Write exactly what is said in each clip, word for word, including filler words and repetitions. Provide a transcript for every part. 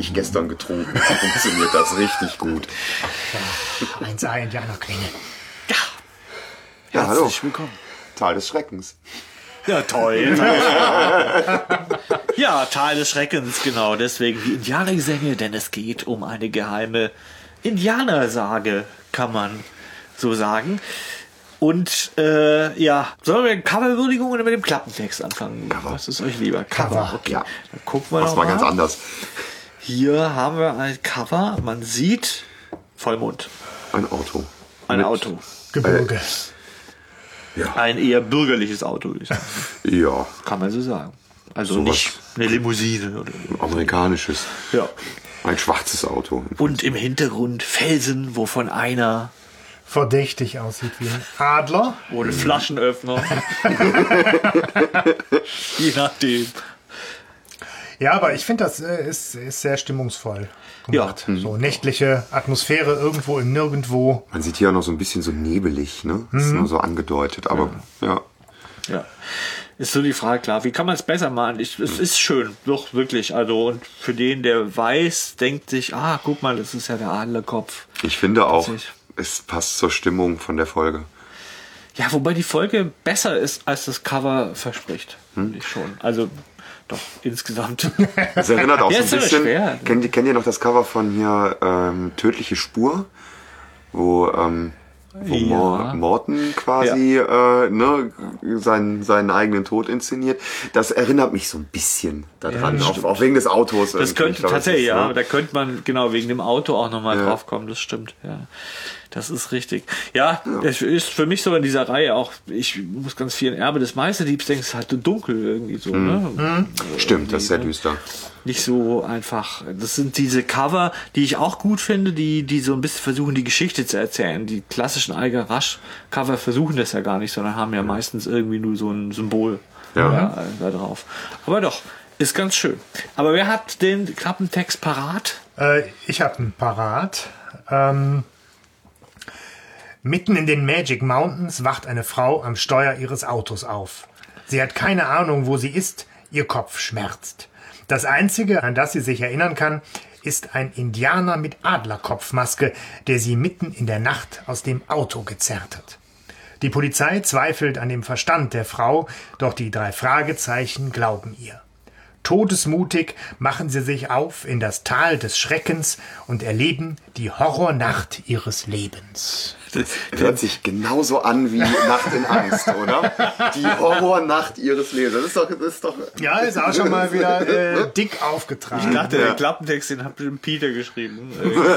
ich gestern getrunken. Funktioniert das richtig gut. Ja, eins A Indianerklinge. Ja, ja, hallo. Herzlich willkommen. Tal des Schreckens. Ja, toll. Ja, Tal des Schreckens, genau. Deswegen die Indianergesänge, denn es geht um eine geheime Indianersage, kann man so sagen. Und äh, ja, sollen wir mit der Coverwürdigung oder mit dem Klappentext anfangen? Cover. Was ist euch lieber? Cover. Okay. Ja. Dann gucken wir Das noch war mal. ganz anders. Hier haben wir ein Cover. Man sieht Vollmond. Ein Auto. Ein Mit- Auto. Gebirge. Ja. Ein eher bürgerliches Auto, würde ich sagen. Ja. Kann man so sagen. Also Sowas. nicht eine Limousine oder Amerikanisches. ja. Ein schwarzes Auto. Und im Hintergrund Felsen, wovon einer Verdächtig aussieht wie ein Adler. oder Flaschenöffner. Je nachdem. Ja, aber ich finde, das äh, ist, ist sehr stimmungsvoll gemacht. Ja. So nächtliche Atmosphäre irgendwo im Nirgendwo. Man sieht hier auch noch so ein bisschen so nebelig, ne? Das ist nur so angedeutet, aber ja. Ja. Ist so die Frage, klar, wie kann man es besser machen? Ich, es ist schön, doch wirklich. Also, und für den, der weiß, denkt sich, ah, guck mal, das ist ja der Adlerkopf. Ich finde auch, Witzig. es passt zur Stimmung von der Folge. Ja, wobei die Folge besser ist, als das Cover verspricht. Finde ich schon. Also, doch, insgesamt. Es erinnert auch Ja, so ein ist aber bisschen. schwer. Kennt, ihr- kennt ihr noch das Cover von hier ähm, Tödliche Spur? Wo, ähm, wo Ja. Mor Morten quasi äh, ne, seinen, seinen eigenen Tod inszeniert. Das erinnert mich so ein bisschen daran, Ja, auch, auch wegen des Autos. Das irgendwie. könnte Ich glaub, tatsächlich, ist, ja, ne? da könnte man genau wegen dem Auto auch nochmal Ja. drauf kommen, das stimmt, ja. Das ist richtig. Ja, es ist für mich so in dieser Reihe auch, ich muss ganz viel in Erbe des Meisterdiebs denken, es ist halt so dunkel irgendwie so, ne? Stimmt, das ist sehr düster. Nicht so einfach. Das sind diese Cover, die ich auch gut finde, die, die so ein bisschen versuchen, die Geschichte zu erzählen. Die klassischen Eiger Rasch Cover versuchen das ja gar nicht, sondern haben ja meistens irgendwie nur so ein Symbol Ja. da, da drauf. Aber doch, ist ganz schön. Aber wer hat den Klappentext parat? Äh, ich habe einen parat. Ähm, mitten in den Magic Mountains wacht eine Frau am Steuer ihres Autos auf. Sie hat keine Ahnung, wo sie ist. Ihr Kopf schmerzt. Das Einzige, an das sie sich erinnern kann, ist ein Indianer mit Adlerkopfmaske, der sie mitten in der Nacht aus dem Auto gezerrt hat. Die Polizei zweifelt an dem Verstand der Frau, doch die drei Fragezeichen glauben ihr. Todesmutig machen sie sich auf in das Tal des Schreckens und erleben die Horrornacht ihres Lebens. Hört sich genauso an wie Nacht in Angst, oder? Die Horrornacht ihres Lebens. Das ist doch, das ist doch. Ja, ist auch schon mal wieder äh, dick aufgetragen. Ich dachte, der Klappentext, den hat bestimmt Peter geschrieben.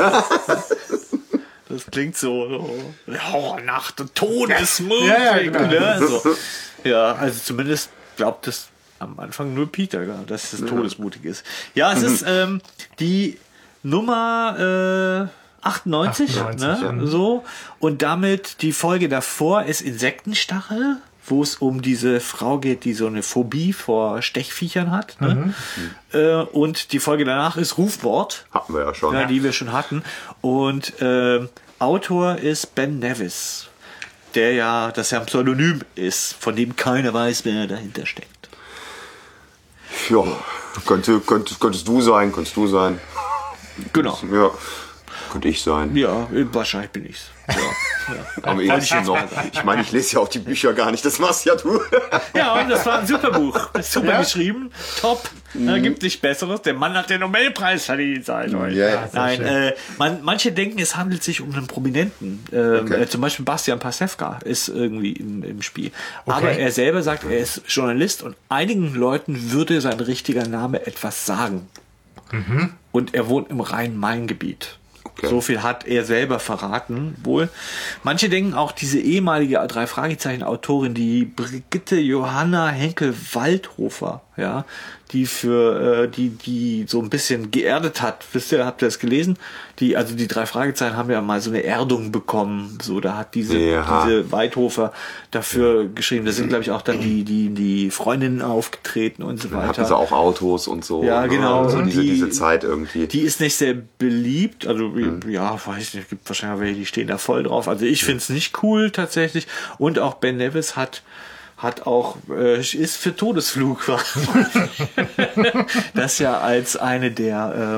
Das klingt so, so Horrornacht und Todesmutig. Ja, ja, genau. Ne? So. Ja, also zumindest glaubt es am Anfang nur Peter, dass es todesmutig ist. Ja, es ist ähm, die Nummer äh, achtundneunzig, achtundneunzig, ne? ja. So. Und damit die Folge davor ist Insektenstachel, wo es um diese Frau geht, die so eine Phobie vor Stechviechern hat. Ne? Mhm. Äh, und die Folge danach ist Rufwort. Hatten wir ja schon. Ja, die wir schon hatten. Und ähm, Autor ist Ben Nevis, der ja, das ja ein Pseudonym ist, von dem keiner weiß, wer dahinter steckt. Ja, könnte, könnte, könntest du sein, könntest du sein. Genau. Ja, könnte ich sein. Ja, wahrscheinlich bin ich's. Ja, ja. Aber ich, noch, ich meine, ich lese ja auch die Bücher gar nicht, das machst ja du. Ja, und das war ein super Buch. Das ist super Ja. geschrieben. Top. Da gibt nichts Besseres. Der Mann hat den Nobelpreis verdient, seid euch. Ja, ja. Nein, äh, man, manche denken, es handelt sich um einen Prominenten. Ähm, Okay. äh, zum Beispiel Bastian Pastewka ist irgendwie im, im Spiel. Okay. Aber er selber sagt, er ist Journalist und einigen Leuten würde sein richtiger Name etwas sagen. Und er wohnt im Rhein-Main-Gebiet. Okay. So viel hat er selber verraten, wohl. Manche denken auch, diese ehemalige Drei-Fragezeichen-Autorin, die Brigitte Johanna Henkel-Waldhofer, ja, die für, äh, die, die so ein bisschen geerdet hat. Wisst ihr, habt ihr das gelesen? Die, also die drei Fragezeichen haben ja mal so eine Erdung bekommen. So, da hat diese, Ja. diese Waldhofer dafür geschrieben. Da sind, glaube ich, auch dann die, die, die Freundinnen aufgetreten und so Dann weiter. hatten sie auch Autos und so. Ja, ne? genau. Also Und diese, die- diese Zeit irgendwie. Die ist nicht sehr beliebt, also ja, weiß ich nicht, gibt wahrscheinlich welche, die stehen da voll drauf. Also ich finde es nicht cool tatsächlich. Und auch Ben Nevis hat hat auch äh, ist für Todesflug das ja als eine der ähm,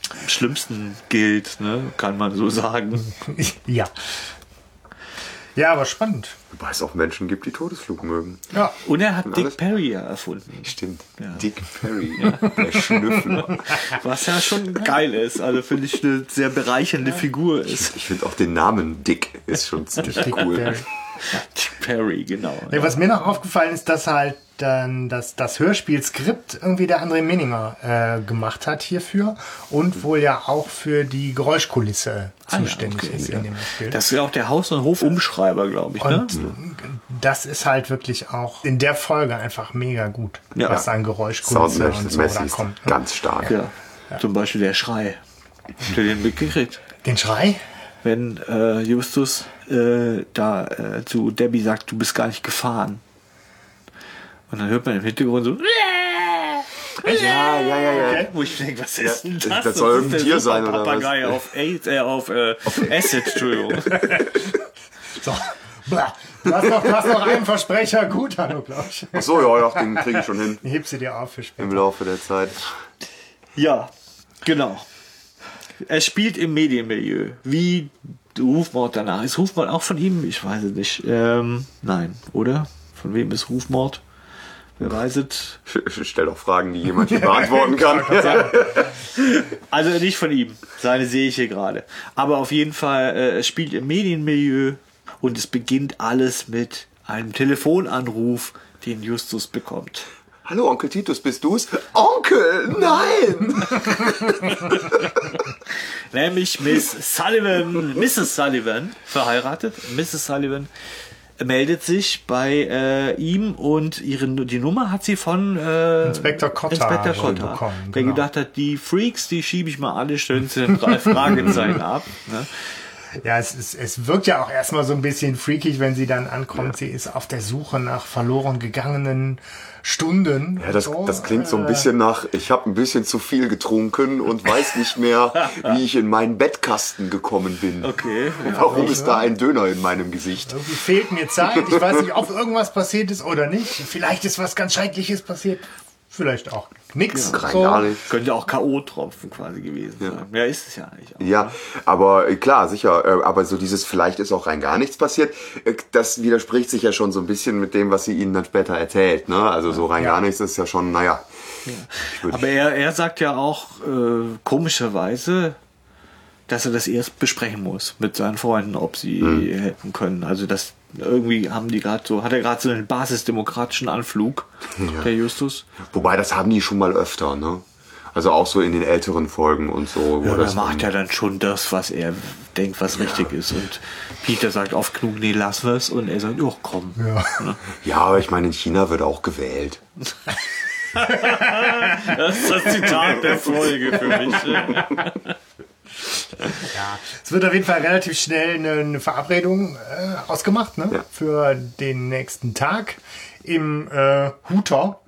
schlimmsten gilt, ne? Kann man so sagen. Ja. Ja, aber spannend. Wobei es auch Menschen gibt, die Todesflug mögen. Ja. Und er hat Dick alles- Perry ja erfunden. Stimmt. Ja. Dick Perry, der Schnüffler. Was ja schon geil ist. Also finde ich eine sehr bereichernde Figur ist. Ich finde auch den Namen Dick ist schon ziemlich Dick cool. Perry. Dick Perry, genau. Ja, was mir noch aufgefallen ist, dass halt dann das, das Hörspielskript irgendwie der André Menninger äh, gemacht hat hierfür und wohl ja auch für die Geräuschkulisse Ah, ja, zuständig okay, ist ja. in dem Spiel. Das ist ja auch der Haus- und Hofumschreiber, glaube ich. Ne? Und das ist halt wirklich auch in der Folge einfach mega gut, Ja. was an Geräuschkulisse und so da Soundmäßig kommt. Ne? ganz stark. Ja. Zum Beispiel der Schrei. Habt ihr den mitgekriegt? Den Schrei? Wenn äh, Justus äh, da äh, zu Debbie sagt, du bist gar nicht gefahren. Und dann hört man im Hintergrund so, Ja, ja, ja, ja. wo ich denke, was ist denn das? das soll ist irgendein der Tier sein, oder Papagei was? auf AIDS, äh, auf, äh, Acid, Entschuldigung. So. Blah. Du hast noch, du hast noch einen Versprecher. Gut, Hanno, glaube ich. Ach so, ja, ja, den kriege ich schon hin Heb sie dir auf für im später. Laufe der Zeit. Ja, genau. Er spielt im Medienmilieu. Wie Rufmord danach. Ist Rufmord auch von ihm? Ich weiß es nicht. Ähm, nein, oder? Von wem ist Rufmord? Wer weiß es? Stell doch Fragen, die jemand hier beantworten kann. Also nicht von ihm. Seine sehe ich hier gerade. Aber auf jeden Fall, äh, es spielt im Medienmilieu und es beginnt alles mit einem Telefonanruf, den Justus bekommt. Hallo, Onkel Titus, bist du's? Onkel, nein! Nämlich Miss Sullivan, Misses Sullivan, verheiratet. Misses Sullivan meldet sich bei äh, ihm und ihre, die Nummer hat sie von äh, Inspektor Cotta Inspektor wohl Cotta, bekommen, der genau. gedacht hat, die Freaks, die schiebe ich mal alle schön zu den drei Fragezeichen ab. Ne? Ja, es, ist, es wirkt ja auch erstmal so ein bisschen freakig, wenn sie dann ankommt. Sie ist auf der Suche nach verloren gegangenen Stunden. Ja, das, und so. das klingt so ein bisschen nach, ich habe ein bisschen zu viel getrunken und weiß nicht mehr, wie ich in meinen Bettkasten gekommen bin. Okay. Warum ist da ein Döner in meinem Gesicht? Irgendwie fehlt mir Zeit. Ich weiß nicht, ob irgendwas passiert ist oder nicht. Vielleicht ist was ganz Schreckliches passiert. Vielleicht auch nix. Rein so. gar nicht. Könnte auch K O-Tropfen quasi gewesen sein. Ja, ist es ja eigentlich auch. Ja, aber äh, klar, sicher, äh, aber so dieses vielleicht ist auch rein gar nichts passiert, äh, das widerspricht sich ja schon so ein bisschen mit dem, was sie ihnen dann später erzählt, ne? Also so rein Ja. gar nichts ist ja schon, naja. Aber er, er sagt ja auch äh, komischerweise, dass er das erst besprechen muss mit seinen Freunden, ob sie Hm. helfen können. Also das irgendwie haben die gerade so, hat er gerade so einen basisdemokratischen Anflug, der Justus. Wobei, das haben die schon mal öfter, ne? Also auch so in den älteren Folgen und so. Ja, wo da das macht er dann schon das, was er denkt, was richtig ist. Und Peter sagt oft genug, nee, lass was. Und er sagt, oh, komm. Ja. Ja, aber ich meine, in China wird auch gewählt. Das ist das Zitat der Folge für mich. Ja, es wird auf jeden Fall relativ schnell eine, eine Verabredung äh, ausgemacht, ne? Ja. Für den nächsten Tag im äh, Huter.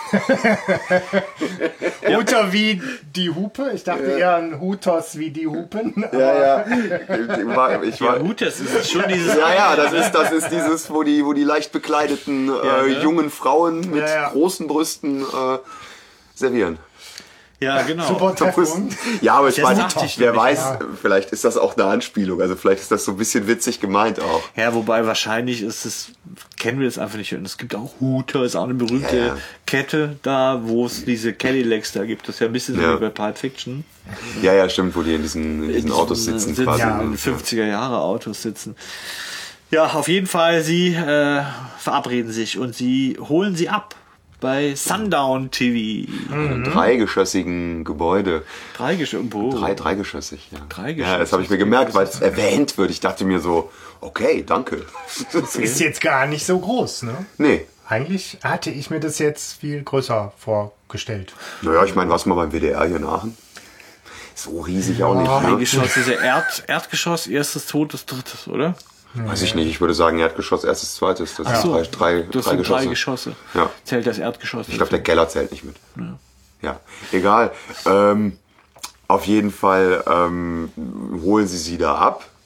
Huter wie die Hupe. Ich dachte eher an Hutos wie die Hupen. Ja, ja. Ich war, ich Ja war, gut, das ist schon dieses... ja, ja, das ist, das ist dieses, wo die, wo die leicht bekleideten äh, Ja, ne? jungen Frauen mit Ja, ja. großen Brüsten äh, servieren. Ja, genau. Super Treffpunkt. Ja, aber ich Das meine, dachte ich wer nämlich, weiß, ja. vielleicht ist das auch eine Anspielung. Also vielleicht ist das so ein bisschen witzig gemeint auch. Ja, wobei wahrscheinlich ist es, kennen wir das einfach nicht. Und es gibt auch Huter, ist auch eine berühmte Ja, ja. Kette da, wo es diese Cadillacs da gibt. Das ist ja ein bisschen so Ja. wie bei Pulp Fiction. Ja, ja, stimmt, wo die in diesen, in diesen Autos sitzen sitzen quasi. Ja, in fünfziger Jahre Autos sitzen. Ja, auf jeden Fall, sie äh, verabreden sich und sie holen sie ab bei Sundown T V. Ein dreigeschossigen Gebäude. Dreigeschossig. Oh. Drei, dreigeschossig, ja. Dreigeschossig. Ja, das habe ich mir gemerkt, weil es erwähnt wird. Ich dachte mir so, okay, danke. Ist jetzt gar nicht so groß, ne? Nee. Eigentlich hatte ich mir das jetzt viel größer vorgestellt. Naja, ich meine, warst du mal beim W D R hier in Aachen? So riesig auch nicht, ne? Dreigeschoss, diese Erd, Erdgeschoss, erstes, zweites, drittes, oder? Weiß ich nicht, ich würde sagen Erdgeschoss, erstes, zweites. Das Ach sind so, drei, drei, das drei sind Geschosse. drei Geschosse. Ja. Zählt das Erdgeschoss. Ich glaube, der Keller zählt nicht mit. Ja, egal. Ähm, auf jeden Fall ähm, holen sie sie da ab.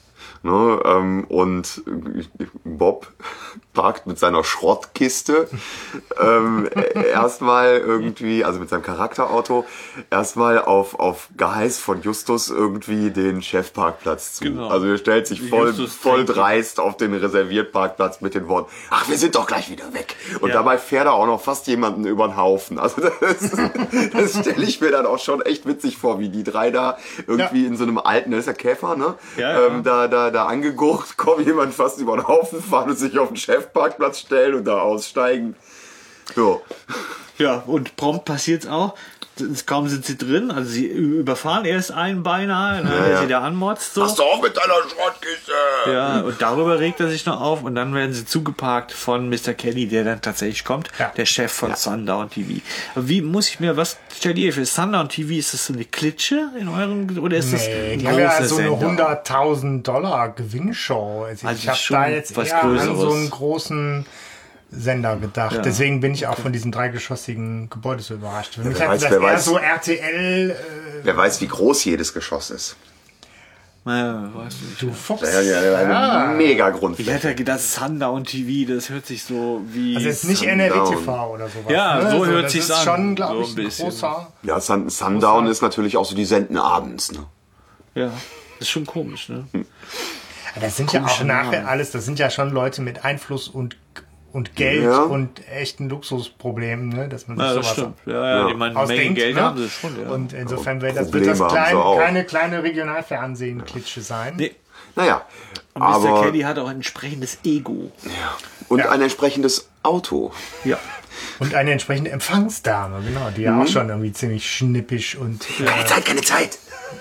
Ne, ähm, und Bob parkt mit seiner Schrottkiste ähm, erstmal irgendwie, also mit seinem Charakterauto, erstmal auf, auf Geheiß von Justus irgendwie den Chefparkplatz zu. Genau. Also er stellt sich voll, Justus voll trinkt. dreist auf den Reserviertparkplatz mit den Worten, ach, wir sind doch gleich wieder weg. Und Ja. dabei fährt er auch noch fast jemanden über den Haufen. Also das, das stelle ich mir dann auch schon echt witzig vor, wie die drei da irgendwie Ja. in so einem alten, das ist der Käfer, ne? Ja, ja. Ähm, da, da, da angegurkt, kommt jemand fast über den Haufen fahren und sich auf den Chefparkplatz stellen und da aussteigen. So. Ja, und prompt passiert's auch. Kaum sind sie drin, also sie überfahren erst einen beinahe, ne, der ja. sie da anmotzt. So. Pass doch auf mit deiner Schrottkiste! Ja, und darüber regt er sich noch auf und dann werden sie zugeparkt von Mister Kelly, der dann tatsächlich kommt, Ja. der Chef von Sundown T V. Aber wie muss ich mir, was stellt ihr für Sundown T V? Ist das so eine Klitsche in eurem, oder ist das Nee, ein die haben ja großer so eine Sender? hunderttausend Dollar Gewinnshow. Also Also ich habe schon da jetzt was eher an Größeres. so einen großen Sender gedacht. Ja. Deswegen bin ich auch von diesem dreigeschossigen Gebäude so überrascht. Für mich wer hat weiß, das wer eher weiß. so R T L, äh, Wer weiß, wie groß jedes Geschoss ist. Ja, weiß nicht. du Fuchs. Ja, ja, eine Ja. mega Ich Grundfläche. hätte gedacht, Sundown T V, das hört sich so wie... Also jetzt nicht N R W T V oder sowas. Ja, ne? so hört das sich's ist an. schon, glaube So ich, ein ein bisschen. großer. Ja, Sun, Sundown ist natürlich auch so, die senden abends, ne? Ja, das ist schon komisch, ne? Das sind ja auch Komische nachher Namen. alles, das sind ja schon Leute mit Einfluss und, und Geld Ja. und echten Luxusproblemen, ne? Dass man sich Ja, das sowas stimmt. Ja, ja, Ja. die meinen, Menge ausdenkt. Geld ne? haben sie schon, ja. Und insofern wird das, wird Probleme das haben klein, sie auch. keine kleine Regionalfernsehen-Klitsche sein. Nee. Naja. Und Mister Aber, Kelly hat auch ein entsprechendes Ego. und Ja. ein entsprechendes Auto. Ja. Und eine entsprechende Empfangsdame, genau, die ja auch schon irgendwie ziemlich schnippisch und Keine äh, Zeit, keine Zeit.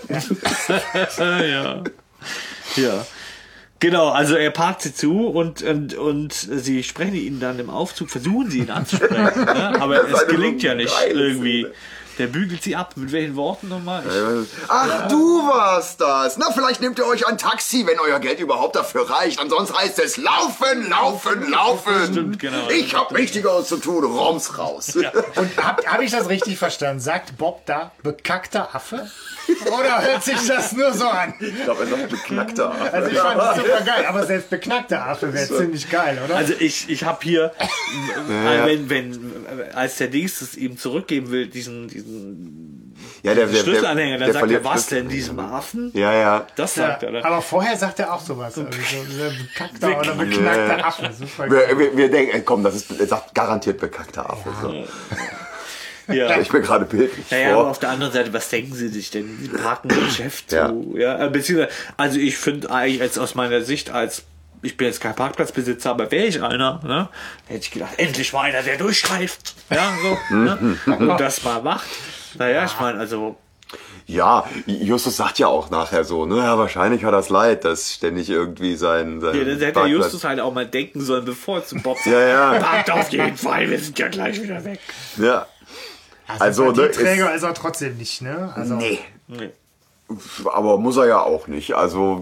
ja. Ja. Genau, also er parkt sie zu und, und, und sie sprechen ihn dann im Aufzug, versuchen sie ihn anzusprechen, ne? Aber Das ist es eine gelingt ja nicht geile irgendwie. Szene. Der bügelt sie ab. Mit welchen Worten nochmal? Ich, Ach, du warst das. Na, vielleicht nehmt ihr euch ein Taxi, wenn euer Geld überhaupt dafür reicht. Ansonsten heißt es laufen, laufen, laufen. Stimmt, genau. Ich hab Wichtigeres zu tun. Roms raus. und hab, hab ich das richtig verstanden? Sagt Bob da bekackter Affe? Oder hört sich das nur so an? Ich glaube, er sagt beknackter. Also ich fand das super geil, aber selbst beknackter Affe wäre ziemlich geil, oder? Also ich, ich habe hier, äh, wenn, wenn, als der Dings es ihm zurückgeben will, diesen, diesen Ja, der, der, Schlüsselanhänger, dann der sagt er, verliert was Schlüssel. denn, diesem Affen? Ja, ja. Das ja, sagt er, oder? aber vorher sagt er auch sowas. Also so, so bekackter oder beknackter Affe. Super Wir, geil. wir, wir denken, komm, das ist, er sagt garantiert bekackter Affe. So. Ja. Ich bin gerade bildlich Naja, aber vor. auf der anderen Seite, was denken Sie sich denn? Sie parken ein Geschäft Ja. zu. Ja, äh, beziehungsweise, also ich finde eigentlich jetzt aus meiner Sicht als, ich bin jetzt kein Parkplatzbesitzer, aber wäre ich einer, ne, hätte ich gedacht, endlich mal einer, der durchstreift. Ja, so, ne, und das mal macht. Naja, ich meine, also, Ja, Justus sagt ja auch nachher so, ne, ja, wahrscheinlich hat das leid, dass ständig irgendwie sein, sein ja, dann hätte der Parkplatz- Justus halt auch mal denken sollen, bevor er zum Bob sagt, Ja, ja. parkt auf jeden Fall, wir sind ja gleich wieder weg. Ja. Also, Also, ne, Träger ist er trotzdem nicht, ne? Also, Nee. Nee. Aber muss er ja auch nicht. Also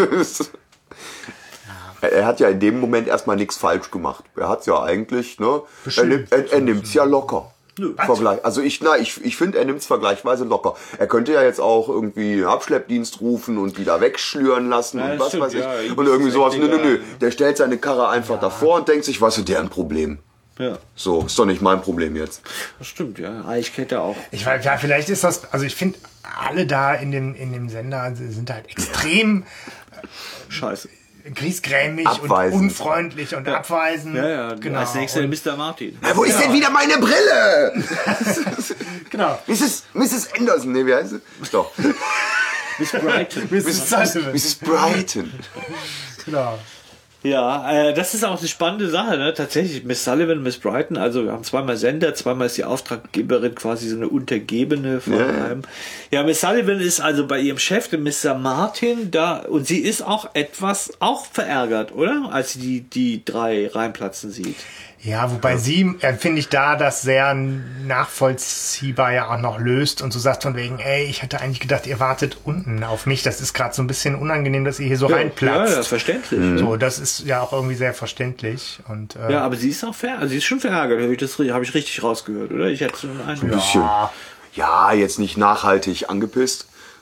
er hat ja in dem Moment erstmal nichts falsch gemacht. Er hat's ja eigentlich, ne? Er, Bestimmt. nimmt, er, er nimmt's ja locker. Was? Vergleich. Also ich, na, ich, ich finde, er nimmt's vergleichsweise locker. Er könnte ja jetzt auch irgendwie einen Abschleppdienst rufen und wieder wegschlüren lassen Ja, und das was stimmt, weiß ich. ja, ihm und ist irgendwie es sowas. echt Nö, nö, nö. egal. Der stellt seine Karre einfach davor und denkt sich, was ist deren Problem? Ja, So, ist doch nicht mein Problem jetzt. das stimmt, ja. Eigentlich kennt er auch. Ich weiß, ja, vielleicht ist das, also ich finde, alle da in dem, in dem Sender sind halt extrem Scheiße. griesgrämig und Abweisend. unfreundlich und abweisend. Ja, ja, genau. als nächster Und, Mister Martin. Ja, wo ist denn wieder meine Brille? genau. Misses Misses Anderson, ne, wie heißt sie? Doch. Miss Brighton. Misses Sullivan. Misses Brighton. Genau. Ja, äh, das ist auch eine spannende Sache, ne? Tatsächlich, Miss Sullivan, Miss Brighton, also wir haben zweimal Sender, zweimal ist die Auftraggeberin quasi so eine Untergebene von Ja, ja. einem. Ja, Miss Sullivan ist also bei ihrem Chef, dem Mister Martin, da, und sie ist auch etwas, auch verärgert, oder? Als sie die, die drei reinplatzen sieht. Ja, wobei sie, äh, finde ich, da das sehr nachvollziehbar ja auch noch löst und so sagt von wegen, ey, ich hätte eigentlich gedacht, ihr wartet unten auf mich. Das ist gerade so ein bisschen unangenehm, dass ihr hier so reinplatzt. Ja, das ist verständlich. So, das ist ja auch irgendwie sehr verständlich. Und, äh, Ja, aber sie ist auch ver also sie ist schon verärgert, habe ich, das- habe ich richtig rausgehört, oder? Ich hätte so einen Eindruck. Bisschen. Ja, jetzt nicht nachhaltig angepisst.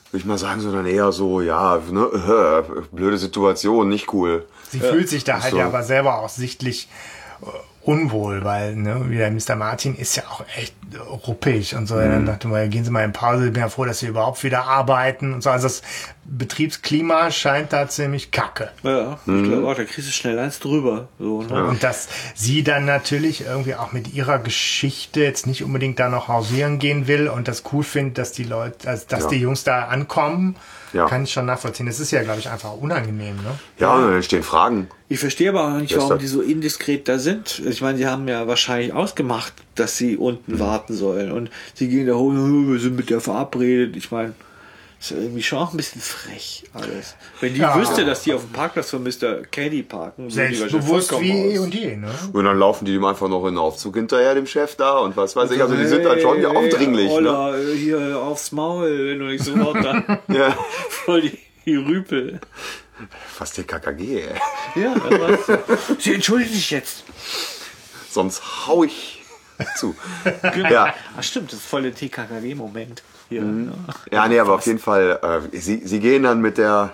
würde ich mal sagen, sondern eher so, ja, ne, äh, blöde Situation, nicht cool. Sie fühlt sich da halt so. ja aber selber auch sichtlich äh, unwohl, weil, ne, wie der Mister Martin ist ja auch echt äh, ruppig und so. Mhm. Dann dachte man, gehen Sie mal in Pause, ich bin ja froh, dass Sie überhaupt wieder arbeiten und so. Also das Betriebsklima scheint da ziemlich kacke. Ja, ich Mhm. glaube auch, da kriegst du schnell eins drüber. So, ne? Ja. Und dass sie dann natürlich irgendwie auch mit ihrer Geschichte jetzt nicht unbedingt da noch hausieren gehen will und das cool findet, dass die Leute, also dass Ja. die Jungs da ankommen, Ja. kann ich schon nachvollziehen. Das ist ja, glaube ich, einfach unangenehm, ne? Ja, und dann entstehen Fragen. Ich verstehe aber auch nicht, Wer ist warum das? die so indiskret da sind. Ich meine, die haben ja wahrscheinlich ausgemacht, dass sie unten Mhm. warten sollen. Und sie gehen da hoch, "Oh, wir sind mit der verabredet." Ich meine, ist ja irgendwie schon auch ein bisschen frech alles. Wenn die Ja. wüsste, dass die auf dem Parkplatz von Mister Caddy parken, würde die wahrscheinlich Selbstbewusst vollkommen wie eh aus. und je, ne? Und dann laufen die dem einfach noch in den Aufzug hinterher, dem Chef da und was weiß ich. Also die sind dann schon Hey, aufdringlich. Ne? Ola, hier aufs Maul, wenn du nicht sofort da Ja. voll die, die Rüpel. Fast der K K G, ey. Ja, was? Sie entschuldigen sich jetzt. Sonst hau ich zu. Genau. Ja. Ach stimmt, das ist voll der T K K G-Moment hier. Mhm. Ja. Ja, nee, aber auf jeden Fall, äh, sie, sie gehen dann mit der,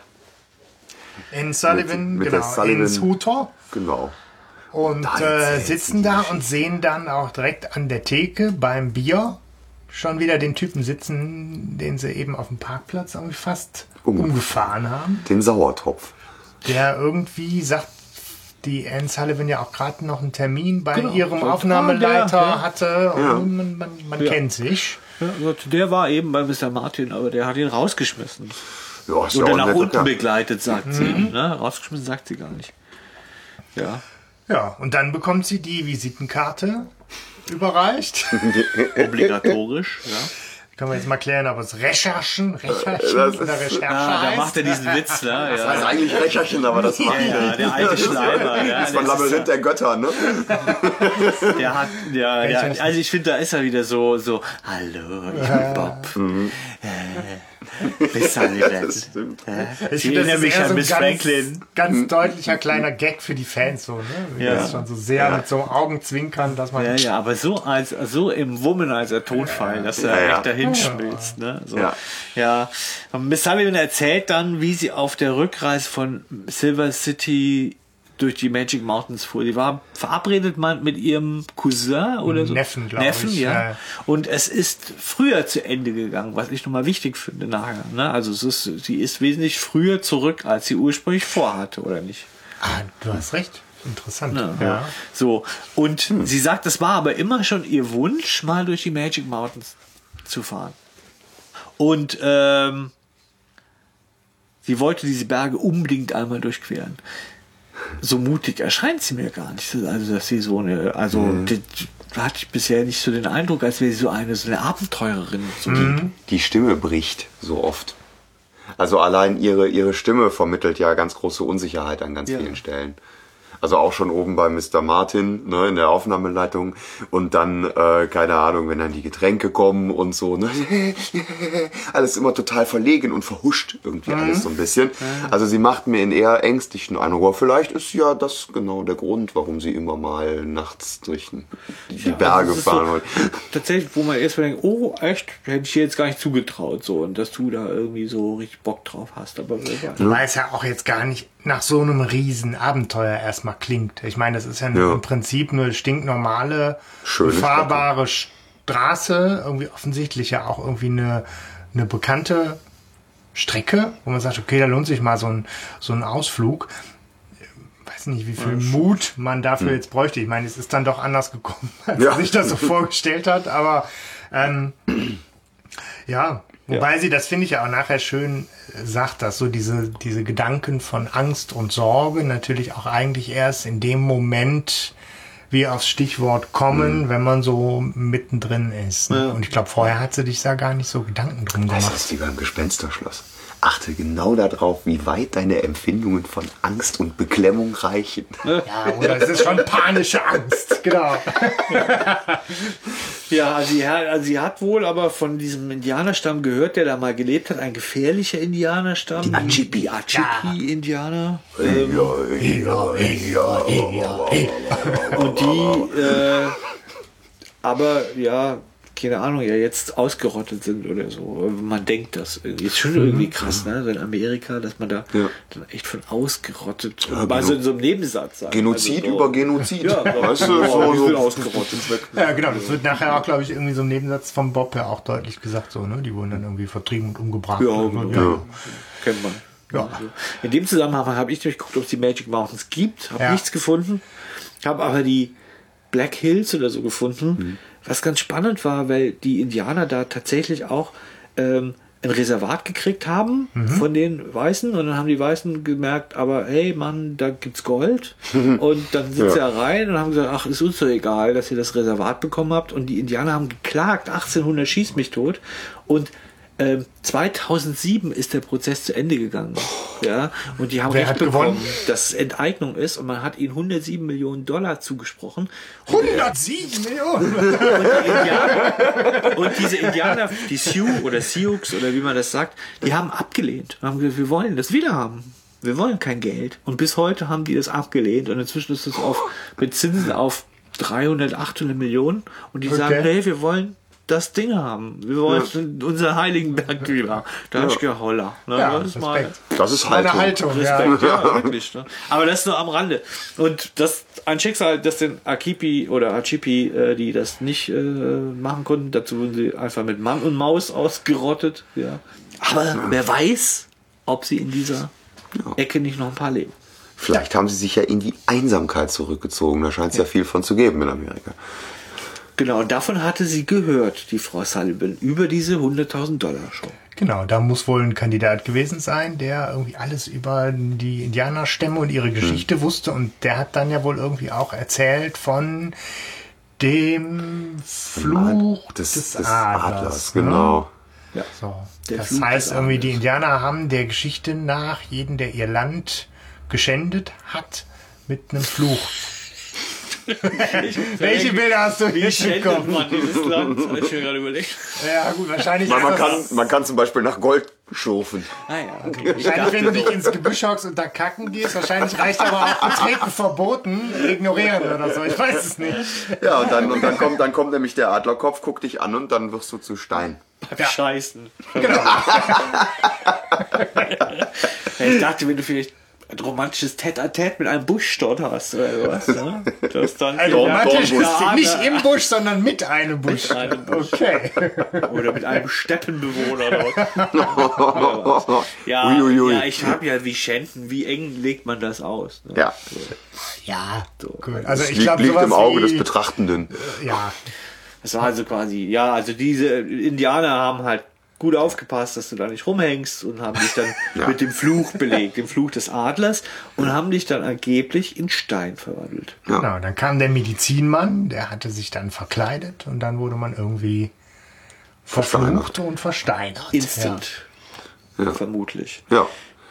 In Sullivan, Mit- mit der genau, Sullivan- ins Hutor. genau. Und Da äh, erzählt sie sitzen die da Geschichte. und sehen dann auch direkt an der Theke beim Bier schon wieder den Typen sitzen, den sie eben auf dem Parkplatz irgendwie fast Umge- umgefahren haben. Den Sauertopf. Der irgendwie sagt, die Anne Sullivan ja auch gerade noch einen Termin bei Genau. ihrem So, Aufnahmeleiter ah, der, ja. hatte. Und Ja. man, man, man Ja. kennt sich. Ja, also der war eben bei Mister Martin, aber der hat ihn rausgeschmissen. Ja, ist ja Oder auch nach nett, unten ja. begleitet, sagt sie. Ne? Rausgeschmissen sagt sie gar nicht. Ja. Ja, und dann bekommt sie die Visitenkarte überreicht. Obligatorisch. Ja. Können wir jetzt mal klären, ob es Recherchen, Recherchen Das oder ist- Recherche Ah, da heißt. macht er diesen Witz, ne? Das Ja. ist eigentlich Recherchen, aber das macht Ja, ja, der alte Schleimer. Ja, Das ist von das ist Labyrinth der Götter, ne? Der hat, ja, ja, also ich finde, da ist er wieder so, so, hallo, ich bin Bob. Äh, Miss Sullivan. Das stimmt. Äh, Ich Sie finde, das erinnern ist mich eher an so ein Miss ganz, Franklin. ganz deutlicher kleiner Gag für die Fans, so, ne? Wie Ja. das schon so sehr mit so Augenzwinkern, dass man. Ja, ja, aber so als so im Womanizer Tonfall, dass er Ja, ja. echt dahin schmilzt. Ne? So. Ja. Ja. Und Miss Sullivan erzählt dann, wie sie auf der Rückreise von Silver City durch die Magic Mountains fuhr. Die war verabredet mal mit ihrem Cousin oder so. Neffen, glaub Neffen, ich, ja. ja. Und es ist früher zu Ende gegangen, was ich nochmal wichtig finde nachher. Ne? Also es ist, sie ist wesentlich früher zurück, als sie ursprünglich vorhatte, oder nicht? Ah, du hast recht. Interessant. Ja. Ja. So, und sie sagt, das war aber immer schon ihr Wunsch, mal durch die Magic Mountains zu fahren. Und ähm, sie wollte diese Berge unbedingt einmal durchqueren. So mutig erscheint sie mir gar nicht. Also, dass sie so eine, also Mhm. die, da hatte ich bisher nicht so den Eindruck, als wäre sie so eine, so eine Abenteurerin. So Mhm. Die Stimme bricht so oft. Also allein ihre, ihre Stimme vermittelt ja ganz große Unsicherheit an ganz Ja. vielen Stellen. Also auch schon oben bei Mister Martin, ne, in der Aufnahmeleitung. Und dann, äh, keine Ahnung, wenn dann die Getränke kommen und so, ne. Alles immer total verlegen und verhuscht irgendwie alles so ein bisschen. Also sie macht mir einen eher ängstlichen Eindruck. Aber vielleicht ist ja das genau der Grund, warum sie immer mal nachts durch die Ja, Berge also es ist fahren so, wollte. tatsächlich, wo man erstmal denkt, oh, echt, hätte ich dir jetzt gar nicht zugetraut, so, und dass du da irgendwie so richtig Bock drauf hast, aber wer weiß. Weil es ja auch jetzt gar nicht nach so einem riesen Abenteuer erstmal klingt. Ich meine, das ist ja, Ja. im Prinzip eine stinknormale, Schöne befahrbare Straße. Irgendwie offensichtlich ja auch irgendwie eine, eine bekannte Strecke, wo man sagt, okay, da lohnt sich mal so ein, so ein Ausflug. Weiß nicht, wie viel Mut man dafür jetzt bräuchte. Ich meine, es ist dann doch anders gekommen, als Ja. er sich das so vorgestellt hat, aber ähm, ja, wobei sie, das finde ich ja auch nachher schön äh, sagt, dass so diese, diese Gedanken von Angst und Sorge natürlich auch eigentlich erst in dem Moment wie aufs Stichwort kommen, wenn man so mittendrin ist. Ne? Und ich glaube, vorher hat sie dich da gar nicht so Gedanken drum Das gemacht. ist wie beim Gespensterschloss. Achte genau darauf, wie weit deine Empfindungen von Angst und Beklemmung reichen. Ja, oder es ist schon panische Angst, genau. Ja, also sie, hat, also sie hat wohl aber von diesem Indianerstamm gehört, der da mal gelebt hat, ein gefährlicher Indianerstamm. Die Achipi. Die Achipi-Indianer. Und die, äh, aber ja, keine Ahnung, ja jetzt ausgerottet sind oder so. Man denkt das irgendwie. Ist schon irgendwie krass, ne? So in Amerika, dass man da Ja. dann echt von ausgerottet, Ja, mal so Geno- in so einem Nebensatz sagt. Genozid Also so, über Genozid. Ja, weißt du, so, so, ich so. bin ausgerottet. Weg. Ja, genau. Das wird nachher auch, glaube ich, irgendwie so im Nebensatz vom Bob ja auch deutlich gesagt, so, ne? Die wurden dann irgendwie vertrieben und umgebracht. Ja, Und, genau. Ja. Kennt man. Ja. Also, in dem Zusammenhang habe ich durchgeguckt, ob es die Magic Mountains gibt. Habe Ja. nichts gefunden. Habe aber die Black Hills oder so gefunden. Was ganz spannend war, weil die Indianer da tatsächlich auch ähm, ein Reservat gekriegt haben von den Weißen. Und dann haben die Weißen gemerkt, aber hey Mann, da gibt's Gold. Und dann sind Ja. sie da rein und haben gesagt, ach, ist uns doch egal, dass ihr das Reservat bekommen habt. Und die Indianer haben geklagt, achtzehnhundert schießt mich tot. Und ähm, zweitausendsieben ist der Prozess zu Ende gegangen. Ja, und die haben Wer recht hat bekommen, gewonnen? dass es Enteignung ist und man hat ihnen hundertsieben Millionen Dollar zugesprochen. hundertsieben Millionen! Und, die Indianer, und diese Indianer, die Sioux oder Sioux oder wie man das sagt, die haben abgelehnt. Und haben gesagt, wir wollen das wieder haben. Wir wollen kein Geld. Und bis heute haben die das abgelehnt. Und inzwischen ist es auf, mit Zinsen auf dreihundert, achthundert Millionen. Und die Okay. sagen, hey, wir wollen das Ding haben. Wir wollen unseren heiligen Berg wieder. Da hab ich gedacht, holla. Na, Ja, das ist mal Respekt. Das ist Meine Haltung. Haltung, ja. Respekt, ja, wirklich. Ne? Aber das nur am Rande. Und das ein Schicksal, das den Akipi oder Achipi, äh, die das nicht äh, machen konnten, dazu wurden sie einfach mit Mann und Maus ausgerottet. Ja. Aber wer weiß, ob sie in dieser Ecke nicht noch ein paar leben. Vielleicht haben sie sich ja in die Einsamkeit zurückgezogen. Da scheint es ja viel von zu geben in Amerika. Genau, und davon hatte sie gehört, die Frau Sullivan, über diese hunderttausend Dollar Show. Genau, da muss wohl ein Kandidat gewesen sein, der irgendwie alles über die Indianerstämme und ihre Geschichte wusste. Und der hat dann ja wohl irgendwie auch erzählt von dem Fluch Des, des, des Adlers. Adlers, ne? genau. Ja. So. Der Das Fluch heißt des irgendwie, die Adlers. Indianer haben der Geschichte nach jeden, der ihr Land geschändet hat, mit einem Fluch. Welche Bilder hast du Wie hier im schändet Kopf? man dieses Land? Das habe ich mir gerade überlegt. Ja gut, wahrscheinlich Man, man, ist das- kann, man kann zum Beispiel nach Gold schurfen. Ah ja, okay. Ich Wahrscheinlich, wenn du dachte dich ins Gebüsch hockst und da kacken gehst, wahrscheinlich reicht aber auch betreten verboten, ignorieren oder so. Ich weiß es nicht. Ja, und dann, und dann, kommt, dann kommt nämlich der Adlerkopf, guckt dich an und dann wirst du zu Stein. beim Scheißen. Ja, ich dachte, wenn du vielleicht ein romantisches Tête-à-Tête mit einem Busch dort hast oder was, ne? Das dann Also ja, romantisch Dornbusch. ist nicht im Busch, sondern mit einem Busch. Mit einem Busch. Okay. Oder mit einem Steppenbewohner dort. Ja, Uiuiui. ja, ich habe ja wie Schänden, wie eng legt man das aus? Ne? Ja, Ja, gut. Also ich liegt, glaube, liegt sowas im Auge wie, des Betrachtenden. Ja, Das war also quasi, ja, also diese Indianer haben halt gut aufgepasst, dass du da nicht rumhängst und haben dich dann Ja. mit dem Fluch belegt, dem Fluch des Adlers, und haben dich dann angeblich in Stein verwandelt. Ja. genau. Dann kam der Medizinmann, der hatte sich dann verkleidet und dann wurde man irgendwie verflucht und versteinert. Instant. Ja. Vermutlich. Ja.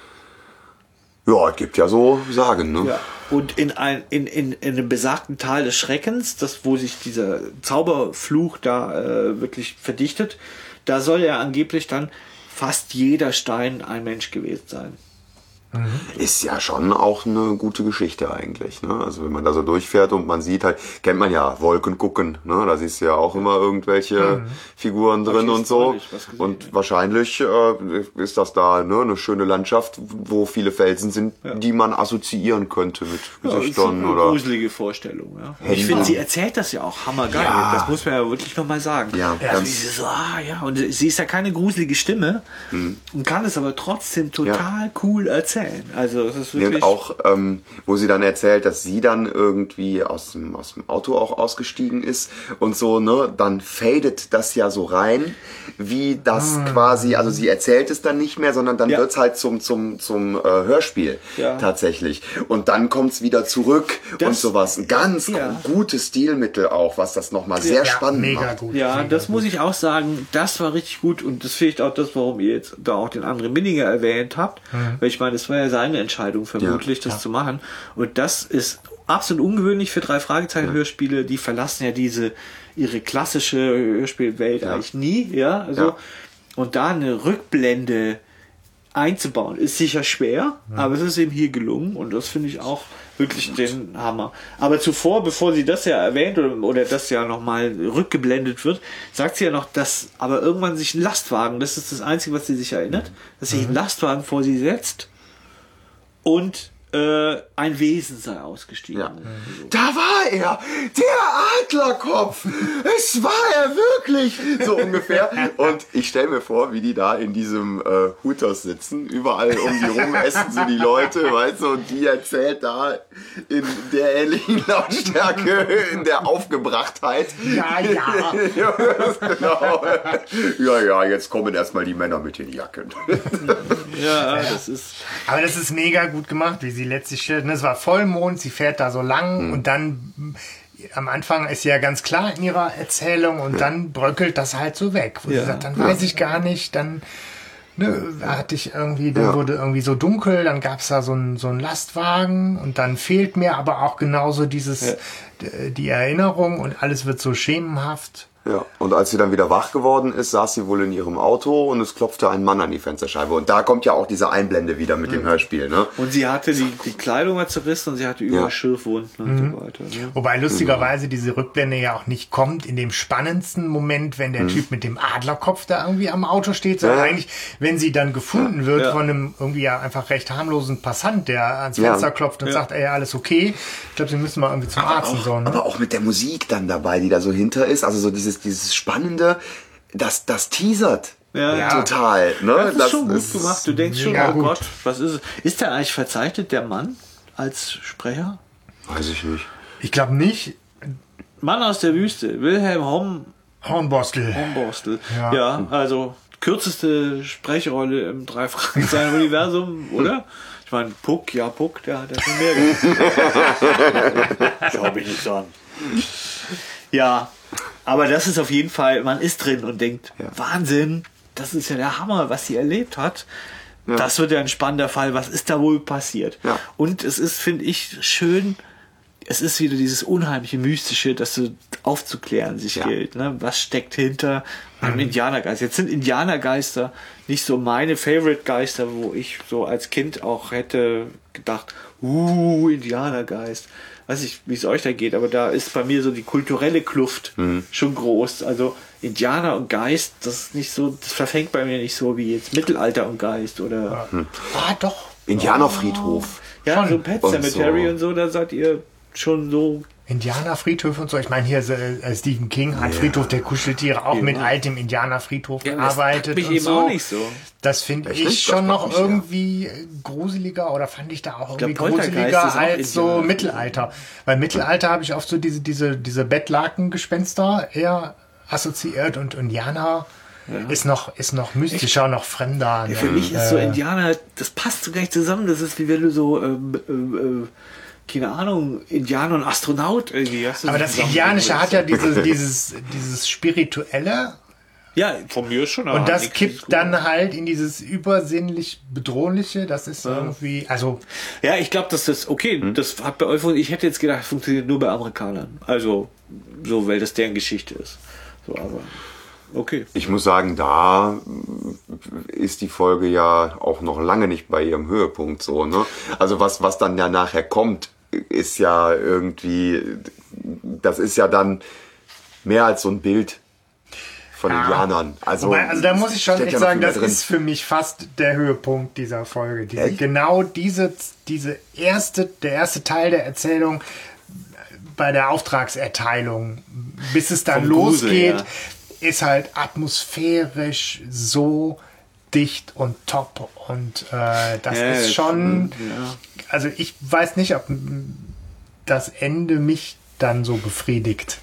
Ja, es gibt ja so Sagen, ne? Ja. Und in, ein, in, in, in einem besagten Tal des Schreckens, das, wo sich dieser Zauberfluch da äh, wirklich verdichtet, da soll ja angeblich dann fast jeder Stein ein Mensch gewesen sein. Ist ja schon auch eine gute Geschichte eigentlich, ne? Also wenn man da so durchfährt und man sieht halt, kennt man ja, Wolken gucken, ne? Da siehst du ja auch immer irgendwelche Figuren drin ich und so. neulich was gesehen, Und wahrscheinlich äh, ist das da, ne, eine schöne Landschaft, wo viele Felsen sind, die man assoziieren könnte mit Ja, das ist Gesichtern eine oder. gruselige Vorstellung. Ja. Ich Händen. finde, sie erzählt das ja auch hammergeil. Ja. Das muss man ja wirklich nochmal sagen. Ja, also ganz- sie so, ah ja, und sie ist ja keine gruselige Stimme und kann es aber trotzdem total cool erzählen. Also es ist Nee, wirklich... und auch, ähm, wo sie dann erzählt, dass sie dann irgendwie aus dem, aus dem Auto auch ausgestiegen ist und so, ne, dann fadet das ja so rein, wie das quasi, also sie erzählt es dann nicht mehr, sondern dann Ja. wird's halt zum, zum, zum äh, Hörspiel Ja. tatsächlich. Und dann kommt's wieder zurück und Das- sowas. Ein ganz Ja. gutes Stilmittel auch, was das nochmal sehr ja, spannend mega macht. gut. Ja, mega das gut. muss ich auch sagen, das war richtig gut und das finde ich auch das, warum ihr jetzt da auch den anderen Minninger erwähnt habt, weil ich meine, das war ja seine Entscheidung vermutlich, das zu machen, und das ist absolut ungewöhnlich für drei Fragezeichen Hörspiele, die verlassen ja diese ihre klassische Hörspielwelt Ja. eigentlich nie, ja, also Ja. und da eine Rückblende einzubauen. Ist sicher schwer, ja. aber es ist eben hier gelungen und das finde ich auch wirklich den Hammer. Aber zuvor, bevor sie das ja erwähnt oder, oder das ja nochmal rückgeblendet wird, sagt sie ja noch, dass aber irgendwann sich ein Lastwagen, das ist das Einzige, was sie sich erinnert, dass sich ein Lastwagen vor sie setzt und äh, ein Wesen sei ausgestiegen. Ja. Da war er, der Adlerkopf. Es war er wirklich. So ungefähr. Und ich stelle mir vor, wie die da in diesem äh, Hooters sitzen. Überall um die rum essen so die Leute, weißt du, und die erzählt da in der ähnlichen Lautstärke, in der Aufgebrachtheit. Ja, ja. Ja, genau. Ja, ja, jetzt kommen erstmal die Männer mit den Jacken. Ja, das ist... Aber das ist mega gut gemacht, wie sie letztlich stellt. Es war Vollmond, sie fährt da so lang mhm. und dann am Anfang ist sie ja ganz klar in ihrer Erzählung und ja. dann bröckelt das halt so weg. Wo ja. sie sagt, dann ja. weiß ich gar nicht, dann ne, hatte ich irgendwie, dann ja. wurde irgendwie so dunkel, dann gab es da so einen so einen Lastwagen und dann fehlt mir aber auch genauso dieses, ja. die Erinnerung und alles wird so schemenhaft. Ja, und als sie dann wieder wach geworden ist, saß sie wohl in ihrem Auto und es klopfte ein Mann an die Fensterscheibe. Und da kommt ja auch diese Einblende wieder mit mhm. dem Hörspiel, ne? Und sie hatte die, die Kleidung war zerrissen und sie hatte überall ja. Schürfwunden und mhm. so weiter. Ne? Wobei lustigerweise diese Rückblende ja auch nicht kommt in dem spannendsten Moment, wenn der mhm. Typ mit dem Adlerkopf da irgendwie am Auto steht, sondern ja. eigentlich, wenn sie dann gefunden wird ja. von einem irgendwie ja einfach recht harmlosen Passant, der ans Fenster ja. klopft und ja. sagt, ey, alles okay. Ich glaube, sie müssen mal irgendwie zum aber Arzt auch, und so. Ne? Aber auch mit der Musik dann dabei, die da so hinter ist, also so dieses Dieses Spannende, das, das teasert ja, ja. total. Ne? Das ist das schon gut ist gemacht. Du denkst schon, oh gut. Gott, was ist es? Ist der eigentlich verzeichnet, der Mann, als Sprecher? Weiß ich nicht. Ich glaube nicht. Mann aus der Wüste, Wilhelm Horn Hornbostel. Hornbostel. Ja. ja, also kürzeste Sprechrolle im Drei-Fragezeichen-Universum, oder? Ich meine, Puck, ja, Puck, der hat ja schon mehr gemacht. Glaube ich nicht so an. Ja, aber das ist auf jeden Fall, man ist drin und denkt, ja. Wahnsinn, das ist ja der Hammer, was sie erlebt hat. Ja. Das wird ja ein spannender Fall, was ist da wohl passiert? Ja. Und es ist, finde ich, schön, es ist wieder dieses unheimliche Mystische, das so aufzuklären sich ja. gilt. Ne? Was steckt hinter einem mhm. Indianergeist? Jetzt sind Indianergeister nicht so meine Favorite-Geister, wo ich so als Kind auch hätte gedacht, uh, Indianergeist. Weiß ich, wie es euch da geht, aber da ist bei mir so die kulturelle Kluft mhm. schon groß. Also Indianer und Geist, das ist nicht so, das verfängt bei mir nicht so wie jetzt Mittelalter und Geist oder. Mhm. Ah, doch. Indianerfriedhof. Ja, schon. So Pet Cemetery und so. und so, da seid ihr schon so. Indianerfriedhof und so. Ich meine, hier äh, Stephen King hat ja. Friedhof der Kuscheltiere auch ja. mit altem Indianerfriedhof ja, gearbeitet. Das und eben so. auch nicht so. Das finde ich schon noch nicht, irgendwie ja. gruseliger oder fand ich da auch irgendwie glaub, gruseliger als so Mittelalter. Weil Mittelalter habe ich oft so diese, diese, diese Bettlakengespenster eher assoziiert und Indianer ja. ist noch, ist noch mystischer, noch fremder. Ja, für ne? mich ist so Indianer, das passt so gar nicht zusammen. Das ist wie wenn du so ähm, ähm, keine Ahnung, Indianer und Astronaut irgendwie. Aber das Indianische hat ja dieses, dieses, dieses Spirituelle. Ja, von mir schon. Und das kippt dann halt in dieses übersinnlich Bedrohliche. Das ist ja. irgendwie, also. Ja, ich glaube, dass das, okay, hm. das hat bei euch, ich hätte jetzt gedacht, funktioniert nur bei Amerikanern. Also, so, weil das deren Geschichte ist. So, aber, okay. Ich muss sagen, da ist die Folge ja auch noch lange nicht bei ihrem Höhepunkt so, ne? Also, was, was dann ja nachher kommt, ist ja irgendwie, das ist ja dann mehr als so ein Bild von ja. Indianern. Also, Wobei, also da muss ich schon echt ja sagen, das drin. ist für mich fast der Höhepunkt dieser Folge. Diese, genau diese, diese erste, der erste Teil der Erzählung bei der Auftragserteilung, bis es dann Vom losgeht, Grusel, ja. ist halt atmosphärisch so dicht und top und äh, das ja, ist schon ja. also ich weiß nicht, ob das Ende mich dann so befriedigt.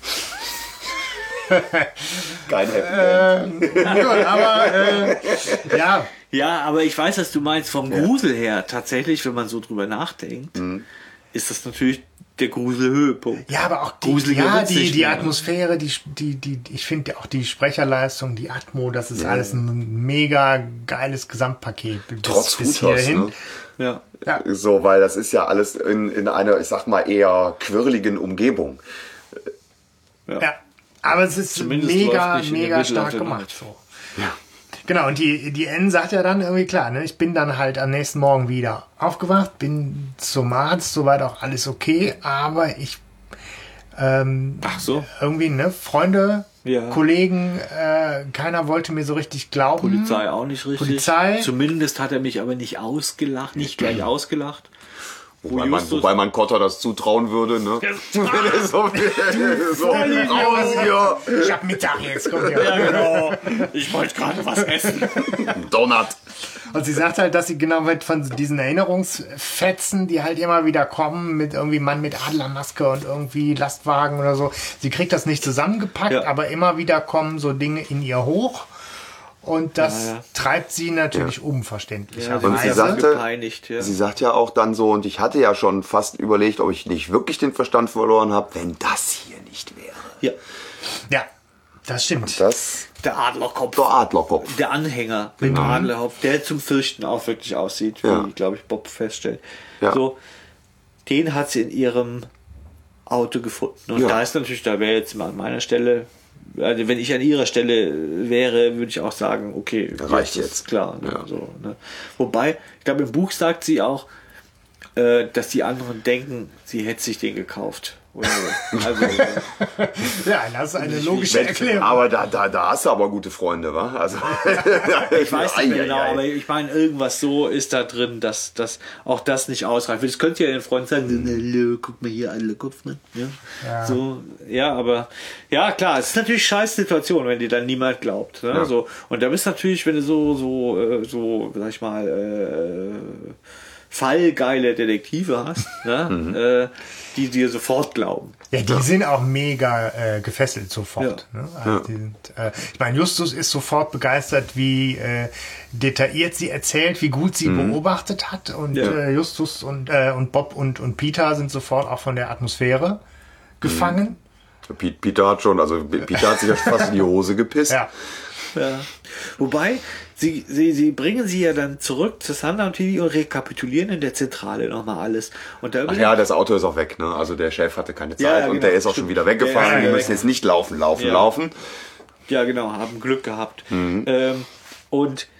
Kein Happy End. Äh, gut, aber äh, ja. Ja, aber ich weiß, was du meinst vom Grusel her. Tatsächlich, wenn man so drüber nachdenkt, mhm. ist das natürlich der Gruselhöhepunkt. Ja, aber auch die, ja, die, die Atmosphäre, die, die, die, ich finde auch die Sprecherleistung, die Atmo, das ist ja. alles ein mega geiles Gesamtpaket. Bis, Trotz bis Hutos, hierhin. Ne? Ja. ja. So, weil das ist ja alles in, in einer, ich sag mal, eher quirligen Umgebung. Ja. ja. Aber es ist Zumindest mega, mega stark gemacht. So. Ja. Genau, und die, die N sagt ja dann irgendwie, klar, ne, ich bin dann halt am nächsten Morgen wieder aufgewacht, bin zum Arzt, soweit auch alles okay, aber ich ähm, Ach so. irgendwie, ne, Freunde, Ja. Kollegen, äh, keiner wollte mir so richtig glauben. Polizei auch nicht richtig. Polizei. Zumindest hat er mich aber nicht ausgelacht, nicht gleich ausgelacht. Wobei man, wobei man Kotter das zutrauen würde, ne? Wenn er so, so raus hier. Ich hab Mittag jetzt, komm hier. Ja, genau. Ich wollte gerade was essen. Donut. Und sie sagt halt, dass sie genau mit von diesen Erinnerungsfetzen, die halt immer wieder kommen, mit irgendwie Mann mit Adlermaske und irgendwie Lastwagen oder so. Sie kriegt das nicht zusammengepackt, Ja. aber immer wieder kommen so Dinge in ihr hoch. Und das Ja, ja. treibt sie natürlich Ja, unverständlicherweise. Und sie ist sagte- gepeinigt, ja. Sie sagt ja auch dann so, und ich hatte ja schon fast überlegt, ob ich nicht wirklich den Verstand verloren habe, wenn das hier nicht wäre. Ja. Ja, das stimmt. Das Der Adlerkopf. der Adlerkopf. Der Anhänger mit dem Adlerkopf, der zum Fürchten auch wirklich aussieht, Ja. wie, glaube ich, Bob feststellt. Ja. So, den hat sie in ihrem Auto gefunden. Und Ja. da ist natürlich, da wäre jetzt mal an meiner Stelle, also wenn ich an ihrer Stelle wäre, würde ich auch sagen, okay, Reicht ist jetzt. klar. Ne, Ja. so, ne. Wobei, ich glaube, im Buch sagt sie auch, äh, dass die anderen denken, sie hätte sich den gekauft. Oder so. Also, Ja, das ist eine logische Erklärung. Aber da, da, da hast du aber gute Freunde, wa? Also, ich weiß nicht mehr Ei, genau, ei, ei. aber ich meine, irgendwas so ist da drin, dass, dass auch das nicht ausreicht. Das könnte ja den Freund sagen, hallo, guck mal hier, alle Kopfmann. Ja? Ja. So, ja, aber ja, klar, es ist natürlich eine scheiß Situation, wenn dir dann niemand glaubt. Ne? Ja. So, und da bist du natürlich, wenn du so, so, äh, so, sag ich mal, äh, fallgeile Detektive hast, ne? äh, die dir sofort glauben. Ja, die sind auch mega äh, gefesselt sofort. Ja. Ne? Also die sind, äh, ich meine, Justus ist sofort begeistert, wie äh, detailliert sie erzählt, wie gut sie beobachtet hat. Und Ja. äh, Justus und, äh, und Bob und, und Peter sind sofort auch von der Atmosphäre gefangen. Piet- Peter hat schon, also Peter hat sich ja fast in die Hose gepisst. Ja. Ja. Wobei, sie, sie, sie bringen sie ja dann zurück zu Sundown T V und rekapitulieren in der Zentrale nochmal alles. Und da Ach ja, das Auto ist auch weg, ne? Also der Chef hatte keine Zeit Ja, ja, und genau. der ist auch schon Stimmt. wieder weggefahren. Der ist Wir weg. müssen jetzt nicht laufen, laufen, Ja. laufen. Ja, genau, haben Glück gehabt. Mhm. Ähm, und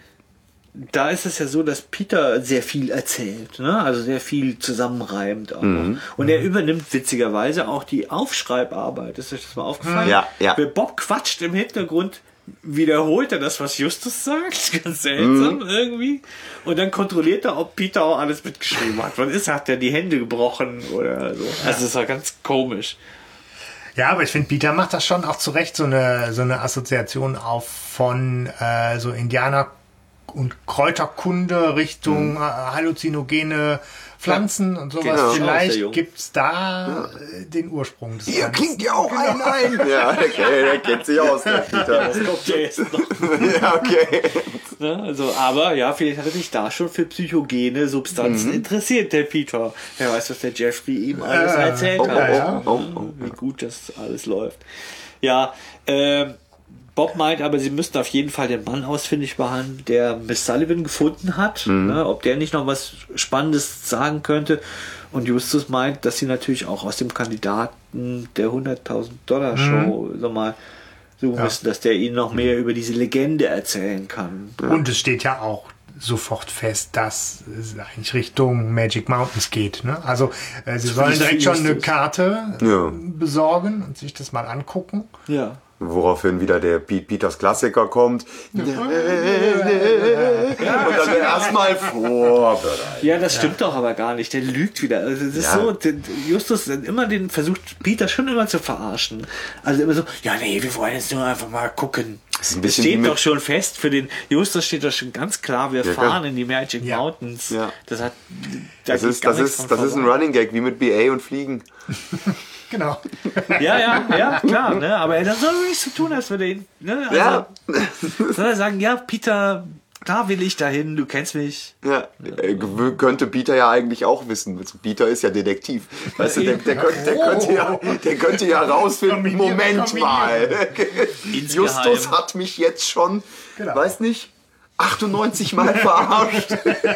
da ist es ja so, dass Peter sehr viel erzählt, ne? Also sehr viel zusammenreimt auch. Mhm. Und er übernimmt witzigerweise auch die Aufschreibarbeit. Ist euch das mal aufgefallen? Ja, ja. Wenn Bob quatscht im Hintergrund, wiederholt er das, was Justus sagt. Ganz seltsam Mhm. irgendwie. Und dann kontrolliert er, ob Peter auch alles mitgeschrieben hat. Was ist? Hat er die Hände gebrochen oder so? Also es war ganz komisch. Ja, aber ich finde, Peter macht das schon auch zu Recht so eine, so eine Assoziation auf von äh, so Indianer- und Kräuterkunde Richtung äh, halluzinogene Pflanzen und sowas. Genau. Aus der Vielleicht Jugend. gibt's da äh, den Ursprung des Hier Ganzen. klingt ja auch ein ein. Ja, der, kennt- der kennt sich aus, der Peter. Das kommt ja jetzt noch. Ja, okay. Ne? Also, aber ja, vielleicht hat er sich da schon für psychogene Substanzen interessiert, der Peter. Wer weiß, was der Jeffrey ihm alles Äh, erzählt oh, hat. ja. oh, oh, oh. Wie gut das alles läuft. Ja, ähm, Bob meint aber, sie müssten auf jeden Fall den Mann ausfindig machen, der Miss Sullivan gefunden hat. Ne? Ob der nicht noch was Spannendes sagen könnte. Und Justus meint, dass sie natürlich auch aus dem Kandidaten der hunderttausend Dollar Show sag mal, suchen Ja. müssen, dass der ihnen noch mehr über diese Legende erzählen kann. Und es steht ja auch sofort fest, dass es eigentlich Richtung Magic Mountains geht. Ne? Also äh, sie sollen direkt schon eine Karte Ja. besorgen und sich das mal angucken. Ja. Woraufhin wieder der Pete Peters Klassiker kommt. Und dann erstmal vor. Ja, das stimmt doch aber gar nicht. Der lügt wieder. Also das ist Ja. so, der, Justus immer den versucht Peter schon immer zu verarschen. Also immer so, ja nee, wir wollen jetzt nur einfach mal gucken. ist ein Es bisschen wie steht mit- doch schon fest für den Justus steht doch schon ganz klar, wir Ja, fahren klar. in die Magic Ja. Mountains. Ja. Das hat da Das geht ist, gar das nichts ist, dran das ist ein vorbei. Running Gag, wie mit B A und Fliegen. Genau. Ja, ja, ja, klar, ne? Aber er soll nichts zu tun, als würde ihn, ne? Also, Ja. soll er sagen, ja, Peter, da will ich dahin, du kennst mich. Ja, äh, gew- könnte Peter ja eigentlich auch wissen. Peter ist ja Detektiv. Weißt du, der, der, könnte, der, könnte ja, der könnte ja rausfinden, Kombinieren, Moment kombinieren. mal. Insgeheim. Justus hat mich jetzt schon, Genau. weiß nicht, achtundneunzig Mal verarscht.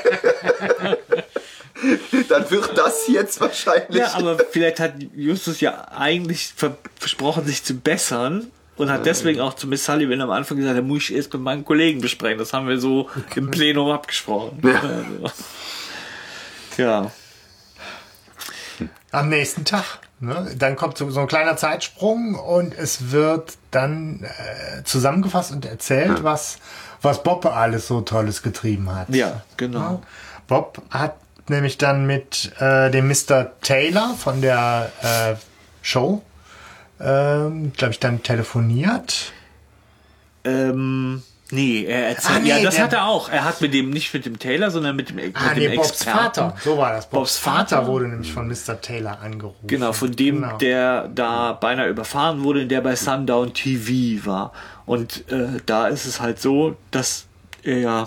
Dann wird das jetzt wahrscheinlich... Ja, aber vielleicht hat Justus ja eigentlich ver versprochen, sich zu bessern. Und hat deswegen auch zu Miss Sullivan am Anfang gesagt, da muss ich erst mit meinen Kollegen besprechen. Das haben wir so im Plenum abgesprochen. Ja. Also, ja. Am nächsten Tag. Ne? Dann kommt so, so ein kleiner Zeitsprung und es wird dann äh, zusammengefasst und erzählt, ja. was, was Bob alles so Tolles getrieben hat. Ja, genau. Ja? Bob hat nämlich dann mit äh, dem Mister Taylor von der äh, Show, ähm, glaube ich, dann telefoniert. Ähm, nee, er erzählt. Ah, nee, ja, das der- hat er auch. Er hat mit dem, nicht mit dem Taylor, sondern mit dem, mit Ah, dem nee, Bobs Experten. Vater. So war das. Bobs, Bobs Vater. Vater wurde nämlich von Mister Taylor angerufen. Genau, von dem, Genau. der da beinahe überfahren wurde, der bei Sundown T V war. Und äh, da ist es halt so, dass er ja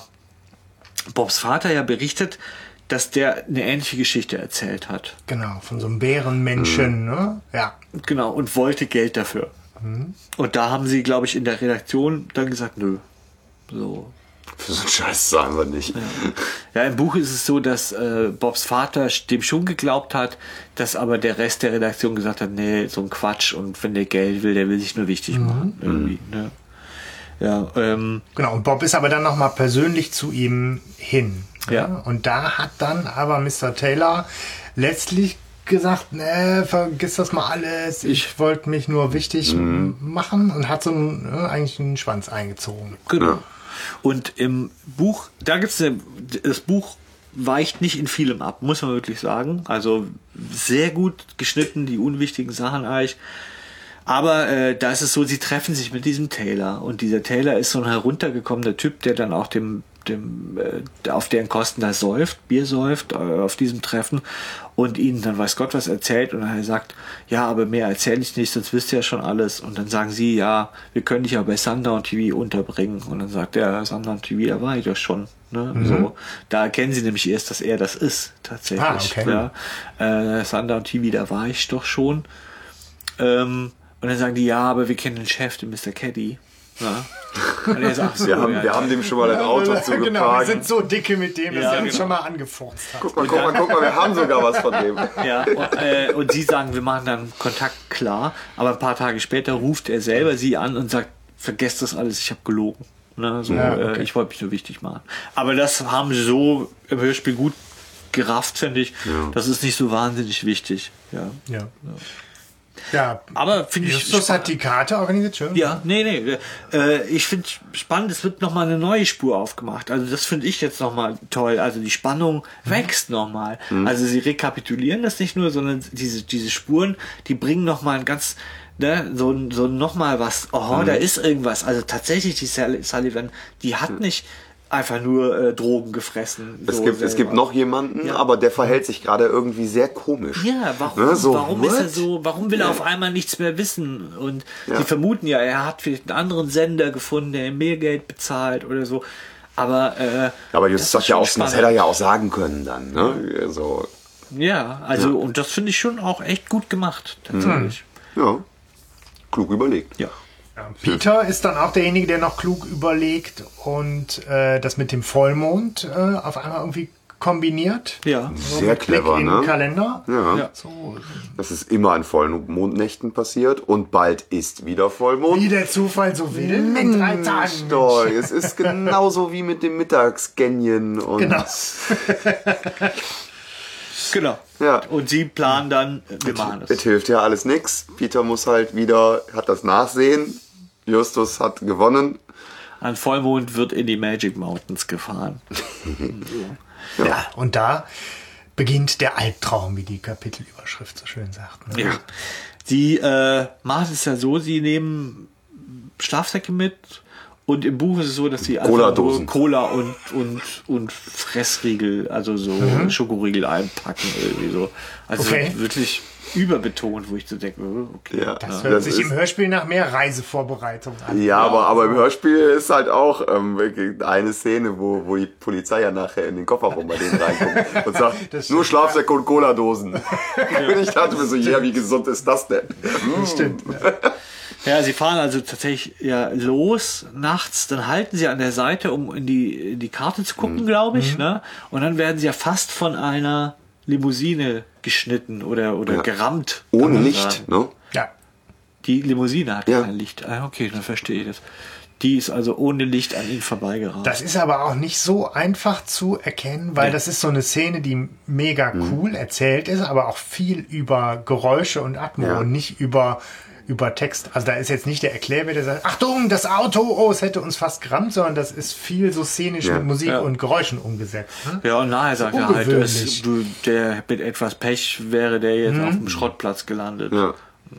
Bobs Vater ja berichtet, dass der eine ähnliche Geschichte erzählt hat. Genau, von so einem Bärenmenschen, ne? Ja. Genau, und wollte Geld dafür. Und da haben sie, glaube ich, in der Redaktion dann gesagt, nö. So. Für so einen Scheiß sagen wir nicht. Ja, im Buch ist es so, dass äh, Bobs Vater dem schon geglaubt hat, dass aber der Rest der Redaktion gesagt hat, nee, so ein Quatsch und wenn der Geld will, der will sich nur wichtig machen. Irgendwie, ne? Ja, ähm, Genau, und Bob ist aber dann nochmal persönlich zu ihm hin. Ja. Und da hat dann aber Mister Taylor letztlich gesagt, ne, vergiss das mal alles, ich wollte mich nur wichtig machen und hat so einen, äh, eigentlich einen Schwanz eingezogen. genau. Ja. Und im Buch, da gibt's eine, das Buch weicht nicht in vielem ab, muss man wirklich sagen. Also sehr gut geschnitten, die unwichtigen Sachen eigentlich. Aber äh, da ist es so, sie treffen sich mit diesem Taylor. Und dieser Taylor ist so ein heruntergekommener Typ, der dann auch dem, dem äh, auf deren Kosten da säuft, Bier säuft, äh, auf diesem Treffen. Und ihnen dann weiß Gott was erzählt. Und er sagt, ja, aber mehr erzähle ich nicht, sonst wisst ihr ja schon alles. Und dann sagen sie, ja, wir können dich ja bei Sundown T V unterbringen. Und dann sagt er, Sundown T V, da war ich doch schon. Ne? So, da erkennen sie nämlich erst, dass er das ist, tatsächlich. Ah, okay. Ja. Äh, Sundown T V, da war ich doch schon. Ähm, und dann sagen die, ja, aber wir kennen den Chef, den Mister Caddy. Ja. Und er sagt, so, Wir haben, ja, wir haben dem schon mal ein Auto Genau, wir zugeparkt. sind so dicke mit dem, dass Ja, er uns genau. schon mal angefurzt hat. Guck mal, guck mal, guck mal, wir haben sogar was von dem. Ja, und, äh, und sie sagen, wir machen dann Kontakt klar. Aber ein paar Tage später ruft er selber sie an und sagt, vergesst das alles, ich habe gelogen. Ne, so, Ja, okay. äh, ich wollte mich nur wichtig machen. Aber das haben sie so im Hörspiel gut gerafft, finde ich. Ja. Das ist nicht so wahnsinnig wichtig. Ja. Ja. Ja, Aber finde ich. Justus hat die Karte organisiert, schön. Ja, nee, nee. Äh, ich finde spannend, es wird nochmal eine neue Spur aufgemacht. Also das finde ich jetzt nochmal toll. Also die Spannung wächst nochmal. Also sie rekapitulieren das nicht nur, sondern diese, diese Spuren, die bringen nochmal ein ganz, ne, so, so nochmal was. Oh, da ist irgendwas. Also tatsächlich, die Sally- Sullivan, die hat nicht einfach nur äh, Drogen gefressen. Es so gibt, es gibt selber. noch jemanden, Ja. aber der verhält sich gerade irgendwie sehr komisch. Ja, warum, Ne, so, warum ist er what? so, warum will er auf einmal nichts mehr wissen? Und Ja. sie vermuten ja, er hat vielleicht einen anderen Sender gefunden, der ihm mehr Geld bezahlt oder so. Aber, äh, Aber Justus das sagt ist ja schon auch, das spannend. hätte er ja auch sagen können dann. Ne? So, Ja, also, und das finde ich schon auch echt gut gemacht, tatsächlich. ja, klug überlegt. Ja. Ja, Peter ist dann auch derjenige, der noch klug überlegt und äh, das mit dem Vollmond äh, auf einmal irgendwie kombiniert. Ja. So Sehr mit Blick clever, in ne? den Kalender. Ja. Ja. So, Das ist immer an Vollmondnächten passiert und bald ist wieder Vollmond. wie der Zufall so will. In drei Mensch, Tagen. doch, es ist genauso wie mit dem Mittagsgänjen und Genau. Genau. Ja. Und sie planen dann, wir machen es das. hilft ja alles nix. Peter muss halt wieder, hat das Nachsehen. Justus hat gewonnen. An Vollmond wird in die Magic Mountains gefahren. Ja, und da beginnt der Albtraum, wie die Kapitelüberschrift so schön sagt. Ne? Ja. Sie äh, machen es ja so, sie nehmen Schlafsäcke mit und im Buch ist es so, dass sie einfach Cola-Dosen. nur Cola und, und, und Fressriegel, also so Schokoriegel einpacken irgendwie so. Also Okay. wirklich überbetont, wo ich so denke, oh, okay. Ja, Das hört das sich ist- im Hörspiel nach mehr Reisevorbereitung an. Ja, aber, aber im Hörspiel ist halt auch ähm, wirklich eine Szene, wo, wo die Polizei ja nachher in den Kofferraum bei denen reinguckt und sagt, Das nur stimmt, Schlafsäcke und Cola-Dosen. Und ich dachte mir so, ja, wie gesund ist das denn? Stimmt. Ja, sie fahren also tatsächlich ja los nachts, dann halten sie an der Seite, um in die, in die Karte zu gucken, glaube ich, ne? Und dann werden sie ja fast von einer Limousine geschnitten oder, oder Ja. gerammt. kann Ohne man Licht, sagen. ne? Ja. Die Limousine hat Ja. kein Licht. Ah, okay, dann verstehe ich das. Die ist also ohne Licht an ihn vorbeigerannt. Das ist aber auch nicht so einfach zu erkennen, weil Nee. das ist so eine Szene, die mega cool erzählt ist, aber auch viel über Geräusche und Atmo Ja. und nicht über, über Text. Also da ist jetzt nicht der Erklärer, der sagt, Achtung, das Auto, oh, es hätte uns fast gerammt, sondern das ist viel so szenisch Ja. mit Musik Ja. und Geräuschen umgesetzt. Ne? Ja, und nachher sagt er halt, ungewöhnlich. es, du, der mit etwas Pech wäre der jetzt auf dem Schrottplatz gelandet. Ja.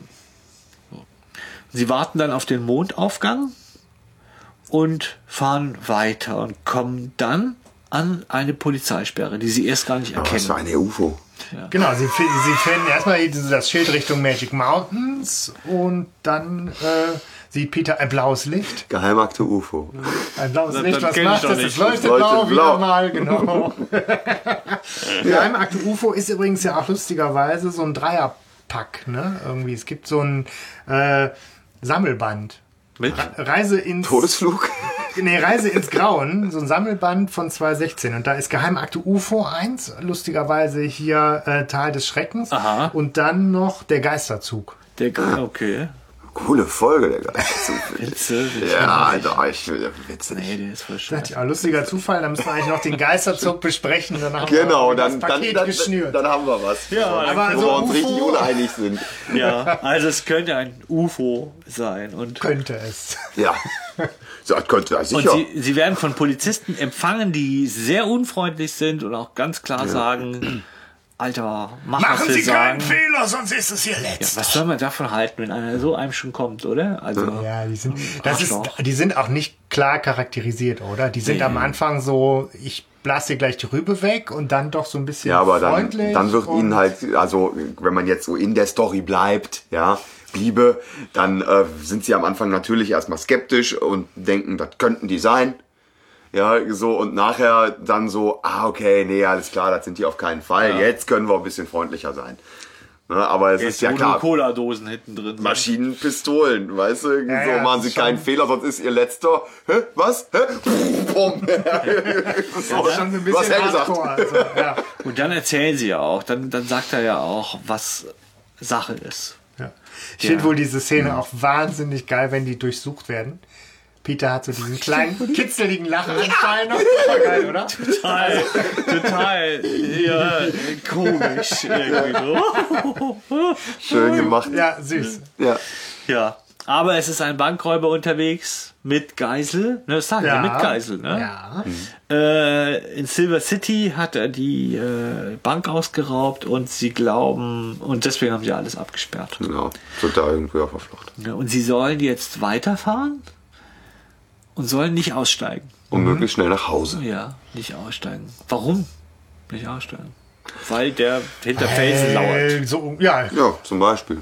Sie warten dann auf den Mondaufgang und fahren weiter und kommen dann an eine Polizeisperre, die sie erst gar nicht Aber was für erkennen. eine U F O. Genau, sie, fi- sie finden erstmal diese- das Schild Richtung Magic Mountains und dann äh, sieht Peter ein blaues Licht. Geheimakte U F O. Ein blaues Das- Licht, das was kenn ich macht doch es? nicht. Es leuchtet Es leuchtet blau, blau. wieder mal, genau. Geheimakte U F O ist übrigens ja auch lustigerweise so ein Dreierpack, ne? Irgendwie, es gibt so ein äh, Sammelband. Mit? Reise ins Todesflug? Nee, Reise ins Grauen, so ein Sammelband von zwanzig sechzehn. Und da ist Geheimakte U F O eins, lustigerweise hier äh, Tal des Schreckens. Aha. Und dann noch der Geisterzug. Der, okay. Coole Folge, der Geist. Witze, Witze. Ja, Alter, ich will witzig. Nee, der ist voll schön. Ja, lustiger Zufall, da müssen wir eigentlich noch den Geisterzug besprechen. Dann haben Genau, wir dann, das dann, Paket dann, geschnürt. dann haben wir was. Ja, aber aber wo so wir uns U F O richtig uneinig sind. Ja, also es könnte ein U F O sein. Und, Könnte es. Ja, so, das könnte ja und sicher. sie, sie werden von Polizisten empfangen, die sehr unfreundlich sind und auch ganz klar sagen, Alter, mach was Machen wir Sie sagen. keinen Fehler, sonst ist es Ihr Ja, Letzt. was soll man davon halten, wenn einer so einem schon kommt, oder? Also, Ja, die sind, das ist, Arschloch. die sind auch nicht klar charakterisiert, oder? Die sind Nee. am Anfang so, ich blase dir gleich die Rübe weg und dann doch so ein bisschen Ja, aber dann, freundlich. dann wird und- ihnen halt, also wenn man jetzt so in der Story bleibt, ja, bliebe, dann äh, sind sie am Anfang natürlich erstmal skeptisch und denken, das könnten die sein. Ja, so und nachher dann so, ah, okay, nee, alles klar, das sind die auf keinen Fall. Ja. Jetzt können wir ein bisschen freundlicher sein. Ne, aber es jetzt ist ja wo klar, nur Cola-Dosen hinten drin sind. Maschinenpistolen, weißt du, Ja, so ja, machen das sie ist keinen schon- Fehler, sonst ist ihr letzter. Hä? Was? Hä? Bumm. so, Das ist schon so ein du hast bisschen ja gesagt. hardcore. Also, ja. Und dann erzählen sie ja auch, dann, dann sagt er ja auch, was Sache ist. Ja. Ich Ja. finde wohl diese Szene auch wahnsinnig geil, wenn die durchsucht werden. Peter hat so diesen kleinen, kitzeligen Lachanfall noch. Das war geil, oder? Total, total, ja, komisch irgendwie so. Schön gemacht. Ja, süß. Ja. Ja, aber es ist ein Bankräuber unterwegs mit Geisel, ne, das sagen Ja. wir, mit Geisel, ne? Ja. Äh, in Silver City hat er die äh, Bank ausgeraubt und sie glauben, und deswegen haben sie alles abgesperrt. Genau. Sind da irgendwie auf der Flucht. Ja, und sie sollen jetzt weiterfahren und sollen nicht aussteigen. Und möglichst schnell nach Hause. Ja, nicht aussteigen. Warum nicht aussteigen? Weil der hinter Felsen lauert. Äh, so, ja, Ja, zum Beispiel.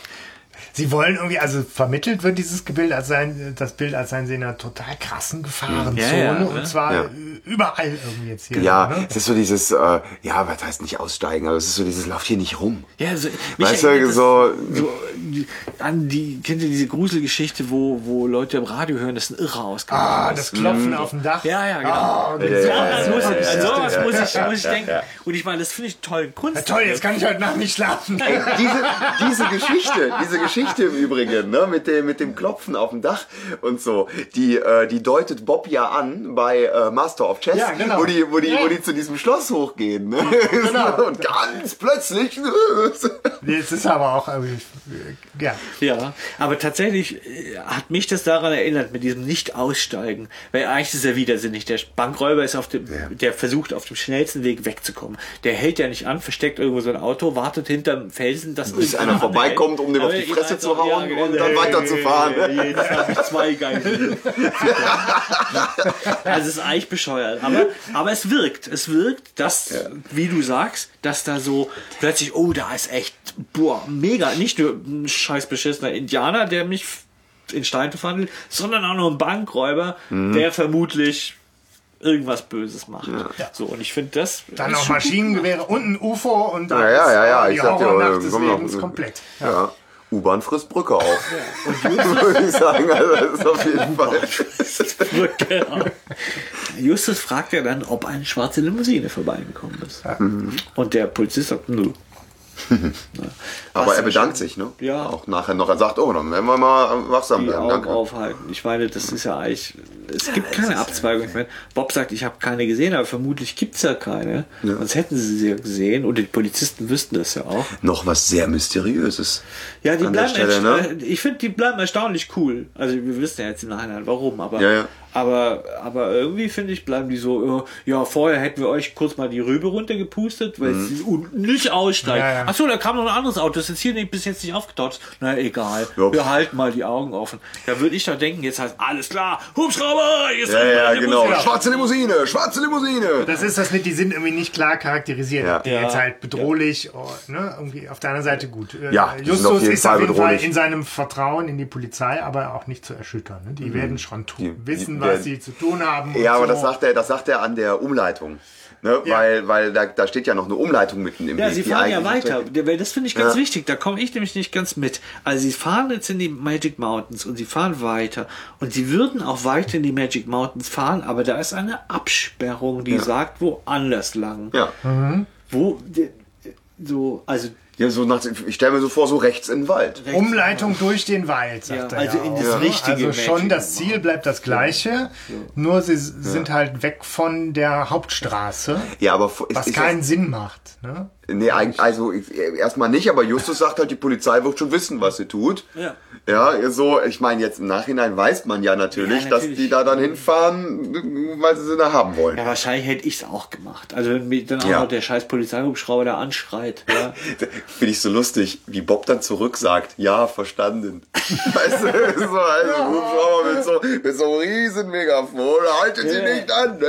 sie wollen irgendwie, also vermittelt wird dieses Bild als sein, das Bild als seien sie in einer total krassen Gefahrenzone Ja, ja, ne? und zwar Ja. überall irgendwie jetzt hier. Ja, ne? es ist so dieses, äh, ja, was heißt nicht aussteigen, aber es ist so dieses, lauf hier nicht rum. Ja, so, Weißt erinnert du, das so, so die- an die, kennt ihr diese Gruselgeschichte, wo, wo Leute im Radio hören, dass ein Irrer ausgegangen Ah, ist? das Klopfen auf dem Dach. Ja, ja, genau. Ah, Ja, so- ja, Das muss, ja, an ja, sowas ja, muss ja, ich, ja, muss ich ja, denken. ja. Und ich meine, das finde ich einen tollen Kunst. Ja, toll, jetzt kann ich heute Nacht nicht schlafen. Ey, diese, diese Geschichte, diese Geschichte im Übrigen, ne, mit dem, mit dem Klopfen auf dem Dach und so, die, äh, die deutet Bob ja an bei äh, Master of Chess, Ja, genau. wo die, wo die, Ja. wo die zu diesem Schloss hochgehen, ne? Genau. Und ganz plötzlich, Jetzt ist aber auch irgendwie, ja. Ja, aber tatsächlich äh, hat mich das daran erinnert, mit diesem Nicht-Aussteigen. Weil eigentlich ist er widersinnig. Der Bankräuber ist auf dem, der versucht auf dem schnellsten Weg wegzukommen. Der hält ja nicht an, versteckt irgendwo so ein Auto, wartet hinterm Felsen, dass Bis irgendeiner einer vorbeikommt, um dem auf die Aber Fresse ich zu weiß auch, hauen ja, und genau. dann weiterzufahren. Äh, Jetzt habe ich zwei Geiseln. Also es ist eigentlich bescheuert. Aber, aber es wirkt. Es wirkt, dass, wie du sagst, dass da so plötzlich, oh, da ist echt, boah, mega, nicht nur ein scheiß beschissener Indianer, der mich in Stein verwandelt, sondern auch noch ein Bankräuber, der vermutlich irgendwas Böses macht. So, und ich finde das. Dann ist noch schon- Maschinengewehre und ein U F O und dann Ja, ja, ja, ja, ist ich die sag dir, Horrornacht des komm noch- Lebens komplett. Ja. U-Bahn frisst Brücke auf. Würde ich sagen, also das ist auf jeden Fall. Genau. Justus fragt ja dann, ob eine schwarze Limousine vorbeigekommen ist. Und der Polizist sagt, nö. Aber er bedankt sich, ne? Ja. Auch nachher noch. Er sagt, oh, dann werden wir mal wachsam Die bleiben. Augen Danke. aufhalten. Ich meine, das ist ja eigentlich, es gibt keine Abzweigung mehr. Bob sagt, ich habe keine gesehen, aber vermutlich gibt es ja keine. Ja. Sonst hätten sie sie ja gesehen und die Polizisten wüssten das ja auch. Noch was sehr Mysteriöses. Ja, die an der bleiben Stelle, ersta- ne? ich finde, die bleiben erstaunlich cool. Also wir wissen ja jetzt im Nachhinein warum, aber Ja, ja. aber aber irgendwie finde ich, bleiben die so, äh, ja, vorher hätten wir euch kurz mal die Rübe runtergepustet, weil sie unten nicht aussteigt. Ja, ja. Achso, da kam noch ein anderes Auto, das ist jetzt hier nicht, bis jetzt nicht aufgetaucht. Na egal, Ja. wir halten mal die Augen offen. Da würde ich doch denken, jetzt heißt alles klar, Hubschrauber, jetzt Ja, ja, der genau. muss ja. Schwarze Limousine, schwarze Limousine. Das ist das mit, die sind irgendwie nicht klar charakterisiert. Ja. Die Ja. jetzt halt bedrohlich, oh, ne, irgendwie auf der anderen Seite gut. Äh, Ja, die sind Justus auf jeden ist Fall auf jeden bedrohlich. Fall in seinem Vertrauen in die Polizei, aber auch nicht zu erschüttern. Ne? Die werden schon tu- Die- wissen, die was werden- sie zu tun haben. und Ja, aber so. das sagt er, das sagt er an der Umleitung. Ne? Ja. Weil, weil da, da steht ja noch eine Umleitung mitten im Ja, Weg. sie die fahren ja eigentlich- weiter. Weil das finde ich ganz Ja. wichtig. Da komme ich nämlich nicht ganz mit. Also sie fahren jetzt in die Magic Mountains und sie fahren weiter. Und sie würden auch weiter in die Magic Mountains fahren, aber da ist eine Absperrung, die Ja. sagt, woanders lang. Ja. Wo, de- so, also, Ja, so nach, ich stelle mir so vor, so rechts in den Wald. Umleitung durch den Wald, sagt Ja, er also ja in auch, das ne? richtige Also schon Magic das Ziel bleibt das gleiche, nur sie s- sind halt weg von der Hauptstraße, Ja, aber ist, was ist keinen Sinn macht. Ne? das, nee, eig- also ich- erstmal nicht, aber Justus sagt halt, die Polizei wird schon wissen, was sie tut. Ja. Ja, so, ich meine, jetzt im Nachhinein weiß man ja natürlich, Ja, dass natürlich. die da dann hinfahren, weil sie sie da haben wollen. ja, wahrscheinlich hätte ich es auch gemacht. Also wenn mir dann auch Ja. noch der scheiß Polizeihubschrauber da anschreit. Ja. Finde ich so lustig, wie Bob dann zurück sagt, ja, verstanden. Weißt du, so ein Hubschrauber mit so, mit so einem riesen Megafon, haltet sie Ja. nicht an.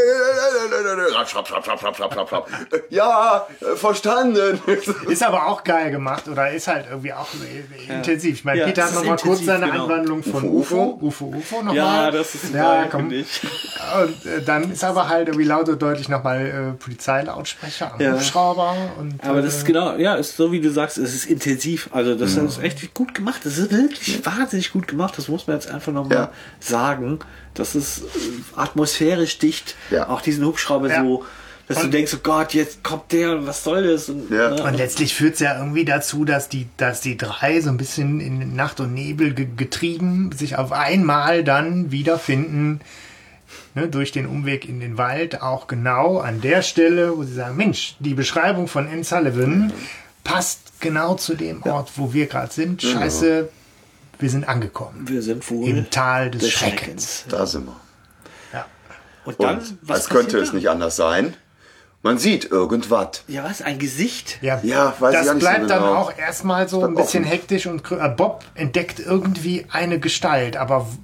Schrapp, schrapp, schrapp, schrapp, schrapp, schrapp, schrapp. Ja, äh, verstanden. Ist aber auch geil gemacht oder ist halt irgendwie auch äh, intensiv. Ich meine, Ja, Peter es hat ist noch mal kurz intensiv, seine genau. Anwandlung von Ufo, UFO. UFO, UFO nochmal. Ja, das ist ja, geil, komm. finde ich. Und äh, dann ist aber halt irgendwie laut und deutlich nochmal äh, Polizeilautsprecher am Ja. Hubschrauber. Und, Aber das ist äh, genau, ja, ist so wie du sagst, es ist intensiv. Also das ist echt gut gemacht. Das ist wirklich wahnsinnig gut gemacht. Das muss man jetzt einfach nochmal Ja. sagen. Das ist äh, atmosphärisch dicht. Ja. Auch diesen Hubschrauber Ja. so, dass du Und- denkst, oh Gott, jetzt kommt der und was soll das? Und, Ja. ne? Und letztlich führt es ja irgendwie dazu, dass die, dass die drei so ein bisschen in Nacht und Nebel ge getrieben sich auf einmal dann wiederfinden, ne, durch den Umweg in den Wald, auch genau an der Stelle, wo sie sagen, Mensch, die Beschreibung von Anne Sullivan passt genau zu dem Ort, wo wir gerade sind. Scheiße, wir sind angekommen. Wir sind wohl Im Tal des, des Schreckens. Da sind wir. Ja. Und Und dann, was als könnte passiert es da? nicht anders sein. Man sieht irgendwas. Ja, was? Ein Gesicht? Ja, Ja, weiß das ich auch nicht so bleibt dann genau. auch erstmal so ein Bleibt bisschen offen. hektisch und krü- äh, Bob entdeckt irgendwie eine Gestalt, aber w-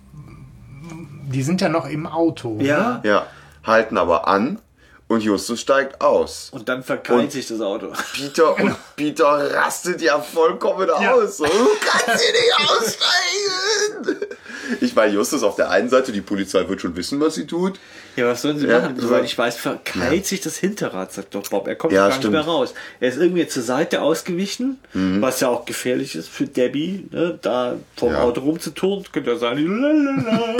die sind ja noch im Auto. Ja. Ne? Ja, halten aber an und Justus steigt aus. Und dann verkeilt Und- sich das Auto. Peter und Peter rastet ja vollkommen Ja. aus. So, du kannst hier nicht aussteigen. Ich meine, Justus auf der einen Seite, die Polizei wird schon wissen, was sie tut. Ja, was sollen sie Ja, machen? so- Soweit ich weiß, verkeilt sich das Hinterrad, sagt doch Bob. Er kommt Ja, gar nicht stimmt. mehr raus. Er ist irgendwie zur Seite ausgewichen, Mhm. was ja auch gefährlich ist für Debbie, ne, da vom Ja. Auto rumzuturnen. Könnte ja sein, lalalala.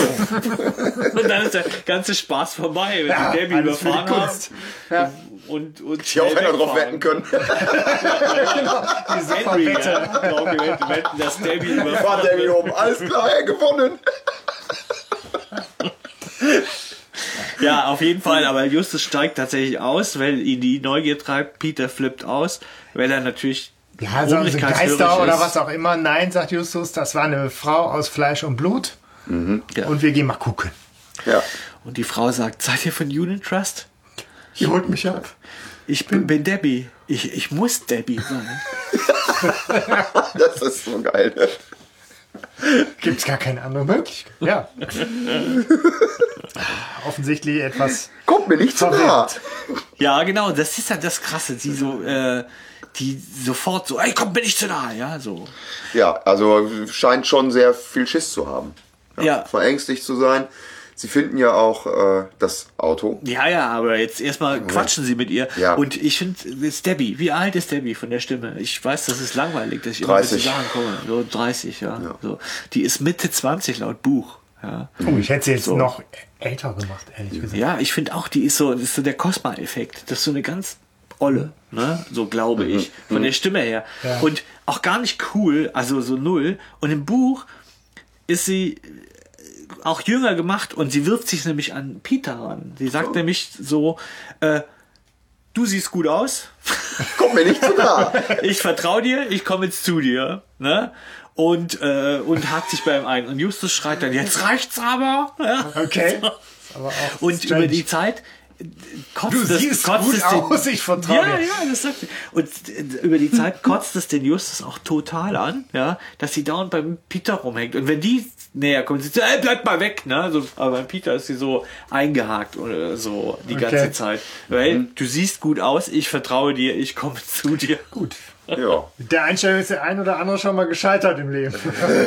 Und dann ist der ganze Spaß vorbei, wenn Ja, die Debbie alles für die überfahren haben. Kunst. Ja. Und, und Die auch einer drauf wetten können. Die super Henry, Wette. ja, drauf gewettet, wetten, dass Debbie War überfahren der wird. hier oben. Alles klar, er gewonnen. Ja, auf jeden Fall, aber Justus steigt tatsächlich aus, weil ihn die Neugier treibt. Peter flippt aus, weil er natürlich Ja, so ein obrigkeitshörig Geister oder ist. was auch immer. Nein, sagt Justus, das war eine Frau aus Fleisch und Blut. Ja. Und wir gehen mal gucken. Ja. Und die Frau sagt, seid ihr von Union Trust? Die holt mich ab. Ich bin, bin Debbie. Ich, ich muss Debbie sein. Das ist so geil. Gibt es gar keine andere Möglichkeit. Ja. Offensichtlich etwas Kommt mir nicht zu nah. verwirrt. Ja, genau, das ist halt das Krasse. Die so, äh, die sofort so, ey, komm, bin ich zu nahe, ja, so. Ja, also scheint schon sehr viel Schiss zu haben. Ja. Verängstigt zu sein. Sie finden ja auch äh, das Auto. Ja, ja, aber jetzt erstmal quatschen sie mit ihr. Ja. Und ich finde, ist Debbie, wie alt ist Debbie von der Stimme? Ich weiß, das ist langweilig, dass ich immer mit dreißig. Sachen komme. So dreißig, ja. So. Die ist Mitte zwanzig laut Buch. Ja, Oh, ich hätte sie jetzt So. noch älter gemacht, ehrlich gesagt. ja ich finde auch, die ist so, das ist so der Cosma-Effekt. Das ist so eine ganz Olle, ne? So glaube ich, von der Stimme her. Ja. Und auch gar nicht cool, also so null. Und im Buch ist sie auch jünger gemacht und sie wirft sich nämlich an Peter ran. Sie sagt Oh. nämlich so, äh, du siehst gut aus, Komm mir nicht zu nah. ich vertraue dir, ich komme jetzt zu dir, ne? Und, äh, und hakt sich bei ihm ein. Und Justus schreit dann, jetzt reicht's aber. Ja. Okay. Aber auch Und strange. über die Zeit äh, kotzt Du es, siehst kotzt gut es den, aus, ich vertraue ja, dir. ja, das sagt sie. Und äh, über die Zeit kotzt es den Justus auch total an, ja, dass sie dauernd beim Peter rumhängt. Und wenn die näher kommt, sie sagt, ey, bleib mal weg, ne? So, aber beim Peter ist sie so eingehakt oder so die Okay. ganze Zeit. Weil du siehst gut aus, ich vertraue dir, ich komme zu dir. Gut. Ja. Mit der Einstellung ist der ein oder andere schon mal gescheitert im Leben.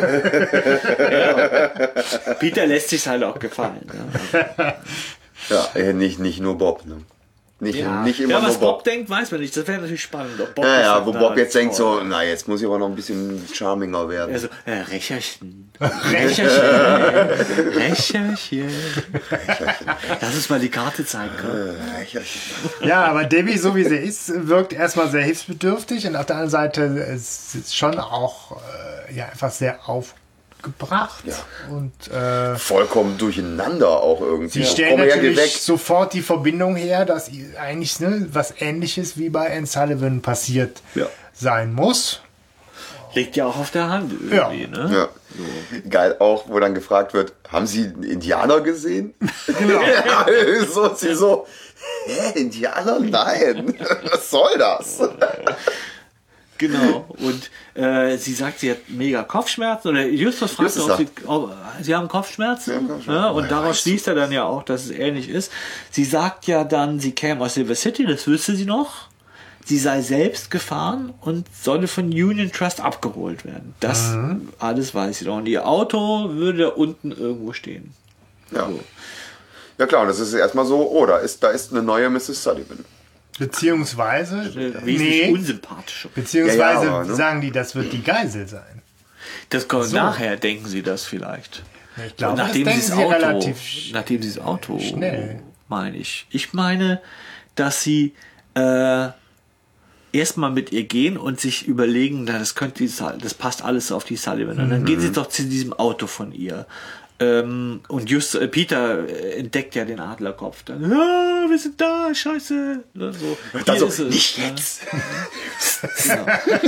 Peter lässt sich halt auch gefallen. Ne? Ja, äh, nicht, nicht nur Bob, ne? Nicht, Ja, nicht immer ja, nur was Bob Bob. denkt, weiß man nicht. Das wäre natürlich spannend. Ob Bob Ja, das ja, dann wo da Bob jetzt denkt toll- so, na, jetzt muss ich aber noch ein bisschen charminger werden. Also, äh, Recherchen. Recherchen. Recherchen. Lass uns mal die Karte zeigen. Komm. Ja, aber Debbie, so wie sie ist, wirkt erstmal sehr hilfsbedürftig und auf der anderen Seite ist es schon auch äh, ja, einfach sehr aufgebracht. Ja. Und äh, Vollkommen durcheinander auch irgendwie. sie stellen Komm her, geh natürlich weg. sofort die Verbindung her, dass i- eigentlich ne, was Ähnliches wie bei Anne Sullivan passiert Ja. sein muss. Liegt ja auch auf der Hand irgendwie, ne? Ja. Geil auch, wo dann gefragt wird, haben Sie einen Indianer gesehen? Genau. Ja, so, sie so, hä, Indianer? Nein. Was soll das? Genau. Und äh, sie sagt, sie hat mega Kopfschmerzen. Oder Justus fragt, Justus ob sie, sagt. ob, sie haben Kopfschmerzen. Sie haben Kopfschmerzen. Ja, und Woher daraus weißt schließt er dann ja auch, dass es ähnlich ist. Sie sagt ja dann, sie käme aus Silver City, das wüsste sie noch. Sie sei selbst gefahren und solle von Union Trust abgeholt werden. Das alles weiß sie doch. Und ihr Auto würde da unten irgendwo stehen. Ja. Ja klar, und das ist erstmal so, oh, da ist, da ist eine neue Missus Sullivan. Beziehungsweise, Äh, Wesentlich nee, unsympathischer. beziehungsweise Ja, ja, aber, ne? sagen die, das wird die Geisel sein. Das kommt So. nachher, denken sie das vielleicht. Ich glaube, nachdem das sie denken das sie Auto, relativ sch- nachdem sie das Auto, schnell. meine ich. Ich meine, dass sie äh, erstmal mit ihr gehen und sich überlegen, na, das könnte die, Sul- das passt alles auf die Sullivan. Und dann gehen sie doch zu diesem Auto von ihr. Ähm, und just äh, Peter äh, entdeckt ja den Adlerkopf. Dann, ah, wir sind da, scheiße. Ne, so. Dann Hier so, ist es, nicht ne? jetzt. Genau.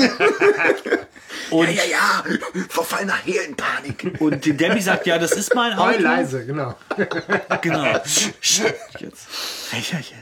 Und, Ja, ja, ja, verfall nachher in Panik. und die Debbie sagt, ja, das ist mein Auto. Heul leise, genau. Genau. Jetzt. Recherchen.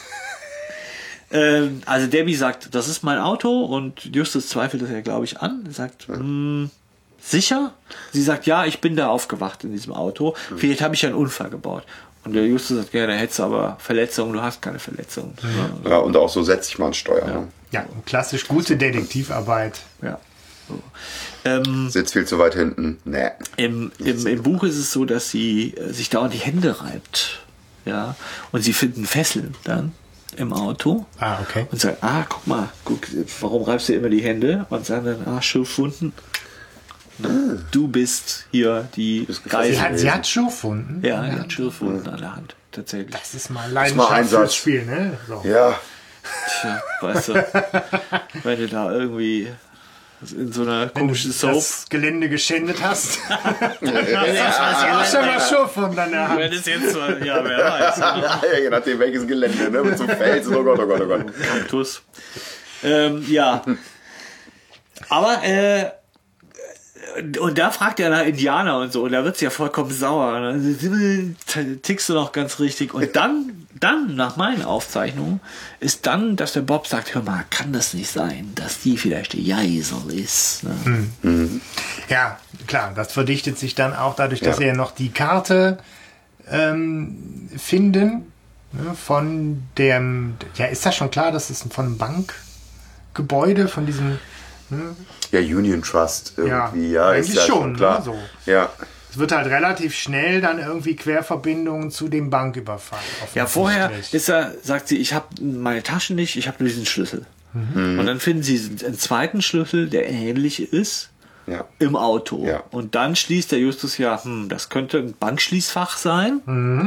Ähm, also Debbie sagt, das ist mein Auto und Justus zweifelt das ja, glaube ich, an. Er sagt, hm, sicher? Sie sagt, ja, ich bin da aufgewacht in diesem Auto. Vielleicht habe ich ja einen Unfall gebaut. Und der Justus sagt, ja, da hättest du aber Verletzungen, du hast keine Verletzungen. Ja, und auch so setzt sich mal an Steuer. Ne? Ja, klassisch gute Detektivarbeit. Ja. So. Ähm, Sitzt viel zu weit hinten. Nee. Im, im, Im Buch ist es so, dass sie äh, sich dauernd die Hände reibt. Ja. Und sie finden Fesseln dann im Auto. Ah, okay. Und sagen, ah, guck mal, guck, warum reibst du immer die Hände? Und sagen dann, ah, Schürfwunden. Du bist hier die bist Sie Geisel. hat, sie hat Schürfwunden. Ja, die hat Schürfwunden an der Hand, tatsächlich. Das ist mal mal Leidenschaft Einsatz. fürs Spiel, ne? So. Ja, Tja, weißt du, wenn du da irgendwie in so einer komischen Soap, Das Gelände geschändet hast. Ja, schon mal Schürfwunden an der Hand. wenn es jetzt mal, ja, wer weiß, ja, je nachdem welches Gelände, ne? Mit so Felsen, oh Gott, oh Gott, oh Gott. Kaktus. Ähm, ja. Aber, äh, und da fragt er nach Indianer und so, und da wird sie ja vollkommen sauer. Und dann tickst du noch ganz richtig. Und dann, dann, nach meinen Aufzeichnungen, ist dann, dass der Bob sagt, hör mal, kann das nicht sein, dass die vielleicht die Geisel ist. Ne? Ja, klar, das verdichtet sich dann auch dadurch, dass Ja. wir noch die Karte ähm, finden ne, von dem, ja, ist das schon klar, dass es von einem Bankgebäude, von diesem, ne, Ja, Union Trust irgendwie, ja, eigentlich ist ja schon, klar. ne, so. Ja. Es wird halt relativ schnell dann irgendwie Querverbindungen zu dem Banküberfall. Ja, vorher offensichtlich. ist er, sagt sie, ich habe meine Taschen nicht, ich habe nur diesen Schlüssel. Und dann finden sie einen zweiten Schlüssel, der ähnlich ist, Ja. im Auto. Ja. Und dann schließt der Justus ja, hm, das könnte ein Bankschließfach sein. Weil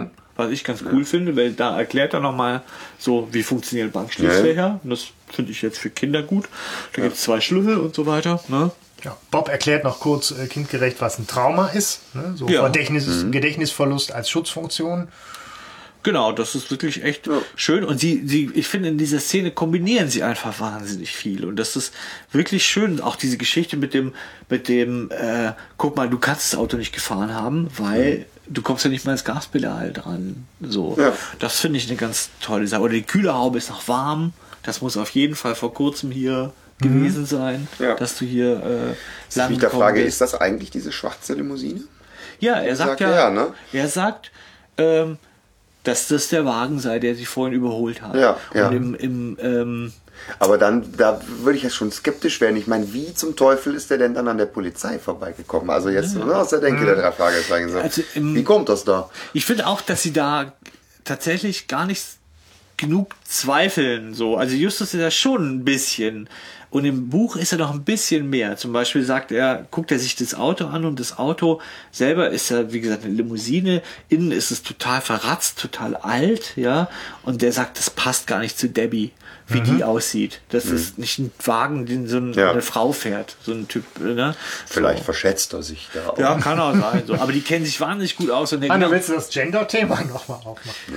was ich ganz cool ja. finde, weil da erklärt er nochmal so, wie funktionieren Bankschlüssel ja. Und das finde ich jetzt für Kinder gut. Da ja. gibt es zwei Schlüssel und so weiter. Ne? Ja. Bob erklärt noch kurz äh, kindgerecht, was ein Trauma ist. Ne? So ja. Gedächtnis, mhm. Gedächtnisverlust als Schutzfunktion. Genau, das ist wirklich echt ja. schön. Und sie, sie, ich finde, in dieser Szene kombinieren sie einfach wahnsinnig viel. Und das ist wirklich schön. Auch diese Geschichte mit dem, mit dem, äh, guck mal, du kannst das Auto nicht gefahren haben, weil mhm. du kommst ja nicht mal ins Gaspedal dran. So. Ja. Das finde ich eine ganz tolle Sache. Oder die Kühlerhaube ist noch warm. Das muss auf jeden Fall vor kurzem hier mhm. gewesen sein, ja. dass du hier, äh, lang mit der Frage, bist. Ist das eigentlich diese schwarze Limousine? Ja, er sagt, sagt ja, ja ne? er sagt, ähm, dass das der Wagen sei, der sich vorhin überholt hat. Ja, ja. Und im, im, ähm aber dann, da würde ich ja schon skeptisch werden. Ich meine, wie zum Teufel ist der denn dann an der Polizei vorbeigekommen? Also jetzt ja. aus der Denke der drei Fragezeichen. So. Also im, wie kommt das da? Ich finde auch, dass sie da tatsächlich gar nicht genug zweifeln. So. Also Justus ist ja schon ein bisschen. Und im Buch ist er noch ein bisschen mehr. Zum Beispiel sagt er, guckt er sich das Auto an und das Auto selber ist ja, wie gesagt, eine Limousine. Innen ist es total verratzt, total alt, ja. Und der sagt, das passt gar nicht zu Debbie, wie mhm. die aussieht. Das mhm. ist nicht ein Wagen, den so ein, ja. eine Frau fährt, so ein Typ, ne. Vielleicht so. verschätzt er sich da auch. Ja, kann auch sein. So. Aber die kennen sich wahnsinnig gut aus. Und Anna, willst du das Gender-Thema nochmal aufmachen?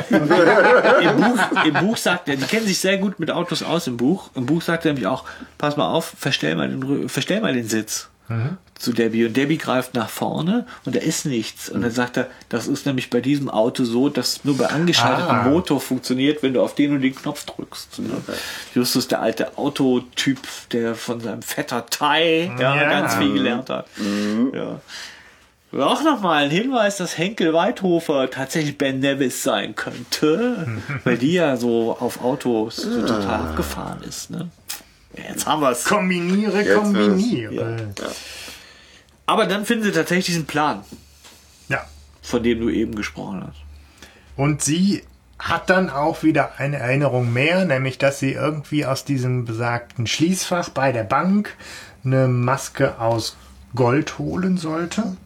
Im, Buch, Im Buch sagt er, die kennen sich sehr gut mit Autos aus im Buch. Im Buch sagt er nämlich auch, pass mal auf, verstell mal den, verstell mal den Sitz mhm. zu Debbie. Und Debbie greift nach vorne und da ist nichts. Und dann sagt er, das ist nämlich bei diesem Auto so, dass nur bei angeschaltetem ah. Motor funktioniert, wenn du auf den und den Knopf drückst. Ne? Okay. Justus, der alte Autotyp, der von seinem Vetter Ty ja, ja. ganz viel gelernt hat. Mhm. Ja. Auch nochmal ein Hinweis, dass Henkel Weithofer tatsächlich Ben Nevis sein könnte, weil die ja so auf Autos so total abgefahren ist. Ne? Jetzt haben wir es. Kombiniere, Jetzt kombiniere. Ja. Ja. Aber dann finden sie tatsächlich diesen Plan, ja. von dem du eben gesprochen hast. Und sie hat dann auch wieder eine Erinnerung mehr, nämlich dass sie irgendwie aus diesem besagten Schließfach bei der Bank eine Maske aus Gold holen sollte.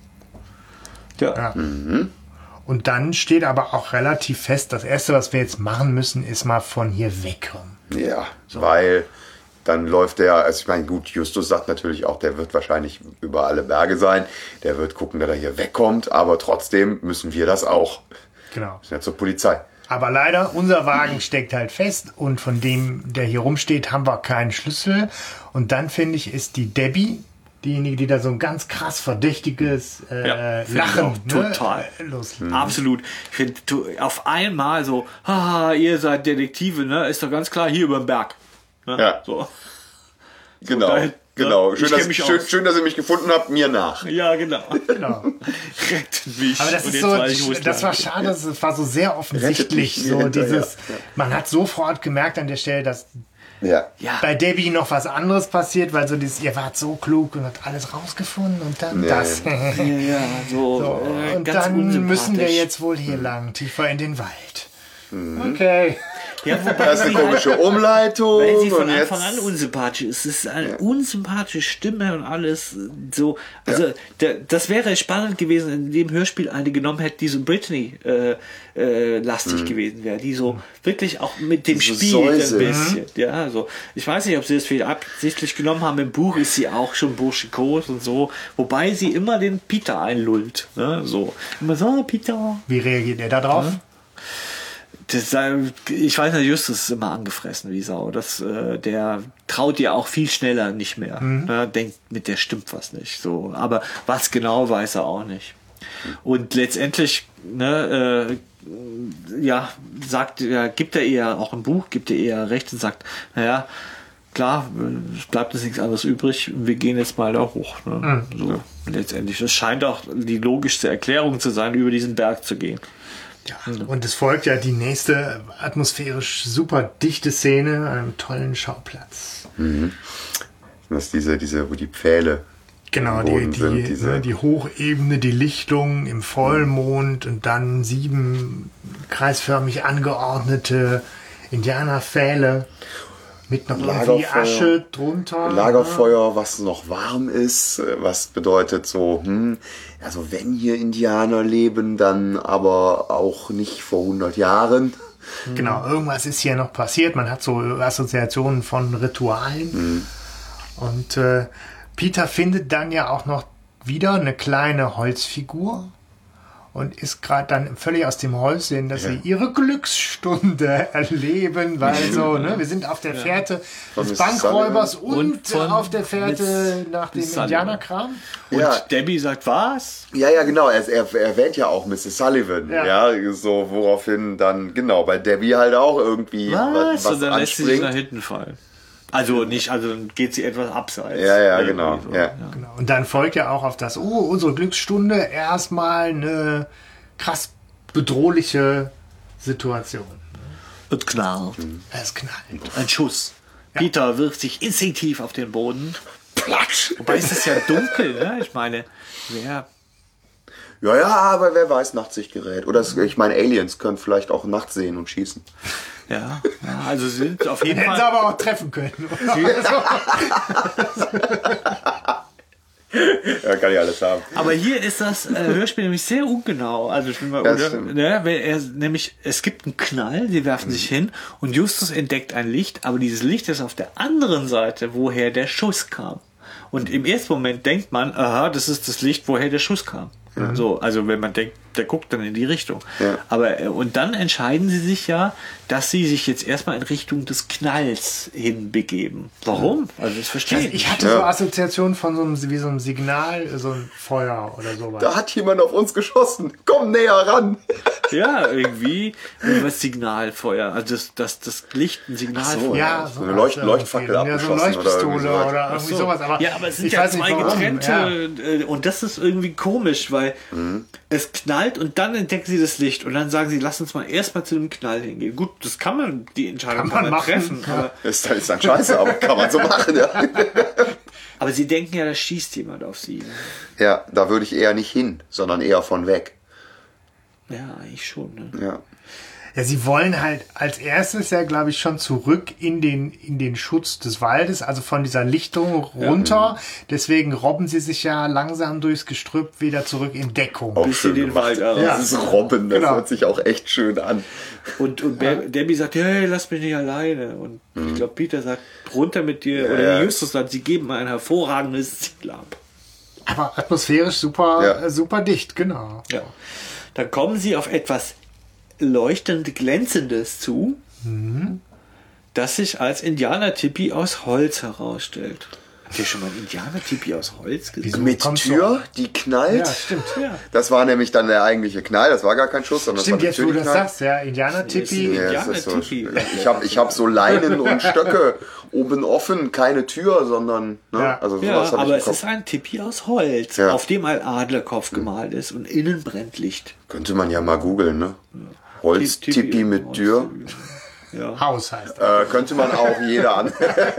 Ja. ja. Mhm. Und dann steht aber auch relativ fest, das Erste, was wir jetzt machen müssen, ist mal von hier wegkommen. Ja, so. Weil dann läuft der, also ich meine, gut, Justus sagt natürlich auch, der wird wahrscheinlich über alle Berge sein, der wird gucken, dass er hier wegkommt, aber trotzdem müssen wir das auch. Genau. Müssen ja zur Polizei. Aber leider, unser Wagen steckt halt fest und von dem, der hier rumsteht, haben wir keinen Schlüssel. Und dann, finde ich, ist die Debbie diejenige, die da so ein ganz krass verdächtiges äh, ja, Lachen total ne, los. Mhm. Absolut. Ich finde auf einmal so, haha, ihr seid Detektive, ne? Ist doch ganz klar hier über den Berg. Ne? Ja. So. Genau. So, da, genau. Schön dass, schön, schön, dass ihr mich gefunden habt, mir nach. Ja, genau. genau. Rettet mich. Aber das ist so, ich, das war schade, das war so sehr offensichtlich. So dieses, ja. Man hat sofort gemerkt an der Stelle, dass Ja. Ja. bei Debbie noch was anderes passiert, weil so dieses, ihr wart so klug und habt alles rausgefunden und dann ja. das. ja, ja, so, so. Äh, und dann müssen wir jetzt wohl hier lang, tiefer in den Wald. Mhm. Okay. Ja, das ist eine komische halt, Umleitung. Weil sie von und Anfang jetzt, an unsympathisch ist. Es ist eine ja. unsympathische Stimme und alles. So, also ja. der, das wäre spannend gewesen, in dem Hörspiel eine genommen hätte, die so Britney äh, äh, lastig mhm. gewesen wäre, die so wirklich auch mit dem so Spiel Säuse. ein bisschen. Mhm. Ja, so. Ich weiß nicht, ob sie das viel absichtlich genommen haben. Im Buch ist sie auch schon burschikos und so, wobei sie immer den Peter einlullt. Ne? So. Immer so, Peter. Wie reagiert er da drauf? Ja. Das, ich weiß nicht, Justus ist immer angefressen wie Sau. Das, äh, der traut dir auch viel schneller nicht mehr. Mhm. Ne? Denkt, mit der stimmt was nicht. So. Aber was genau, weiß er auch nicht. Und letztendlich, ne, äh, ja, sagt, ja, gibt er eher, auch im Buch, gibt er eher recht und sagt, naja, klar, es bleibt uns nichts anderes übrig, wir gehen jetzt mal da hoch. Ne? Mhm. So, letztendlich. Das scheint auch die logischste Erklärung zu sein, über diesen Berg zu gehen. Ja, und es folgt ja die nächste atmosphärisch super dichte Szene an einem tollen Schauplatz. Mhm. Das ist diese, diese, wo die Pfähle genau, die, die, sind, diese ne, die Hochebene, die Lichtung im Vollmond und dann sieben kreisförmig angeordnete Indianerpfähle. Mit noch irgendwie Lagerfeuer. Asche drunter. Lagerfeuer, was noch warm ist, was bedeutet so, hm, also wenn hier Indianer leben, dann aber auch nicht vor hundert Jahren. Genau, irgendwas ist hier noch passiert. Man hat so Assoziationen von Ritualen. Mhm. Und äh, Peter findet dann ja auch noch wieder eine kleine Holzfigur und ist gerade dann völlig aus dem Häuschen, dass Ja. sie ihre Glücksstunde erleben, weil so, ne, wir sind auf der Fährte Von des Missus Bankräubers Sullivan. und, Und von auf der Fährte Miss- nach dem Miss Sullivan. Indianerkram. Und Ja. Debbie sagt, was? Ja, ja, genau. Er, er erwähnt ja auch Missus Sullivan. Ja. Ja. so woraufhin dann, genau, bei Debbie halt auch irgendwie was, was Und dann lässt sie sich nach anspringt. hinten fallen. Also nicht, also dann geht sie etwas abseits. Ja, ja, Irgendwie genau, so, ja. Genau. Und dann folgt ja auch auf das, oh, unsere Glücksstunde, erstmal eine krass bedrohliche Situation. Und knallt. Es knallt. Ein Schuss. Peter wirft sich instinktiv auf den Boden. Platsch! Wobei es ist ja dunkel, ne? Ich meine, wer... Ja, ja, aber wer weiß, Nachtsichtgerät. Oder es, ich meine, Aliens können vielleicht auch nachts sehen und schießen. Ja, ja, also sind auf jeden Hätten sie Fall... aber auch treffen können. Ja, kann ich alles haben. Aber hier ist das äh, Hörspiel nämlich sehr ungenau. Also ich will mal, Ja, oder, stimmt. ne, weil er, nämlich, es gibt einen Knall, sie werfen sich hin und Justus entdeckt ein Licht, aber dieses Licht ist auf der anderen Seite, woher der Schuss kam. Und im ersten Moment denkt man, aha, das ist das Licht, woher der Schuss kam. So, also wenn man denkt, der guckt dann in die Richtung. Ja. Aber äh, und dann entscheiden sie sich ja, dass sie sich jetzt erstmal in Richtung des Knalls hinbegeben. Warum? Also das verstehe ich. Ich hatte Ja. so Assoziationen von so einem, wie so einem Signal, so ein Feuer oder sowas. Da hat jemand auf uns geschossen. Komm näher ran. Ja, irgendwie was Signalfeuer. Also das, das, das Licht ein Signalfeuer. Ja, So eine Leucht- sowas Leuchtfackel irgendwie. Ja, so eine abgeschossen oder Leuchtpistole irgendwie oder, sowas. irgendwie So. sowas. Aber Ja, aber es sind ich ja weiß nicht, zwei warum. getrennte Ja. äh, und das ist irgendwie komisch, weil Mhm. es knallt und dann entdecken sie das Licht und dann sagen sie, lass uns mal erstmal zu dem Knall hingehen. Gut, das kann man, die Entscheidung Kann kann man man, machen, treffen, ja. aber, Ist dann, ist dann scheiße, aber kann man so machen, ja. aber sie denken ja, da schießt jemand auf sie. Ja, da würde ich eher nicht hin, sondern eher von weg. Ja, eigentlich schon. Ne? Ja. Ja, sie wollen halt als erstes ja, glaube ich, schon zurück in den, in den Schutz des Waldes, also von dieser Lichtung runter. Deswegen robben sie sich ja langsam durchs Gestrüpp wieder zurück in Deckung. Auch Bis sie schön den gemacht. Wald erreichen. Ja. Das ist Robben, das Genau. hört sich auch echt schön an. Und, und Be- Debbie sagt, hey, lass mich nicht alleine. Und ich glaube, Peter sagt, runter mit dir. Ja, Oder ja. Justus sagt, sie geben ein hervorragendes Ziel ab. Aber atmosphärisch super, Ja. äh, super dicht, genau. Ja. Dann kommen sie auf etwas leuchtend glänzendes zu, das sich als Indianer-Tipi aus Holz herausstellt. Habt ihr schon mal einen Indianer-Tipi aus Holz gesehen? Wieso? Mit kommst du Tür, die knallt. Ja, stimmt. Ja. Das war nämlich dann der eigentliche Knall. Das war gar kein Schuss, sondern Stimmt, das jetzt war wo die du Tür, das die knallt. sagst, ja, Indianer-Tipi. Ja, Ja, es ist so, Indianer-Tipi. ich habe ich hab so Leinen und Stöcke oben offen, keine Tür, sondern ne, Ja. also sowas Ja, hab ich aber im es Kopf. ist ein Tipi aus Holz, Ja. auf dem ein Adlerkopf gemalt ist und innen brennt Licht. Könnte man ja mal googeln, ne? Holztipi mit Tür. Ja. Haus heißt das. Äh, könnte man auch jeder an.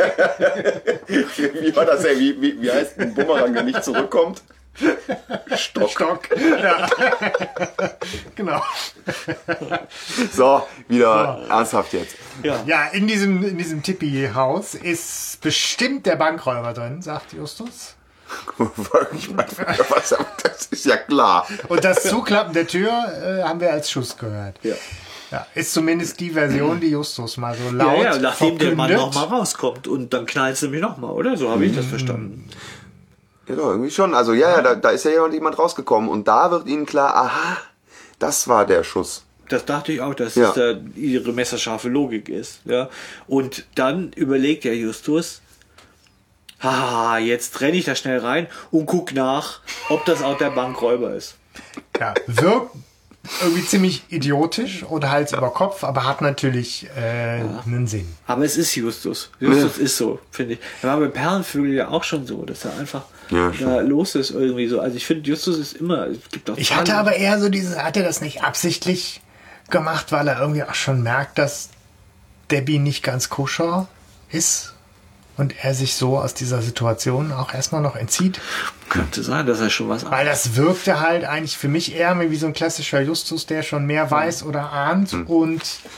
Wie war das, ey? Wie, wie, wie heißt ein Bumerang, der nicht zurückkommt? Stock. Stock. Ja. Genau. So, wieder ernsthaft jetzt. Ja. Ja, in diesem, in diesem Tipi-Haus ist bestimmt der Bankräuber drin, sagt Justus. Ich meine, was- das ist ja klar. Und das Zuklappen der Tür äh, haben wir als Schuss gehört. Ja. Ja, ist zumindest die Version, die Justus mal so Ja, laut ja, nachdem der Mann verkündet. nochmal rauskommt und dann knallt es nämlich nochmal, oder? So habe ich das verstanden. Ja, doch, irgendwie schon. Also ja, ja, da, da ist ja jemand rausgekommen und da wird ihnen klar, aha, das war der Schuss. Das dachte ich auch, dass Ja. das da ihre messerscharfe Logik ist. Ja. Und dann überlegt der Justus, haha, jetzt renne ich da schnell rein und guck nach, ob das auch der Bankräuber ist. Ja, wirkt irgendwie ziemlich idiotisch oder Hals über Kopf, aber hat natürlich äh, einen Sinn. Aber es ist Justus. Justus ist so, finde ich. Er war bei Perlenvögel ja auch schon so, dass er einfach Ja, da los ist irgendwie so. Also ich finde, Justus ist immer, es gibt auch Ich hatte aber eher so dieses, hat er das nicht absichtlich gemacht, weil er irgendwie auch schon merkt, dass Debbie nicht ganz koscher ist und er sich so aus dieser Situation auch erstmal noch entzieht. könnte sein, dass er schon was Weil das wirkte halt eigentlich für mich eher wie so ein klassischer Justus, der schon mehr weiß oder ahnt und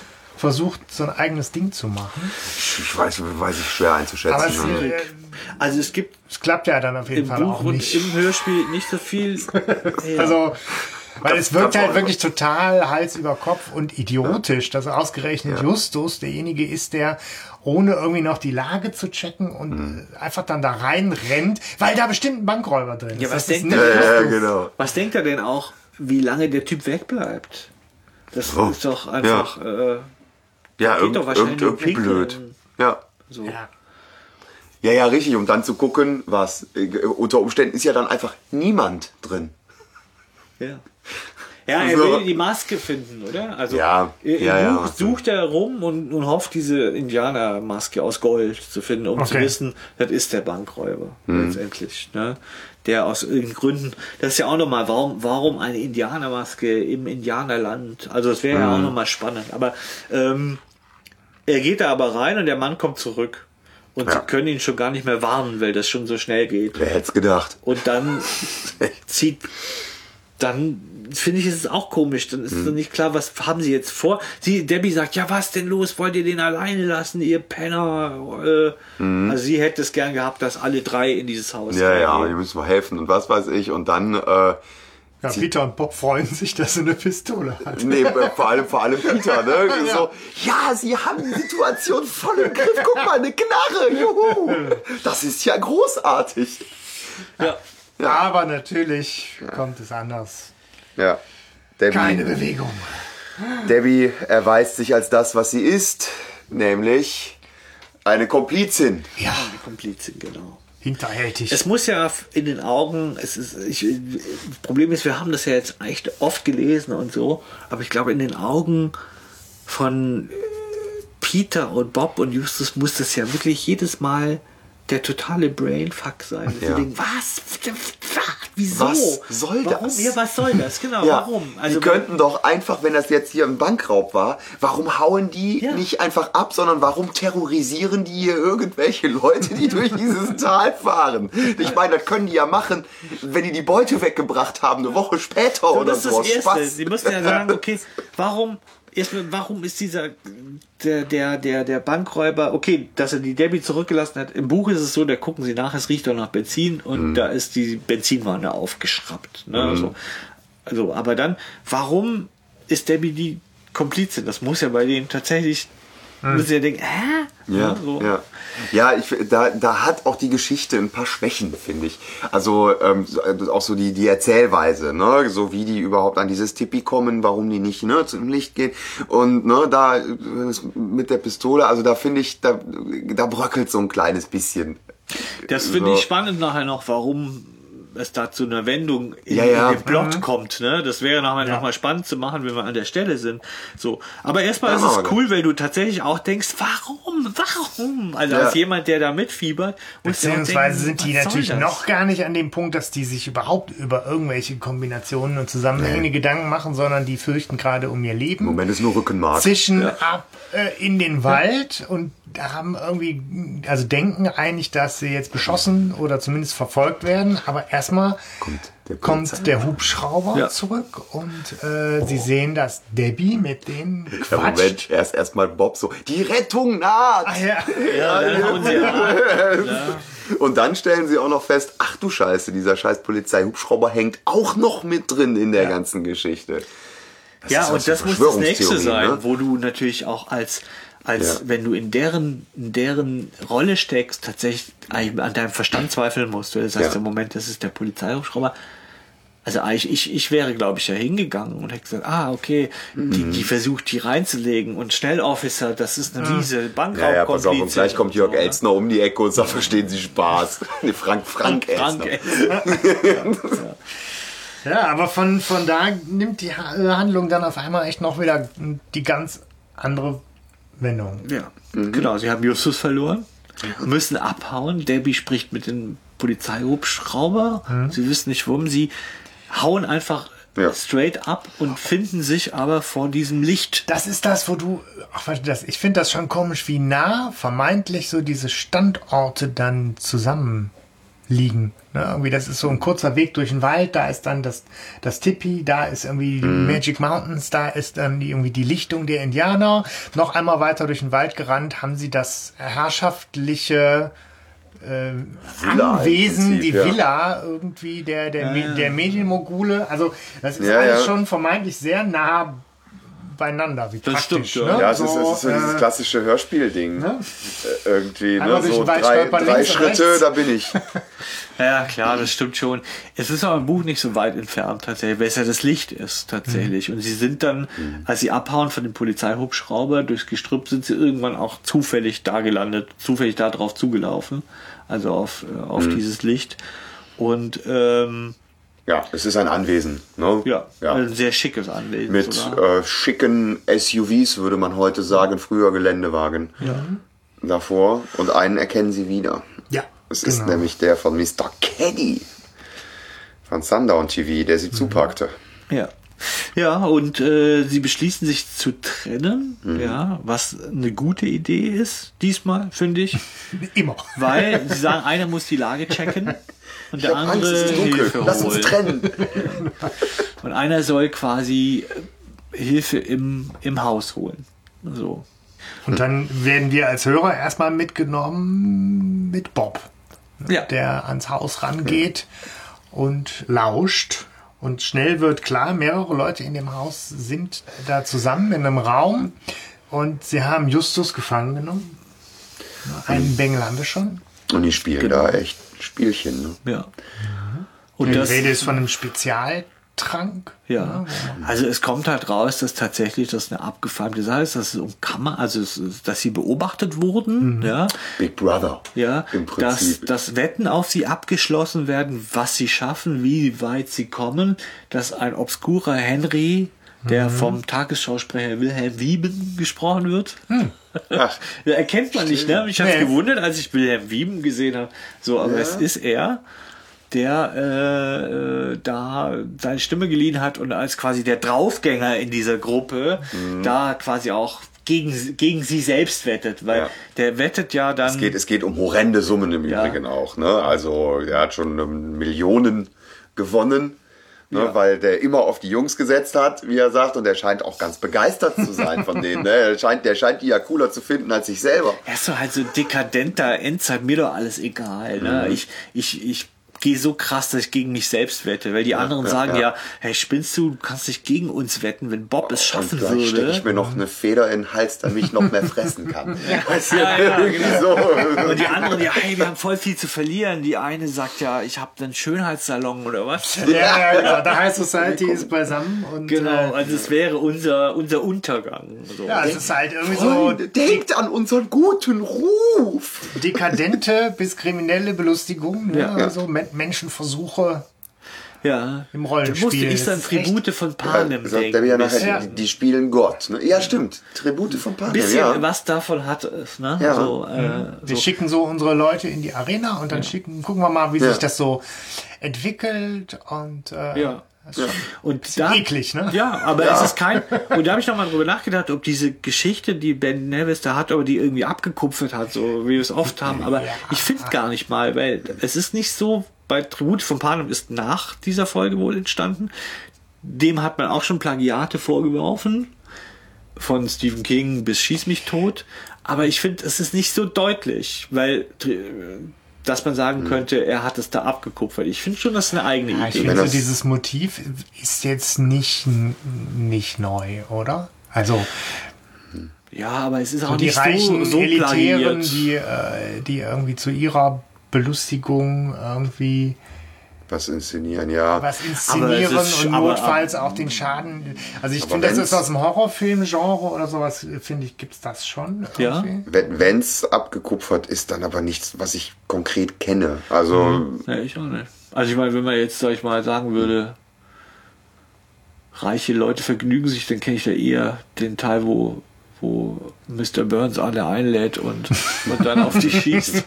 versucht, so ein eigenes Ding zu machen. Ich weiß, weiß ich schwer einzuschätzen. Aber es, äh, Also es gibt es klappt ja dann auf jeden im Fall Buch auch und nicht. im Hörspiel nicht so viel. Ja. Also, weil es wirkt ganz halt auch- wirklich total Hals über Kopf und idiotisch, dass ausgerechnet Ja. Justus derjenige ist, der ohne irgendwie noch die Lage zu checken und Mhm. äh, einfach dann da rein rennt, weil da bestimmt ein Bankräuber drin ist. Ja, was Das ist denkt nicht der- Ja, ja, Justus. genau. Was denkt er denn auch, wie lange der Typ wegbleibt? Das Oh, ist doch einfach. Äh, Ja, geht irgend, doch wahrscheinlich irgend, irgendwie nur blöd. pinkeln. Ja. so. Ja. Ja, ja, richtig. Um dann zu gucken, was. Äh, Unter Umständen ist ja dann einfach niemand drin. Ja. Ja, er So. will die Maske finden, oder? Also Ja, im ja, ja. Buch sucht er rum und, und hofft, diese Indianermaske aus Gold zu finden, um zu Okay. wissen, das ist der Bankräuber Hm. letztendlich. Ne? Der aus irgendeinen Gründen, das ist ja auch nochmal, warum, warum eine Indianermaske im Indianerland? Also das wäre Hm. ja auch nochmal spannend. Aber ähm, er geht da aber rein und der Mann kommt zurück. Und Ja. sie können ihn schon gar nicht mehr warnen, weil das schon so schnell geht. Wer hätte es gedacht? Und dann zieht, dann finde ich, ist es auch komisch. Dann ist Hm. so nicht klar, was haben sie jetzt vor? Sie, Debbie sagt, ja, was denn los? Wollt ihr den alleine lassen, ihr Penner? Äh, Also sie hätte es gern gehabt, dass alle drei in dieses Haus Hm. Ja, ja, reingehen. die müssen wir helfen und was weiß ich. Und dann, äh, Ja, Peter und Bob freuen sich, dass er eine Pistole hat. nee, vor allem, vor allem Peter, ne? So, ja, sie haben die Situation voll im Griff. Guck mal, eine Knarre, juhu. Das ist ja großartig. Ja. Aber natürlich kommt es anders. Ja. Debbie, Keine Bewegung. Debbie erweist sich als das, was sie ist, nämlich eine Komplizin. Ja, Die Komplizin, genau. hinterhältig. Es muss ja in den Augen, es ist, ich, das Problem ist, wir haben das ja jetzt echt oft gelesen und so, aber ich glaube, in den Augen von äh, Peter und Bob und Justus muss das ja wirklich jedes Mal der totale Brainfuck sein. Ja. Sie denken, was? Wieso? Was soll warum? das? Ja, was soll das? Genau, Ja, warum? die könnten doch einfach, wenn das jetzt hier ein Bankraub war, warum hauen die Ja. nicht einfach ab, sondern warum terrorisieren die hier irgendwelche Leute, die durch dieses Tal fahren? Ich meine, das können die ja machen, wenn die die Beute weggebracht haben, eine Woche später So, oder das ist so. das Erste. Spaß. Sie müssen ja sagen, okay, warum, erstmal, warum ist dieser, der, der, der, der Bankräuber, okay, dass er die Debbie zurückgelassen hat. Im Buch ist es so, da gucken sie nach, es riecht doch nach Benzin und Mhm. da ist die Benzinwanne aufgeschraubt. Ne? Also, also, aber dann, warum ist Debbie die Komplizin? Das muss ja bei denen tatsächlich, müssen sie ja denken, hä? Ja, so. ja. Ja, ich, da, da hat auch die Geschichte ein paar Schwächen, finde ich. Also ähm, so- äh, auch so die, die Erzählweise, ne? So wie die überhaupt an dieses Tippi kommen, warum die nicht ne, zum Licht gehen. Und ne, da äh, mit der Pistole, also da finde ich, da, da bröckelt so ein kleines bisschen. Das finde So. ich spannend nachher noch, warum es da zu einer Wendung in, Ja, ja. in den Plot kommt. Ne? Das wäre nachher noch mal spannend zu machen, wenn wir an der Stelle sind. So. Aber erstmal Ja, ist machen es wir cool, weil du tatsächlich auch denkst, warum? Warum? Also Ja. als jemand, der da mitfiebert. musst du auch Beziehungsweise denken, sind die was soll natürlich das? noch gar nicht an dem Punkt, dass die sich überhaupt über irgendwelche Kombinationen und Zusammenhänge Gedanken machen, sondern die fürchten gerade um ihr Leben. Im Moment ist nur Rückenmark. Zischen ab äh, in den Wald und haben irgendwie, also denken eigentlich, dass sie jetzt beschossen oder zumindest verfolgt werden, aber erstmal Kommt der kommt Polizei. der Hubschrauber Ja. zurück und äh, sie sehen, dass Debbie mit denen Ja, quatscht. Moment, erst erstmal Bob so, die Rettung naht! Ah, ja. Ja, dann hauen sie an. Und dann stellen sie auch noch fest, ach du Scheiße, dieser scheiß Polizeihubschrauber hängt auch noch mit drin in der ganzen Geschichte. Das Ja, ist und was für das muss das nächste Verschwörungstheorien, sein, ne? wo du natürlich auch als, als Ja. wenn du in deren, in deren Rolle steckst, tatsächlich eigentlich an deinem Verstand zweifeln musst. Du sagst Ja. im Moment, das ist der Polizeihubschrauber. Also eigentlich, ich, ich wäre, glaube ich, ja hingegangen und hätte gesagt, ah, okay, die, Mhm. die versucht, die reinzulegen und Schnellofficer, das ist eine riese Bankraubkomplizin. Ja, ja, pass auf, und gleich kommt Jörg so, ne? Elstner um die Ecke und sagt, verstehen Sie Spaß. Nee, Frank, Frank, Frank, Elstner. Elstner. Ja, aber von, von da nimmt die Ha- äh, Handlung dann auf einmal echt noch wieder die ganz andere Wendung. Ja, genau. Sie haben Justus verloren, müssen abhauen. Debbie spricht mit dem Polizeihubschrauber. Sie wissen nicht, warum. Sie hauen einfach Ja. straight ab und finden sich aber vor diesem Licht. Das ist das, wo du, ach, warte, das, ich finde das schon komisch, wie nah vermeintlich so diese Standorte dann zusammen liegen. Ne? Irgendwie, das ist so ein kurzer Weg durch den Wald, da ist dann das, das Tipi, da ist irgendwie die mm. Magic Mountains, da ist dann die, irgendwie die Lichtung der Indianer. Noch einmal weiter durch den Wald gerannt, haben sie das herrschaftliche äh, Villa Anwesen, Prinzip, die ja. Villa irgendwie der, der, Ja, ja. der Medienmogule. Also das ist Ja, alles ja. schon vermeintlich sehr nah beieinander, wie Das praktisch. stimmt, ja. Ne? Ja, es ist, es ist so äh, dieses klassische Hörspielding. ne? Äh, Irgendwie, Einmal ne? durch So den Wald drei, stolpern, drei links und Schritte, rechts. da bin ich. Ja, klar, das stimmt schon. Es ist aber im Buch nicht so weit entfernt tatsächlich, weil es ja das Licht ist tatsächlich. Und sie sind dann, als sie abhauen von dem Polizeihubschrauber durchs Gestrüpp, sind sie irgendwann auch zufällig da gelandet, zufällig da drauf zugelaufen, also auf, äh, auf Mhm. dieses Licht. Und ähm, Ja, es ist ein Anwesen. Ne? ja, ja. ein sehr schickes Anwesen. Mit sogar. äh, schicken S U Vs, würde man heute sagen, früher Geländewagen. Davor. Und einen erkennen sie wieder. Ja, Es ist genau. nämlich der von Mister Caddy von Sundown T V, der sie Mhm. zupackte. Ja. Ja, und äh, sie beschließen sich zu trennen, ja, was eine gute Idee ist, diesmal, finde ich. Immer. Weil sie sagen, einer muss die Lage checken und Ich der hab Angst, andere es ist dunkel. Hilfe Lass uns holen. trennen. Und einer soll quasi äh, Hilfe im, im Haus holen. So. Und dann werden wir als Hörer erstmal mitgenommen mit Bob, Ja. der ans Haus rangeht und lauscht. Und schnell wird klar, mehrere Leute in dem Haus sind da zusammen in einem Raum und sie haben Justus gefangen genommen. Einen Bengel haben wir schon. Und die spielen da echt Spielchen. Ne? Ja. Und Die das, Rede ist von einem Spezialtrank. ja. Also es kommt halt raus, dass tatsächlich das eine abgefarmte Sache ist, dass es um Kammer, also es ist, dass sie beobachtet wurden, ja. Big Brother. Ja, Im dass, Prinzip. dass Wetten auf sie abgeschlossen werden, was sie schaffen, wie weit sie kommen, dass ein obskurer Henry, der vom Tagesschausprecher Wilhelm Wieben gesprochen wird. Ach, Ja, erkennt man nicht, ne? Mich hat's Nee. gewundert, als ich Wilhelm Wieben gesehen habe. So, aber es ist er, der äh, äh, da seine Stimme geliehen hat und als quasi der Draufgänger in dieser Gruppe da quasi auch gegen, gegen sie selbst wettet, weil Ja. der wettet ja dann. es, geht, es geht um horrende Summen im Ja. Übrigen auch. Ne? Also er hat schon ähm, Millionen gewonnen. Ne, Ja. weil der immer auf die Jungs gesetzt hat, wie er sagt, und er scheint auch ganz begeistert zu sein von denen. Ne? Er scheint, der scheint die ja cooler zu finden als sich selber. Er ist so halt so dekadenter Endzeit, mir doch alles egal. Ne? Mhm. Ich, ich, ich gehe so krass, dass ich gegen mich selbst wette, weil die anderen ja, sagen ja. ja. hey, spinnst du, du kannst dich gegen uns wetten, wenn Bob es schaffen Und gleich stecke würde. ich mir noch eine Feder in den Hals, damit ich noch mehr fressen kann. Weißt du, Ja, ja, irgendwie genau. so. Und die anderen, ja, hey, wir haben voll viel zu verlieren. Die eine sagt ja, ich habe einen Schönheitssalon oder was. Ja, ja, genau. Der High Society ist beisammen. Und, Genau, Äh, also es wäre unser, unser Untergang. So. ja, es ist halt irgendwie so Freunde, denkt an unseren guten Ruf. dekadente bis kriminelle Belustigung. Ne? Ja. Also Men Menschenversuche Ja. im Da Rollenspiel. musste ich dann Das ist echt- Tribute von Panem Sagt denken. der ja ein nachher, bisschen. Ja. die, die spielen Gott. Ne? Ja, stimmt. Tribute von Panem. bisschen Ja. was davon hat es. Ne? Ja. So, äh, Wir so. schicken so unsere Leute in die Arena und dann schicken, gucken wir mal, wie Ja. sich das so entwickelt und äh, Ja. das ist schon Und da, eklig, ne? Ja, aber es ist kein. Und da habe ich noch mal drüber nachgedacht, ob diese Geschichte, die Ben Nevis da hat, ob die irgendwie abgekupfert hat, so wie wir es oft haben. Aber ich finde gar nicht mal, weil es ist nicht so. Bei Tribute von Panem ist nach dieser Folge wohl entstanden. Dem hat man auch schon Plagiate vorgeworfen. Von Stephen King bis Schieß mich tot. Aber ich finde, es ist nicht so deutlich, weil, dass man sagen könnte, er hat es da abgekupfert. Ich finde schon, das ist eine eigene Ja, ich Idee. finde, so das- dieses Motiv ist jetzt nicht, nicht neu, oder? Also Ja, aber es ist auch so die nicht reichen so, so Elitären, plagiert. die, äh, die irgendwie zu ihrer Belustigung irgendwie Was inszenieren, ja. was inszenieren Aber es ist- und aber- notfalls auch den Schaden. Also ich Aber finde, das wenn's- ist aus dem Horrorfilm-Genre oder sowas, finde ich, gibt's das schon. Ja. irgendwie. Wenn es abgekupfert ist, dann aber nichts, was ich konkret kenne. Also, Ja, ich auch nicht. Also ich meine, wenn man jetzt, sag ich mal, sagen würde, reiche Leute vergnügen sich, dann kenne ich da eher den Teil, wo, wo Mister Burns alle einlädt und, und dann auf die schießt.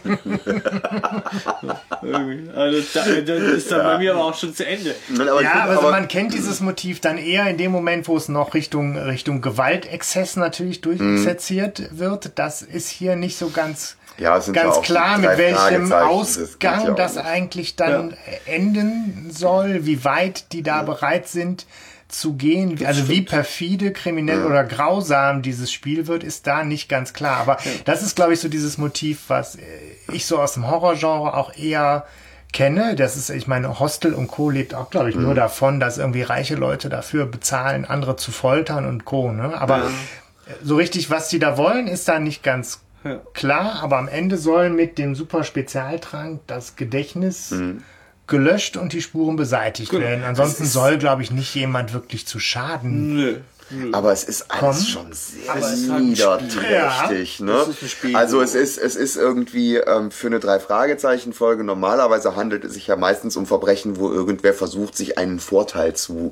Irgendwie. Also da, das ist dann bei mir aber auch schon zu Ende. Nein, aber ich Ja, find, also aber- man kennt dieses Motiv dann eher in dem Moment, wo es noch Richtung, Richtung Gewaltexzess natürlich durchexerziert wird. Das ist hier nicht so ganz Ja, es sind ganz ja auch klar, drei mit welchem Fragezeichen. Das Ausgang geht ja auch das nicht. eigentlich dann enden soll, wie weit die da bereit sind zu gehen. Also wie perfide, kriminell oder grausam dieses Spiel wird, ist da nicht ganz klar. Aber das ist, glaube ich, so dieses Motiv, was ich so aus dem Horrorgenre auch eher kenne. Das ist, ich meine, Hostel und Co. lebt auch, glaube ich, nur davon, dass irgendwie reiche Leute dafür bezahlen, andere zu foltern und Co. Ne? Aber Ja. so richtig, was die da wollen, ist da nicht ganz Ja. klar. Aber am Ende soll mit dem super Spezialtrank das Gedächtnis gelöscht und die Spuren beseitigt Genau. werden. Ansonsten soll, glaube ich, nicht jemand wirklich zu Schaden. Nö. Aber es ist alles Komm. schon sehr Aber es ist halt ein niederträchtig. Ne? Es ist ein Spiel. Also es ist, es ist irgendwie ähm, für eine Drei-Fragezeichen-Folge, normalerweise handelt es sich ja meistens um Verbrechen, wo irgendwer versucht, sich einen Vorteil zu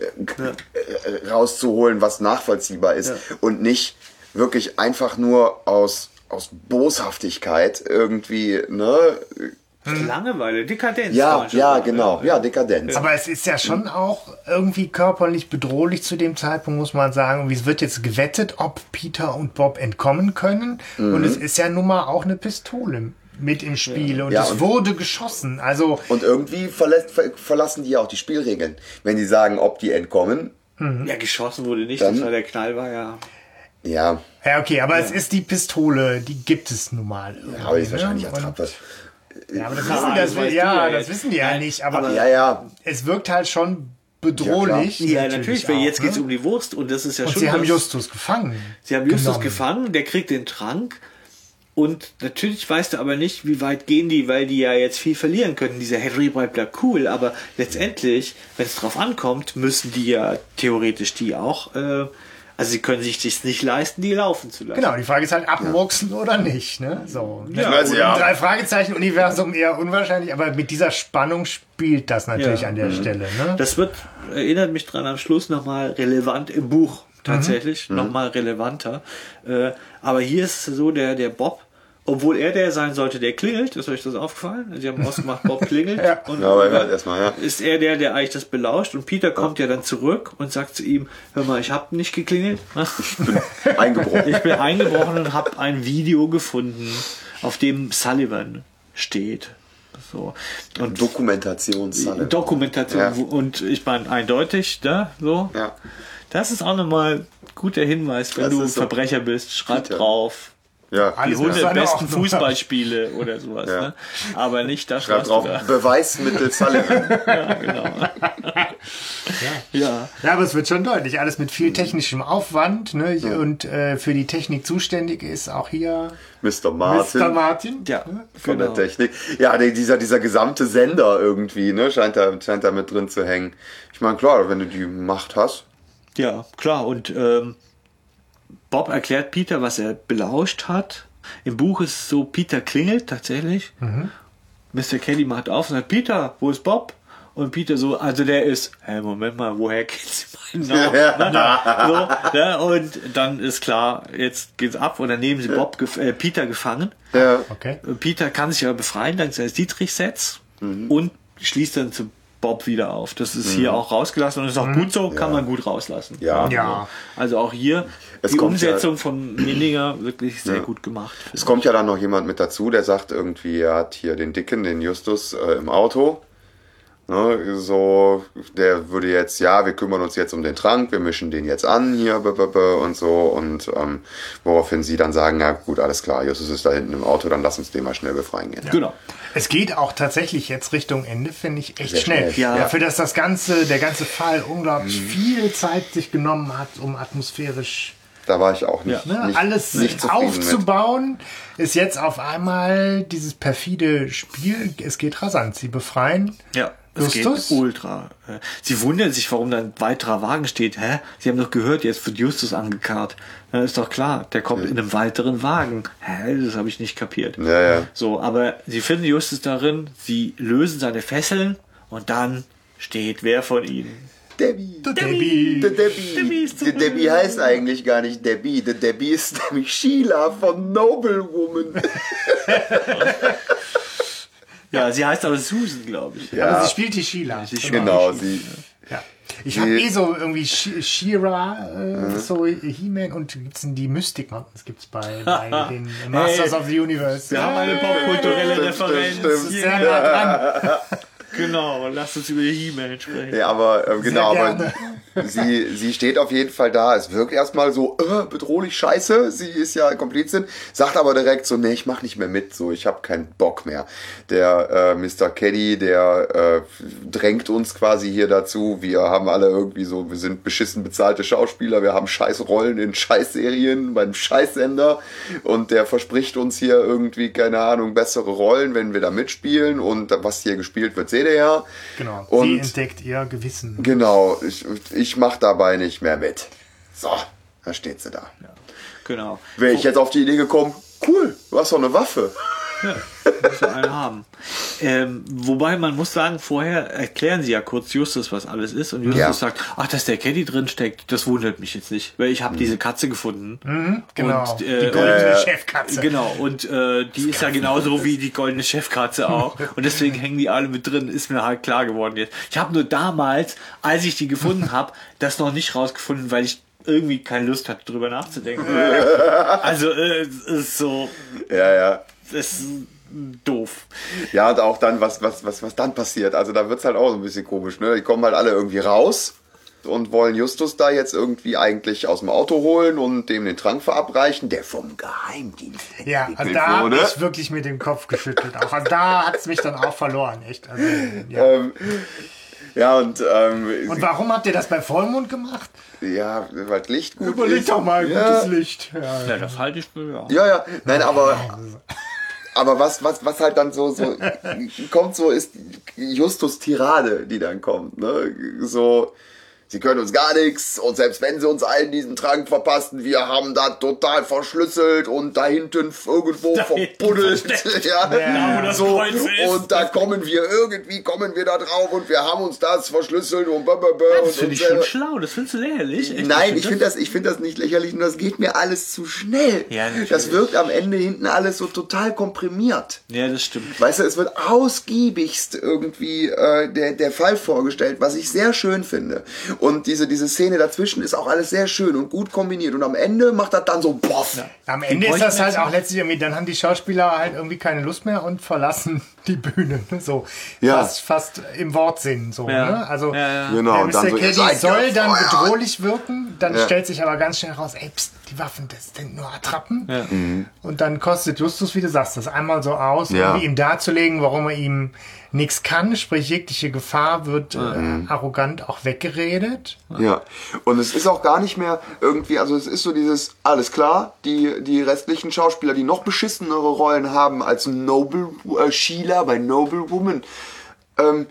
äh, äh, rauszuholen, was nachvollziehbar ist. Ja. Und nicht wirklich einfach nur aus, aus Boshaftigkeit irgendwie, ne? Langeweile, Dekadenz. kann Ja, man schon ja, sagen. genau. Ja, Dekadenz. Aber es ist ja schon auch irgendwie körperlich bedrohlich zu dem Zeitpunkt, muss man sagen. Es wird jetzt gewettet, ob Peter und Bob entkommen können. Und es ist ja nun mal auch eine Pistole mit im Spiel. Und Ja, es und- wurde geschossen. Also Und irgendwie verlässt, ver verlassen die ja auch die Spielregeln. Wenn die sagen, ob die entkommen, Ja, geschossen wurde nicht, Dann- das war der Knall, war ja. ja, ja, okay, aber es ist die Pistole, die gibt es nun mal. irgendwie, aber die ist ne? wahrscheinlich Und- ertrappert. Ja, aber das Ja, wissen, das das, weißt du ja, ja das jetzt. wissen die ja Nein, nicht. Aber Ja, ja. es wirkt halt schon bedrohlich. Ja, natürlich, weil auch, jetzt ne? geht's um die Wurst und das ist ja Und schon. sie haben das- Justus gefangen. Sie haben Justus genommen. gefangen, der kriegt den Trank. Und natürlich weißt du aber nicht, wie weit gehen die, weil die ja jetzt viel verlieren können. Dieser Henry bleibt da cool, aber letztendlich, wenn es drauf ankommt, müssen die ja theoretisch die auch, äh, also sie können sich das nicht leisten, die laufen zu lassen. Genau, die Frage ist halt abmurksen oder nicht. Ne? So. Ja, also Im ja. Drei-Fragezeichen-Universum eher unwahrscheinlich, aber mit dieser Spannung spielt das natürlich Ja. an der Stelle. Ne? Das wird, erinnert mich dran, am Schluss nochmal relevant im Buch. Tatsächlich, nochmal relevanter. Äh, aber hier ist so, der, der Bob, obwohl er der sein sollte, der klingelt, ist euch das aufgefallen? Sie haben ausgemacht, Bob klingelt. Ja. Und Ja, aber halt erstmal, ja. ist er der, der eigentlich das belauscht. Und Peter kommt ja dann zurück und sagt zu ihm, hör mal, ich habe nicht geklingelt. Eingebrochen. Ich bin eingebrochen und habe ein Video gefunden, auf dem Sullivan steht. So. Und Dokumentation, Sullivan. Dokumentation. Ja. wo- Und ich meine, eindeutig, da, so. Ja. Das ist auch nochmal guter Hinweis, wenn Das du ist so Verbrecher bist. Schreib Peter. drauf. Ja. Die Alles mit hundert seiner besten Ordnung. Fußballspiele oder sowas. Ja. Ne? Aber nicht das, Schreib was drauf, du da. Beweismittel Sullivan. Ja, genau. ja. Ja, aber es wird schon deutlich. Alles mit viel technischem Aufwand. Ne? Und äh, für die Technik zuständig ist auch hier Mister Martin. Mister Martin. Ja, Von genau. der Technik. Ja, der, dieser, dieser gesamte Sender irgendwie, ne, scheint da, scheint da mit drin zu hängen. Ich meine, klar, wenn du die Macht hast. Ja, klar. Und ähm, Bob erklärt Peter, was er belauscht hat. Im Buch ist es so, Peter klingelt tatsächlich. Mister Kelly macht auf und sagt, Peter, wo ist Bob? Und Peter so, also der ist, hey, Moment mal, woher geht's meinen Namen? Ja. so, ne? Und dann ist klar, jetzt geht's ab und dann nehmen sie Bob, gef äh, Peter gefangen. Ja. Okay. Peter kann sich aber befreien dank seines Dietrich-Sets und schließt dann zu Bob wieder auf. Das ist hier auch rausgelassen und ist auch gut so, kann man gut rauslassen. Ja. Ja. Also auch hier Es die kommt Umsetzung ja- von Mindinger wirklich sehr gut gemacht. Es kommt ja dann noch jemand mit dazu, der sagt irgendwie, er hat hier den Dicken, den Justus, äh, im Auto. Ne, so, der würde jetzt, ja, wir kümmern uns jetzt um den Trank, wir mischen den jetzt an hier b -b -b und so. Und ähm, woraufhin sie dann sagen, ja gut, alles klar, Justus ist da hinten im Auto, dann lass uns den mal schnell befreien gehen. Genau. Es geht auch tatsächlich jetzt Richtung Ende, finde ich, echt Sehr schnell. schnell, ja. Dafür, dass das ganze, der ganze Fall unglaublich viel Zeit sich genommen hat, um atmosphärisch Da war ich auch nicht, ne, nicht, alles nicht zufrieden mit. aufzubauen, ist jetzt auf einmal dieses perfide Spiel. Es geht rasant. Sie befreien Ja, es Justus? geht ultra. Äh, Sie wundern sich, warum da ein weiterer Wagen steht. Hä? Sie haben doch gehört, jetzt wird Justus angekarrt. Dann ist doch klar, der kommt in einem weiteren Wagen. Hä? Das habe ich nicht kapiert. Ja, ja. So, aber sie finden Justus darin, sie lösen seine Fesseln und dann steht wer von ihnen? Debbie. Debbie. Der Debbie Debbie. ist Der Debbie heißt eigentlich gar nicht Debbie. Der Debbie ist nämlich Sheila von Noblewoman. Ja, sie heißt aber Susan, glaube ich. Ja. Aber sie spielt die Sheila. Sie spielt- Genau, sie. Ja. Ich habe eh so irgendwie She-Ra, äh, so He-Man und gibt's denn die Mystic Mountains gibt's bei, bei den Masters hey, of the Universe. Wir haben eine popkulturelle Stimmt, Referenz. stimmt, stimmt. Sehr nah dran. Genau, lass uns über He-Man sprechen. Ja, aber ähm, genau, aber gerne. sie, sie steht auf jeden Fall da. Es wirkt erstmal so äh, bedrohlich scheiße. Sie ist ja Komplizin, sagt aber direkt so, nee, ich mach nicht mehr mit, so, ich habe keinen Bock mehr. Der äh, Mister Caddy, der äh, drängt uns quasi hier dazu. Wir haben alle irgendwie so, wir sind beschissen bezahlte Schauspieler, wir haben scheiß Rollen in Scheißserien beim Scheißsender und der verspricht uns hier irgendwie, keine Ahnung, bessere Rollen, wenn wir da mitspielen und was hier gespielt wird, seht ihr ja. Genau, und sie entdeckt ihr Gewissen. Genau, ich, ich mach dabei nicht mehr mit. So, da steht sie da. Ja, genau. Wäre ich jetzt auf die Idee gekommen, cool, du hast doch eine Waffe. Ja, muss ja einen haben. Ähm, wobei man muss sagen, vorher erklären sie ja kurz Justus, was alles ist. Und Justus Ja. sagt, ach, dass der Caddy drin steckt, das wundert mich jetzt nicht. Weil ich habe diese Katze gefunden. Mhm, genau, Und, äh, die goldene äh, Chefkatze. Genau, und äh, die ist ja genauso wie die goldene Chefkatze auch. Und deswegen hängen die alle mit drin, ist mir halt klar geworden jetzt. Ich habe nur damals, als ich die gefunden habe, das noch nicht rausgefunden, weil ich irgendwie keine Lust hatte, drüber nachzudenken. Also, äh, es ist so, Ja, ja. das ist doof. Ja, und auch dann, was, was, was, was dann passiert. Also da wird's halt auch so ein bisschen komisch, ne? Die kommen halt alle irgendwie raus und wollen Justus da jetzt irgendwie eigentlich aus dem Auto holen und dem den Trank verabreichen, der vom Geheimdienst Ja, also entwickelt da habe wurde. ich wirklich mit dem Kopf geschüttelt. Auch. Also da hat es mich dann auch verloren, echt. Also, ja. Ähm, ja, und, ähm, Und warum habt ihr das bei Vollmond gemacht? ja, weil das Licht gut Überleg ist. doch mal, ja. gutes Licht. Ja. Ja, das halte ich für, ja. Ja, ja, nein, aber, aber was, was, was halt dann so, so kommt, so ist Justus Tirade, die dann kommt, ne, so, sie können uns gar nichts und selbst wenn sie uns allen diesen Trank verpassen, wir haben da total verschlüsselt und da hinten irgendwo Da hinten verbuddelt, versteckt. ja, Ja, wo das so, Kreuz ist. und da kommen wir irgendwie, kommen wir da drauf und wir haben uns das verschlüsselt und blablabla. Das und finde ich und schon selber- schlau, das findest du lächerlich. Echt? Nein, ich finde das, ich finde das nicht lächerlich und das geht mir alles zu schnell. Ja, natürlich. das wirkt am Ende hinten alles so total komprimiert. Ja, das stimmt. Weißt du, es wird ausgiebigst irgendwie äh, der, der Fall vorgestellt, was ich sehr schön finde. Und diese, diese Szene dazwischen ist auch alles sehr schön und gut kombiniert. Und am Ende macht das dann so boff. Am Ende ist bräuchten das halt jetzt- auch letztlich irgendwie, dann haben die Schauspieler halt irgendwie keine Lust mehr und verlassen die Bühne. So Ja. fast, fast im Wortsinn. So, Ja. ne? Also Ja, ja. Genau, der und dann Mister so, ihr Caddy seid soll dann gefeuert. bedrohlich wirken, dann Ja. stellt sich aber ganz schnell raus, ey, pst, die Waffen, das sind nur Attrappen. Ja. Und dann kostet Justus, wie du sagst, das einmal so aus, Ja. irgendwie ihm darzulegen, warum er ihm nichts kann, sprich jegliche Gefahr wird äh, arrogant auch weggeredet. Ja, und es ist auch gar nicht mehr irgendwie, also es ist so dieses, alles klar, die, die restlichen Schauspieler, die noch beschissenere Rollen haben als Noble, äh, Sheila bei Noble Woman, ähm,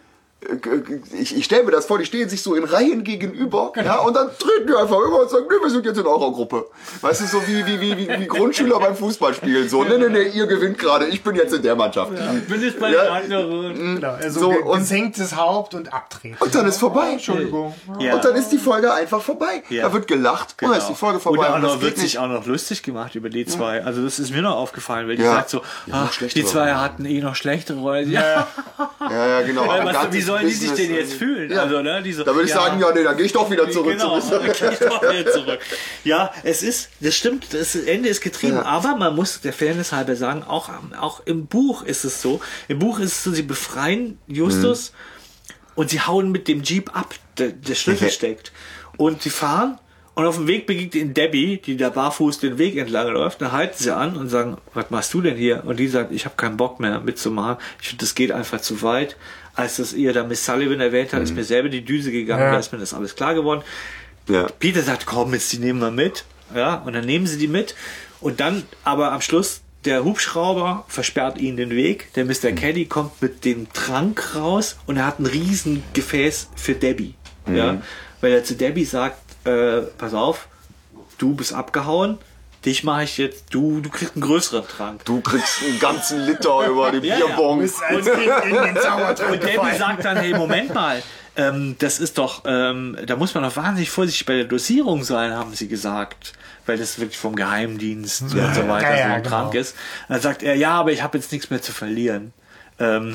ich, ich stelle mir das vor, die stehen sich so in Reihen gegenüber, ja, und dann treten die einfach über und sagen, nee, wir sind jetzt in eurer Gruppe. Weißt du, so wie, wie, wie, wie, wie Grundschüler beim Fußballspielen, so, nee, nee, nee, ihr gewinnt gerade, ich bin jetzt in der Mannschaft. Ich bin jetzt bei Ja. den anderen. Genau, also So, ge- und- gesenktes Haupt und abtreten. Und dann ist vorbei. Entschuldigung. Ja. Und dann ist die Folge einfach vorbei. Ja. Da wird gelacht und dann ist die Folge vorbei. Und auch Und das noch, wird geht sich nicht. auch noch lustig gemacht über die zwei. Also das ist mir noch aufgefallen, weil die Ja. sagt so, Ja, noch ach, schlechtere die zwei Rollen. hatten eh noch schlechtere Rollen. Ja. Ja, ja, genau. Weil, Aber was, ganzes wie sollen die sich Business denn jetzt fühlen? Ja. Also, ne, die so, Da würde ich sagen, ja, nee, dann gehe ich doch wieder zurück. Genau, zu dann geh ich doch wieder zurück. Ja, es ist, das stimmt, das Ende ist getrieben, Ja. aber man muss der Fairness halber sagen, auch, auch im Buch ist es so. Im Buch ist es so, sie befreien Justus und sie hauen mit dem Jeep ab, der, der Schlüssel steckt. Und sie fahren und auf dem Weg begegnet ihnen Debbie, die da barfuß den Weg entlang läuft. Dann halten sie an und sagen, was machst du denn hier? Und die sagt, ich habe keinen Bock mehr mitzumachen. Ich finde, das geht einfach zu weit. Als das ihr da Miss Sullivan erwähnt hat, ist mir selber die Düse gegangen, Ja. da ist mir das alles klar geworden. Ja. Peter sagt, komm, jetzt die nehmen wir mit. Ja, und dann nehmen sie die mit. Und dann, aber am Schluss, der Hubschrauber versperrt ihnen den Weg. Der Mister Caddy kommt mit dem Trank raus und er hat ein riesen Gefäß für Debbie. Ja, weil er zu Debbie sagt, äh, pass auf, du bist abgehauen. Dich mache ich jetzt, du, du kriegst einen größeren Trank. Du kriegst einen ganzen Liter über die Ja, ja. Bierbong. Bis als Kind in den Zaubertrank Und Debbie gefallen. sagt dann, hey, Moment mal, ähm, das ist doch, ähm, da muss man doch wahnsinnig vorsichtig bei der Dosierung sein, haben sie gesagt. Weil das wirklich vom Geheimdienst und so weiter Ja, ja, so ein genau. Trank ist. Und dann sagt er, ja, aber ich habe jetzt nichts mehr zu verlieren. Ähm,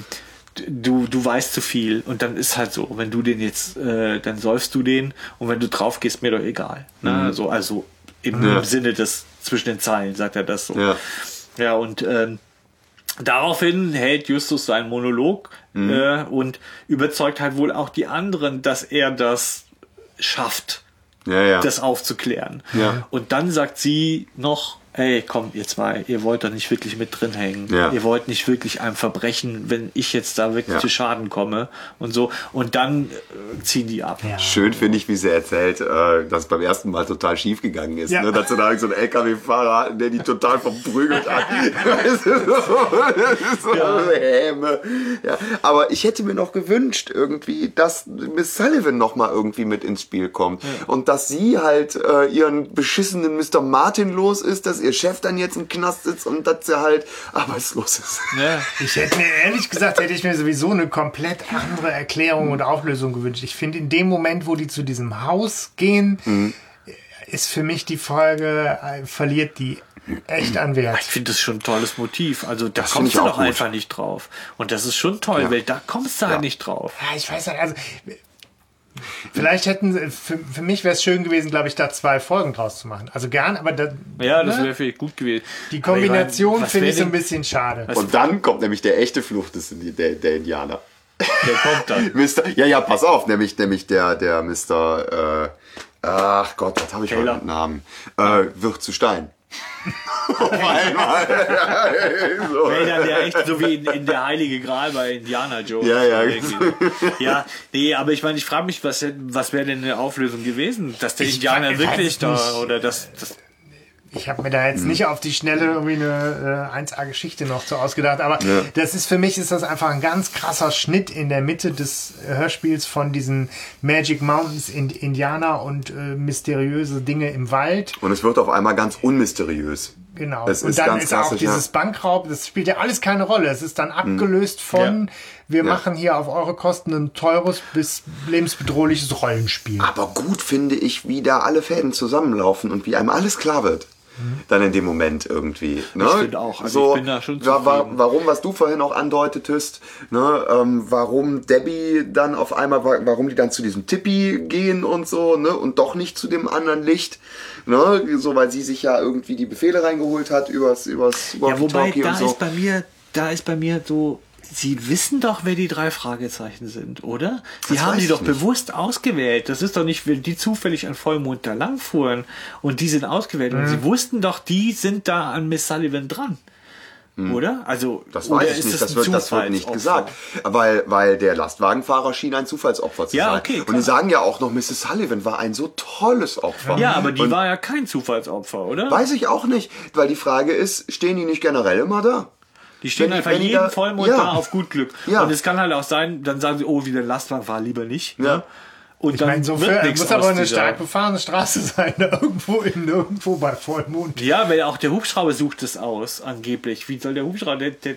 du, du weißt zu viel und dann ist halt so, wenn du den jetzt, äh, dann säufst du den und wenn du drauf gehst, mir doch egal. Ne? Mhm. So, also im Ja. Sinne des zwischen den Zeilen sagt er das so. Ja. Ja, und ähm, daraufhin hält Justus seinen Monolog Mhm. äh, und überzeugt halt wohl auch die anderen, dass er das schafft, Ja, ja. das aufzuklären. Ja. Und dann sagt sie noch, ey, komm, jetzt mal, ihr wollt doch nicht wirklich mit drin hängen. Ja. Ihr wollt nicht wirklich einem Verbrechen, wenn ich jetzt da wirklich Ja. zu Schaden komme und so. Und dann äh, ziehen die ab. Ja. Schön finde ich, wie sie erzählt, äh, dass es beim ersten Mal total schief gegangen ist. Ja. Ne? Dass sie da so einen L K W-Fahrer hatten, der die total verprügelt hat. Das ist so, das ist so Ja. Häme. Ja. Aber ich hätte mir noch gewünscht, irgendwie, dass Miss Sullivan noch mal irgendwie mit ins Spiel kommt. Und dass sie halt äh, ihren beschissenen Mister Martin los ist, dass ihr Chef dann jetzt im Knast sitzt und dass sie halt arbeitslos ist. Ja. Ich hätte mir, ehrlich gesagt, hätte ich mir sowieso eine komplett andere Erklärung und Auflösung gewünscht. Ich finde, in dem Moment, wo die zu diesem Haus gehen, Mhm. ist für mich die Folge, äh, verliert die echt an Wert. Ich finde das schon ein tolles Motiv. Also da Das kommst finde du ich auch doch gut. einfach nicht drauf. Und das ist schon toll, Ja. weil da kommst du halt Ja. nicht drauf. Ja, ich weiß nicht, also vielleicht hätten sie, für, für mich wäre es schön gewesen, glaube ich, da zwei Folgen draus zu machen. Also gern, aber da, Ja, das ne? wäre vielleicht gut gewesen. Die Aber ich Kombination meine, was finde wär ich so ein denn- bisschen schade. Und dann kommt nämlich der echte Fluch des, der, der Indianer. Der kommt dann. Mister Ja, ja, pass auf, nämlich, nämlich der, der Mister Äh, ach Gott, was habe ich heute Taylor. mit Namen? Äh, wird zu Stein. Auf einmal. so. Wäre dann der echt so wie in, in der Heilige Gral bei Indiana Jones. Ja, ja. Ja, nee, aber ich meine, ich frage mich, was, was wäre denn eine Auflösung gewesen? Dass der Ich Indianer weiß wirklich es da, nicht. oder das, das Ich habe mir da jetzt nicht auf die Schnelle irgendwie eine äh, eins A-Geschichte noch so ausgedacht, aber Ja. das ist für mich ist das einfach ein ganz krasser Schnitt in der Mitte des Hörspiels von diesen Magic Mountains in Indianer und äh, mysteriöse Dinge im Wald. Und es wird auf einmal ganz unmysteriös. Genau. Es Und ist dann ganz ist auch klassisch, dieses ja. Bankraub, das spielt ja alles keine Rolle. Es ist dann abgelöst von, wir Ja. machen hier auf eure Kosten ein teures bis lebensbedrohliches Rollenspiel. Aber gut finde ich, wie da alle Fäden zusammenlaufen und wie einem alles klar wird. Dann in dem Moment irgendwie. Ne? Ich finde auch. Also ich bin da schon wa wa zufrieden. warum, was du vorhin auch andeutetest, ne? ähm, warum Debbie dann auf einmal, wa warum die dann zu diesem Tippi gehen und so, ne? Und doch nicht zu dem anderen Licht, ne? So, weil sie sich ja irgendwie die Befehle reingeholt hat übers, übers Ja, wobei, Walkie-Talkie da und so. ist bei mir, da ist bei mir so, Sie wissen doch, wer die drei Fragezeichen sind, oder? Sie Das haben weiß die ich doch nicht. bewusst ausgewählt. Das ist doch nicht, wenn die zufällig an Vollmond da lang fuhren und die sind ausgewählt. Und sie wussten doch, die sind da an Miss Sullivan dran. Oder? Also, Das oder weiß ich ist nicht, es das ein wird, das wird nicht Zufallsopfer? gesagt. Weil, weil der Lastwagenfahrer schien ein Zufallsopfer zu Ja, sein. okay, und klar. die sagen ja auch noch, Misses Sullivan war ein so tolles Opfer. Ja, aber die und war ja kein Zufallsopfer, oder? weiß ich auch nicht, weil die Frage ist, stehen die nicht generell immer da? Die stehen Wenn die- einfach wenn die jeden da- Vollmond ja. da auf gut Glück. Ja. Und es kann halt auch sein, dann sagen sie, oh, wieder ein Lastwagen war lieber nicht. Ja. Ne? Und Ich dann meine, so wird für, nichts muss aber aus eine dieser- stark befahrene Straße sein, da irgendwo in irgendwo bei Vollmond. Ja, weil auch der Hubschrauber sucht es aus, angeblich. Wie soll der Hubschrauber, der, der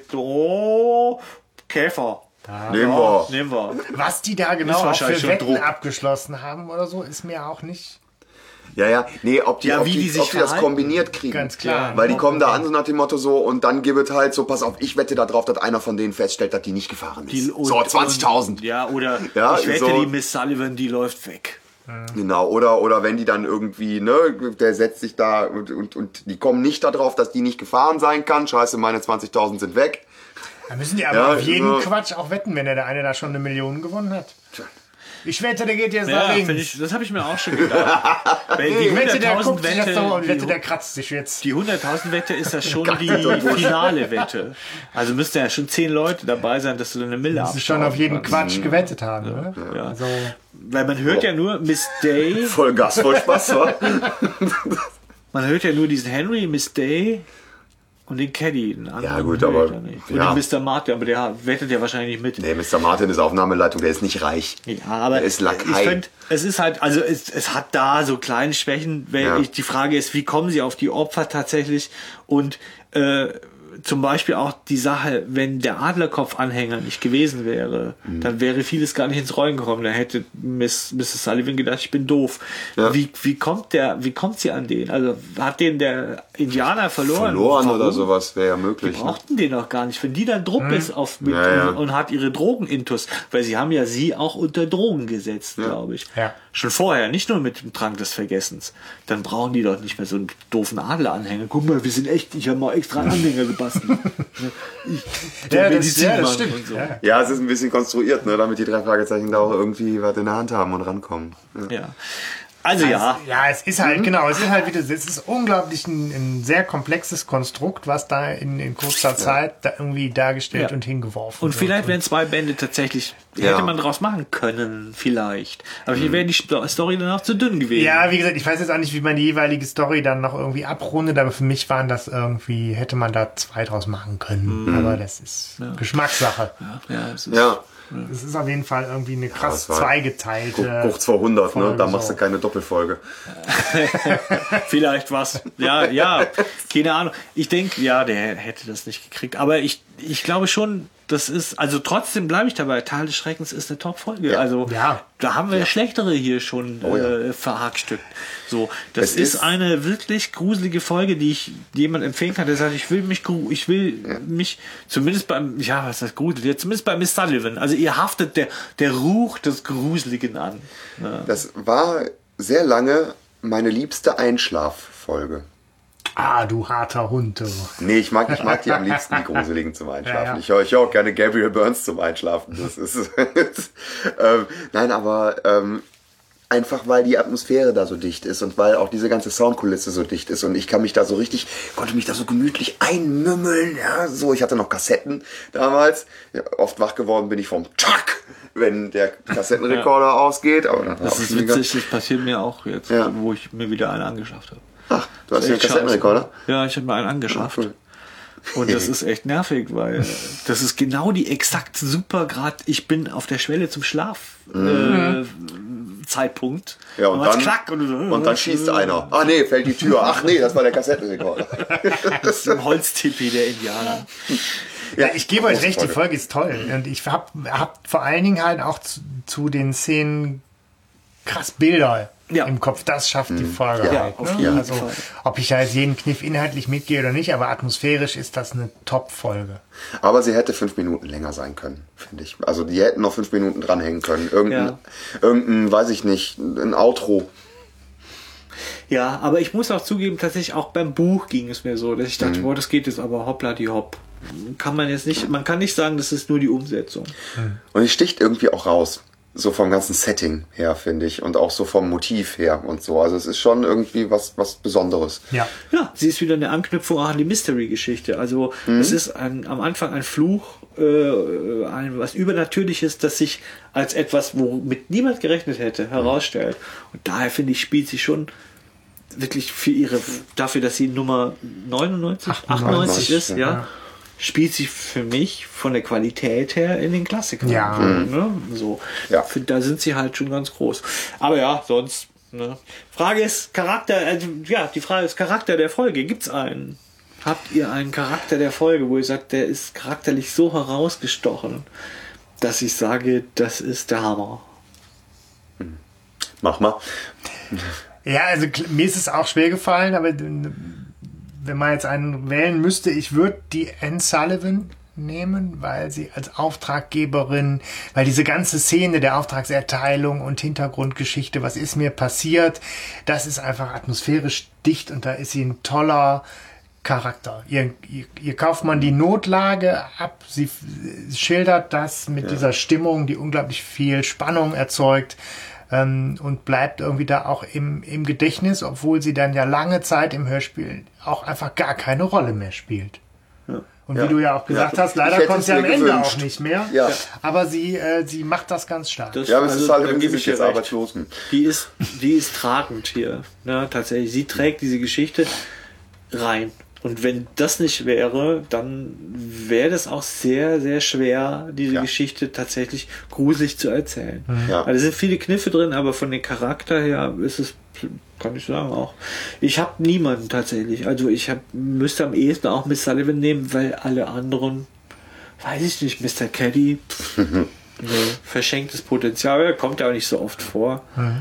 oh, Käfer. Nehmen Ja, wir. nehmen wir. Was die da genau Ist auch für wahrscheinlich schon Wetten Druck. abgeschlossen haben oder so, ist mir auch nicht Ja, ja, nee, ob die, Ja, ob wie die, die sich ob die das verhalten. kombiniert kriegen. ganz klar. Weil die kommen da an so nach dem Motto so und dann gibt es halt so, pass auf, ich wette darauf, dass einer von denen feststellt, dass die nicht gefahren ist. Die- und- so, zwanzigtausend. und- Ja, oder Ja, ich wette, so- die Miss Sullivan, die läuft weg. Genau, oder, oder wenn die dann irgendwie, ne, der setzt sich da und, und, und die kommen nicht darauf, dass die nicht gefahren sein kann. Scheiße, meine zwanzigtausend sind weg. Da müssen die aber Ja, auf jeden so. Quatsch auch wetten, wenn der, der eine da schon eine Million gewonnen hat. Ich wette, der geht jetzt Ja, nach links. find ich, das habe ich mir auch schon gedacht. Weil die Ich wette, der hunderttausend guckt sich das Wette, so und wette, die, der kratzt sich jetzt. die hunderttausend Wette ist ja schon die finale Wette. Also müssten ja schon zehn Leute dabei sein, dass du eine Mille Das ist schon auf jeden Quatsch gewettet haben, oder? Ja. Also, Weil man hört ja nur Miss Day, Voll Gas, voll Spaß, wa? man hört ja nur diesen Henry, Miss Day und den Caddy. Den anderen Ja, gut, höre ich aber- ja nicht. Und ja. den Mister Martin, aber der wettet ja wahrscheinlich nicht mit. Nee, Mister Martin ist Aufnahmeleitung, der ist nicht reich. Ja, aber Der ist Lakai. ich finde, es ist halt, also es, es hat da so kleine Schwächen, weil Ja. ich, die Frage ist, wie kommen sie auf die Opfer tatsächlich und äh, zum Beispiel auch die Sache, wenn der Adlerkopf-Anhänger nicht gewesen wäre, Mhm. dann wäre vieles gar nicht ins Rollen gekommen. Da hätte Miss, Misses Sullivan gedacht, ich bin doof. Ja. Wie, wie kommt der, wie kommt sie an den? Also hat den der Indianer verloren. Verloren Warum? oder sowas wäre ja möglich. Die Ne? brauchten den doch gar nicht. Wenn die dann Drupp ist auf mit Ja, ja. Und, und hat ihre Drogenintus, weil sie haben ja sie auch unter Drogen gesetzt, glaube ich. Ja. Schon vorher, nicht nur mit dem Trank des Vergessens. Dann brauchen die doch nicht mehr so einen doofen Adleranhänger. Guck mal, wir sind echt, ich habe mal extra einen Anhänger gebastelt. Ich, der Ja, das- Medizinmann ja, das stimmt. und so. Ja. Ja, es ist ein bisschen konstruiert, ne, damit die drei Fragezeichen da auch irgendwie was in der Hand haben und rankommen. Ja. Ja. Also ja. Ja, es ist halt, genau, es ist halt wieder, es ist unglaublich ein, ein sehr komplexes Konstrukt, was da in, in kurzer Zeit da irgendwie dargestellt Ja. und hingeworfen Und wird. vielleicht wären zwei Bände tatsächlich, Ja. hätte man draus machen können, vielleicht. Aber hier wäre die Story dann auch zu dünn gewesen. Ja, wie gesagt, ich weiß jetzt auch nicht, wie man die jeweilige Story dann noch irgendwie abrundet, aber für mich waren das irgendwie, hätte man da zwei draus machen können. Mhm. Aber das ist Geschmackssache. Ja, es ist, Ja, Es ist auf jeden Fall irgendwie eine krass das war- zweigeteilte. kurz vor hundert, ne? Folge Da machst so. du keine Doppelfolge. Vielleicht was. Ja, ja, keine Ahnung. Ich denke, ja, der hätte das nicht gekriegt. Aber ich, ich glaube schon, das ist, also trotzdem bleibe ich dabei, Tal des Schreckens ist eine Top-Folge. Ja. Also Ja. da haben wir schlechtere hier schon Oh ja. äh, verhackstückt. So, das Es ist, ist- eine wirklich gruselige Folge, die ich jemand empfehlen kann, der sagt, ich will mich, gru- ich will mich, zumindest beim, ja, was heißt gruselig, zumindest bei Miss Sullivan. Also ihr haftet der, der Ruch des Gruseligen an. Ja. Das war sehr lange meine liebste Einschlaffolge. Ah, du harter Hund. Du. Nee, ich mag, ich mag die am liebsten, die gruseligen zum Einschlafen. Ja, ja. Ich höre ich hör auch gerne Gabriel Burns zum Einschlafen. Das ist, ähm, nein, aber ähm, einfach weil die Atmosphäre da so dicht ist und weil auch diese ganze Soundkulisse so dicht ist und ich kann mich da so richtig, konnte mich da so gemütlich einmümmeln, ja, so. Ich hatte noch Kassetten damals. Ja, oft wach geworden bin ich vom Tschack, wenn der Kassettenrekorder ausgeht. Aber dann Das auch ist schon wieder- witzig, das passiert mir auch jetzt, Ja. wo ich mir wieder einen angeschafft habe. Ach, du hast Echt ja einen Kassettenrekorder? scheiße. Ja, ich habe mir einen angeschafft. Cool. Und das ist echt nervig, weil das ist genau die exakt super grad. Ich bin auf der Schwelle zum Schlaf äh, Zeitpunkt. Ja, und macht's dann, klack und, du so, und dann schießt einer. Ach nee, fällt die Tür. Ach nee, das war der Kassettenrekorder. Das ist ein Holztipi der Indianer. Ja, ich gebe euch große recht, die Folge. Folge ist toll. Und ich hab, hab vor allen Dingen halt auch zu, zu den Szenen krass Bilder Ja. im Kopf. Das schafft die Folge Ja, halt. auf Ne? jeden Also, Fall. ob ich da jetzt jeden Kniff inhaltlich mitgehe oder nicht, aber atmosphärisch ist das eine Top-Folge. Aber sie hätte fünf Minuten länger sein können, finde ich. Also die hätten noch fünf Minuten dranhängen können. Irgendein, Ja. irgendein, weiß ich nicht, ein Outro. Ja, aber ich muss auch zugeben, tatsächlich auch beim Buch ging es mir so, dass ich Mhm. dachte, boah, das geht jetzt aber hoppla die hopp. Kann man jetzt nicht, man kann nicht sagen, das ist nur die Umsetzung. Und es sticht irgendwie auch raus. So vom ganzen Setting her, finde ich. Und auch so vom Motiv her und so. Also es ist schon irgendwie was, was Besonderes. Ja. Ja, sie ist wieder eine Anknüpfung auch an die Mystery-Geschichte. Also es ist ein, am Anfang ein Fluch, äh, ein, was Übernatürliches, das sich als etwas, womit niemand gerechnet hätte, herausstellt. Und daher finde ich, spielt sie schon wirklich für ihre, dafür, dass sie Nummer neunundneunzig, achtundneunzig ist, ja, ja. spielt sie für mich von der Qualität her in den Klassikern. Ja. Ne? So. Ja. Für, da sind sie halt schon ganz groß. Aber ja, sonst. Ne? Frage ist Charakter, also, ja, die Frage ist Charakter der Folge. Gibt's einen? Habt ihr einen Charakter der Folge, wo ihr sagt, der ist charakterlich so herausgestochen, dass ich sage, das ist der Hammer? Mach mal. Ja, also kl- mir ist es auch schwer gefallen, aber d- wenn man jetzt einen wählen müsste, ich würde die Anne Sullivan nehmen, weil sie als Auftraggeberin, weil diese ganze Szene der Auftragserteilung und Hintergrundgeschichte, was ist mir passiert, das ist einfach atmosphärisch dicht und da ist sie ein toller Charakter. Ihr, ihr, ihr kauft man die Notlage ab, sie f- schildert das mit dieser Stimmung, die unglaublich viel Spannung erzeugt ähm, und bleibt irgendwie da auch im, im Gedächtnis, obwohl sie dann ja lange Zeit im Hörspiel auch einfach gar keine Rolle mehr spielt. Und Ja. wie du ja auch gesagt Ja. hast, Ich leider hätte kommt es sie am mir Ende gewünscht. auch nicht mehr. Ja. Aber sie, äh, sie macht das ganz stark. Das, Ja, aber es ist halt, da wenn sie gebe ich sich dir jetzt recht. arbeitslos. Hm. Die ist, die ist tragend hier. Ne, tatsächlich. Sie trägt diese Geschichte rein. Und wenn das nicht wäre, dann wäre das auch sehr, sehr schwer, diese Ja. Geschichte tatsächlich gruselig zu erzählen. Ja. Also es sind viele Kniffe drin, aber von dem Charakter her ist es, kann ich sagen, auch. Ich habe niemanden tatsächlich. Also ich hab, müsste am ehesten auch Miss Sullivan nehmen, weil alle anderen, weiß ich nicht, Mister Caddy, nee, verschenktes Potenzial, kommt ja auch nicht so oft vor.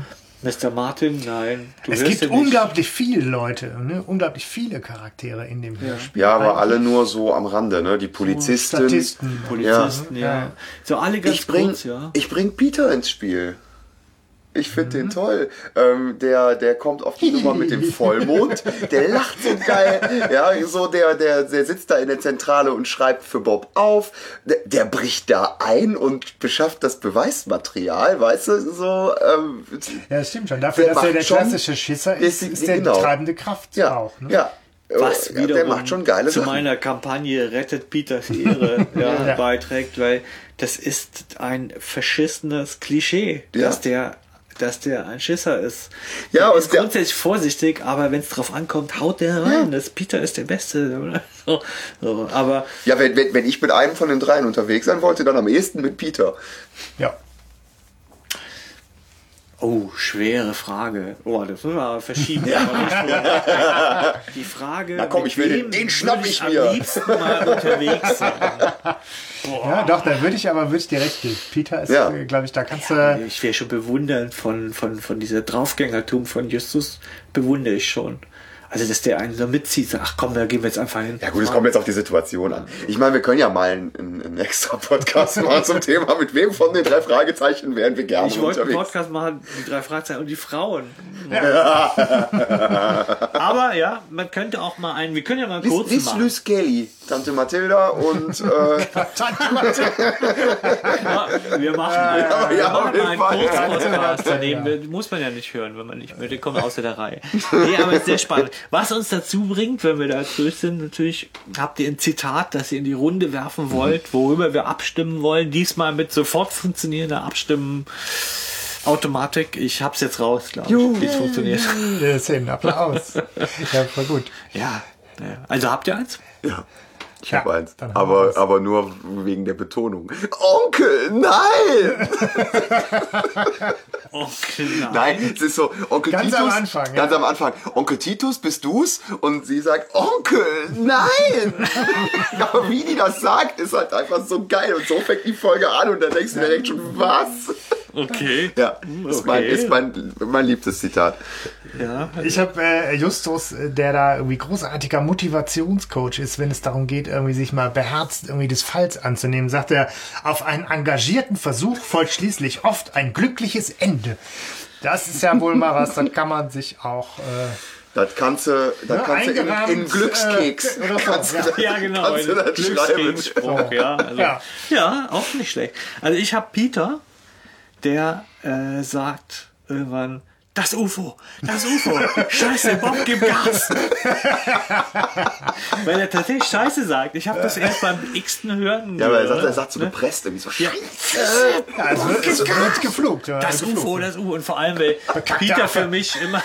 Mister Martin, nein. Du Es hörst gibt ja nicht. unglaublich viele Leute, ne? unglaublich viele Charaktere in dem Hörspiel. Ja, aber alle nur so am Rande, ne? Die Polizistin. Statisten. Polizisten, ja. Ja. So alle ganz Ich bring, kurz, ja. ich bring Peter ins Spiel. Ich finde den toll. Ähm, der, der kommt auf die Nummer mit dem Vollmond. Der lacht so geil. Ja, so der, der, der sitzt da in der Zentrale und schreibt für Bob auf. Der, der bricht da ein und beschafft das Beweismaterial, weißt du, so. Ähm, Ja, das stimmt schon. Dafür, Der dass er macht der schon- klassische Schisser ist, ist- ist der genau. die treibende Kraft ja, auch. Ne? ja. Was Ja, wiederum der macht schon geile zu Sachen. meiner Kampagne Rettet Peters Ehre ja, Ja. beiträgt, weil das ist ein verschissenes Klischee, Ja. dass der dass der ein Schisser ist. Ja, der und ist der- grundsätzlich vorsichtig, aber wenn es drauf ankommt, haut der rein. Das Peter ist der Beste. Oder? So, so. Aber Ja, wenn, wenn, wenn ich mit einem von den dreien unterwegs sein wollte, dann am ehesten mit Peter. Ja. oh, schwere Frage. Oh, das müssen wir aber verschieben. Aber nicht vorher. Die Frage, Na komm, mit ich will den- wem den schnapp würde ich am mir. liebsten mal unterwegs sein. Ja, doch, da würde ich aber würde ich dir recht geben. Peter ist, Ja. äh, glaube ich, da kannst du. Ich wäre schon bewundernd von, von, von dieser Draufgängertum von Justus, bewundere ich schon. Also, dass der einen so mitzieht, sagt, ach komm, da gehen wir jetzt einfach hin. Ja gut, es kommt jetzt auf die Situation an. Ich meine, wir können ja mal einen, einen, einen extra Podcast machen zum Thema, mit wem von den drei Fragezeichen wären wir gerne Ich wollte einen unterwegs. Podcast machen, die drei Fragezeichen und die Frauen. Aber ja, man könnte auch mal einen, wir können ja mal einen Lies, kurzen Lies machen. Lys Kelly, Tante Mathilda und äh, Ja, wir machen, ja, wir ja, auf machen jeden mal einen Fall. Kurzpodcast daneben. Wir- Muss man ja nicht hören, wenn man nicht möchte. Kommen außer der Reihe. Nee, aber ist sehr spannend. Was uns dazu bringt, wenn wir da durch sind, natürlich habt ihr ein Zitat, das ihr in die Runde werfen wollt, worüber wir abstimmen wollen. Diesmal mit sofort funktionierender Abstimmen-Automatik. Ich hab's jetzt raus, glaube ich, wie es funktioniert. Das ist ein Applaus. Ja, voll gut. Ja, ja. Also habt ihr eins? ja, ich Ja, habe eins. dann haben wir Aber, was. aber nur wegen der Betonung. Onkel, nein! Okay, nein. Nein, es ist so, Onkel Ganz Titus. am Anfang, ja. Ganz am Anfang. Onkel Titus, bist du's? Und sie sagt, Onkel, nein! Aber wie die das sagt, ist halt einfach so geil. Und so fängt die Folge an und dann denkst du direkt schon, was? Okay. Ja, ist, mein, Okay. ist mein, mein liebstes Zitat. Ja. Ich habe äh, Justus, äh, der da irgendwie großartiger Motivationscoach ist, wenn es darum geht, irgendwie sich mal beherzt irgendwie des Falls anzunehmen, sagt er, auf einen engagierten Versuch folgt schließlich oft ein glückliches Ende. Das ist ja wohl mal was, das kann man sich auch... Äh, Das kannst du, das Ja, kannst du in, eingerahmt, in Glückskeks. äh, oder so, kannst du ja. das- Ja, genau. Kannst du ein das schreiben. Glücksgegenspruch, ja. Also, ja. Ja. auch nicht schlecht. Also ich habe Peter, der äh, sagt irgendwann, das U F O, das U F O, scheiße, Bob, gib Gas. Weil er tatsächlich scheiße sagt. Ich habe das erst beim x-ten Hören Ja, aber er sagt, gehört, er sagt so ne? gepresst, irgendwie so, Ja. Scheiße. ja, es wird, es wird geflucht. Ja, Das U geflucht. F O, das U F O. Und vor allem, weil Bekackter Peter Affe. für mich immer...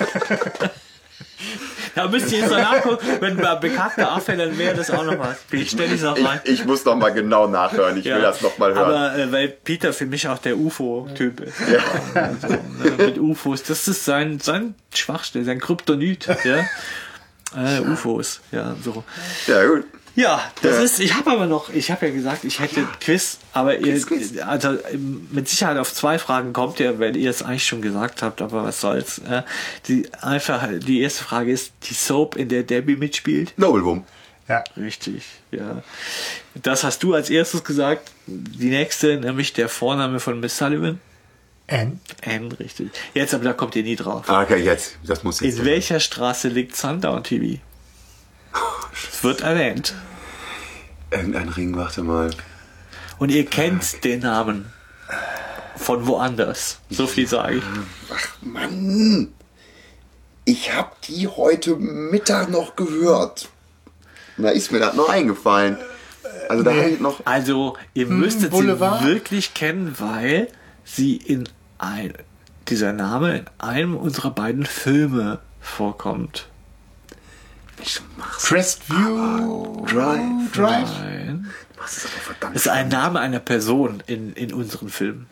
Da müsst ihr jetzt mal nachgucken, wenn mal bekackter Affe, dann wäre das auch noch was. Ich stelle es auch rein. Ich, ich muss noch mal genau nachhören. Ich will das noch mal hören. Aber äh, weil Peter für mich auch der U F O-Typ ist. Ja. Also, ne, mit U F Os, das ist sein, sein Schwachstelle, sein Kryptonit. Ja. Äh, U F Os, ja, so. Ja, gut. Ja, das Ja. ist, ich habe aber noch, ich habe ja gesagt, ich hätte Quiz, aber ihr, Quiz. also ähm, mit Sicherheit auf zwei Fragen kommt ihr, weil ihr es eigentlich schon gesagt habt, aber was soll's. Äh, die, einfach, die erste Frage ist, die Soap, in der Debbie mitspielt. Nobelwurm. Ja. Richtig, ja. Das hast du als erstes gesagt. Die nächste, nämlich der Vorname von Miss Sullivan. Anne. Anne, richtig. Jetzt, aber da kommt ihr nie drauf. Ah, okay, jetzt. Das muss jetzt. In welcher Straße liegt Sundown T V? Es wird erwähnt. Irgendein Ring, warte mal. Und ihr kennt den Namen von woanders. So viel sage ich. Ach, Mann. Ich hab die heute Mittag noch gehört. Da ist mir das noch eingefallen. Also da Nee. habe ich noch... Also, ihr müsstet Boulevard? sie wirklich kennen, weil sie in ein, dieser Name in einem unserer beiden Filme vorkommt. Ich mach's. Crestview Drive. Drive. Nein. Das ist aber verdammt. Das ist ein Name einer Person in, in unseren Filmen.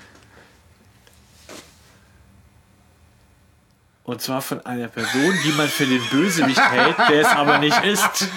Und zwar von einer Person, die man für den Bösewicht hält, der es aber nicht ist.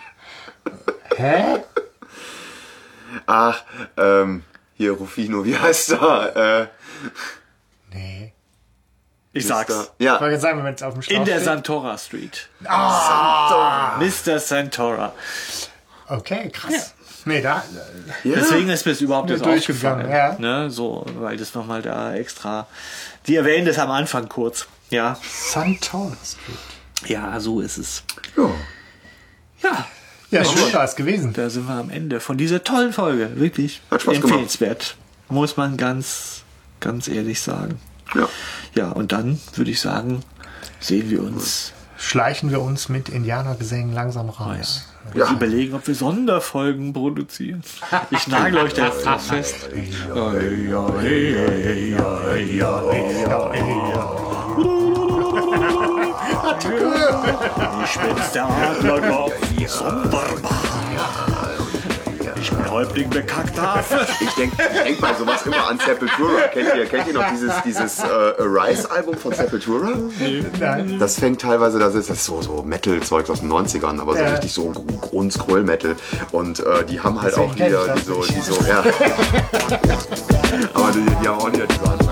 Hä? Ach, ähm, hier Rufino, wie heißt er? Äh, Nee. Ich sag's. Mister Ja. Ich wollte sagen, wenn es auf dem Schlauch In der steht. Santora Street. Ah, Mister Santora. okay, krass. Nee, da, Ja. Deswegen ist mir das überhaupt Mir nicht durchgegangen, aufgefallen. ja. Ne, so, weil das nochmal da extra. Die erwähnen das am Anfang kurz. Ja. Santora Street. Ja, so ist es. Ja. Ja. Ja, schön war es gewesen. Da sind wir am Ende von dieser tollen Folge. Wirklich Hat Spaß empfehlenswert. Muss man ganz, ganz ehrlich sagen. Ja. Ja, und dann würde ich sagen, sehen wir uns. Schleichen wir uns mit Indianergesängen langsam raus. Wir Ja. überlegen, ob wir Sonderfolgen produzieren. Ich nagel euch da fest. Ich bin's, der Adlerkopf, sonderbar. Ich bin Häuptling bekackter Affe. Ich denke ich denk bei sowas immer an Sepultura. Kennt ihr, kennt ihr noch dieses, dieses äh, Arise-Album von Sepultura? Nein. Das fängt teilweise, das ist, das ist so, so Metal-Zeug aus den neunzigern, aber so Ja. richtig so Grund-Scroll-Metal. Und äh, die haben halt Deswegen auch kenn ich wieder das die so, nicht. die so, ja. Aber die, die haben auch wieder diese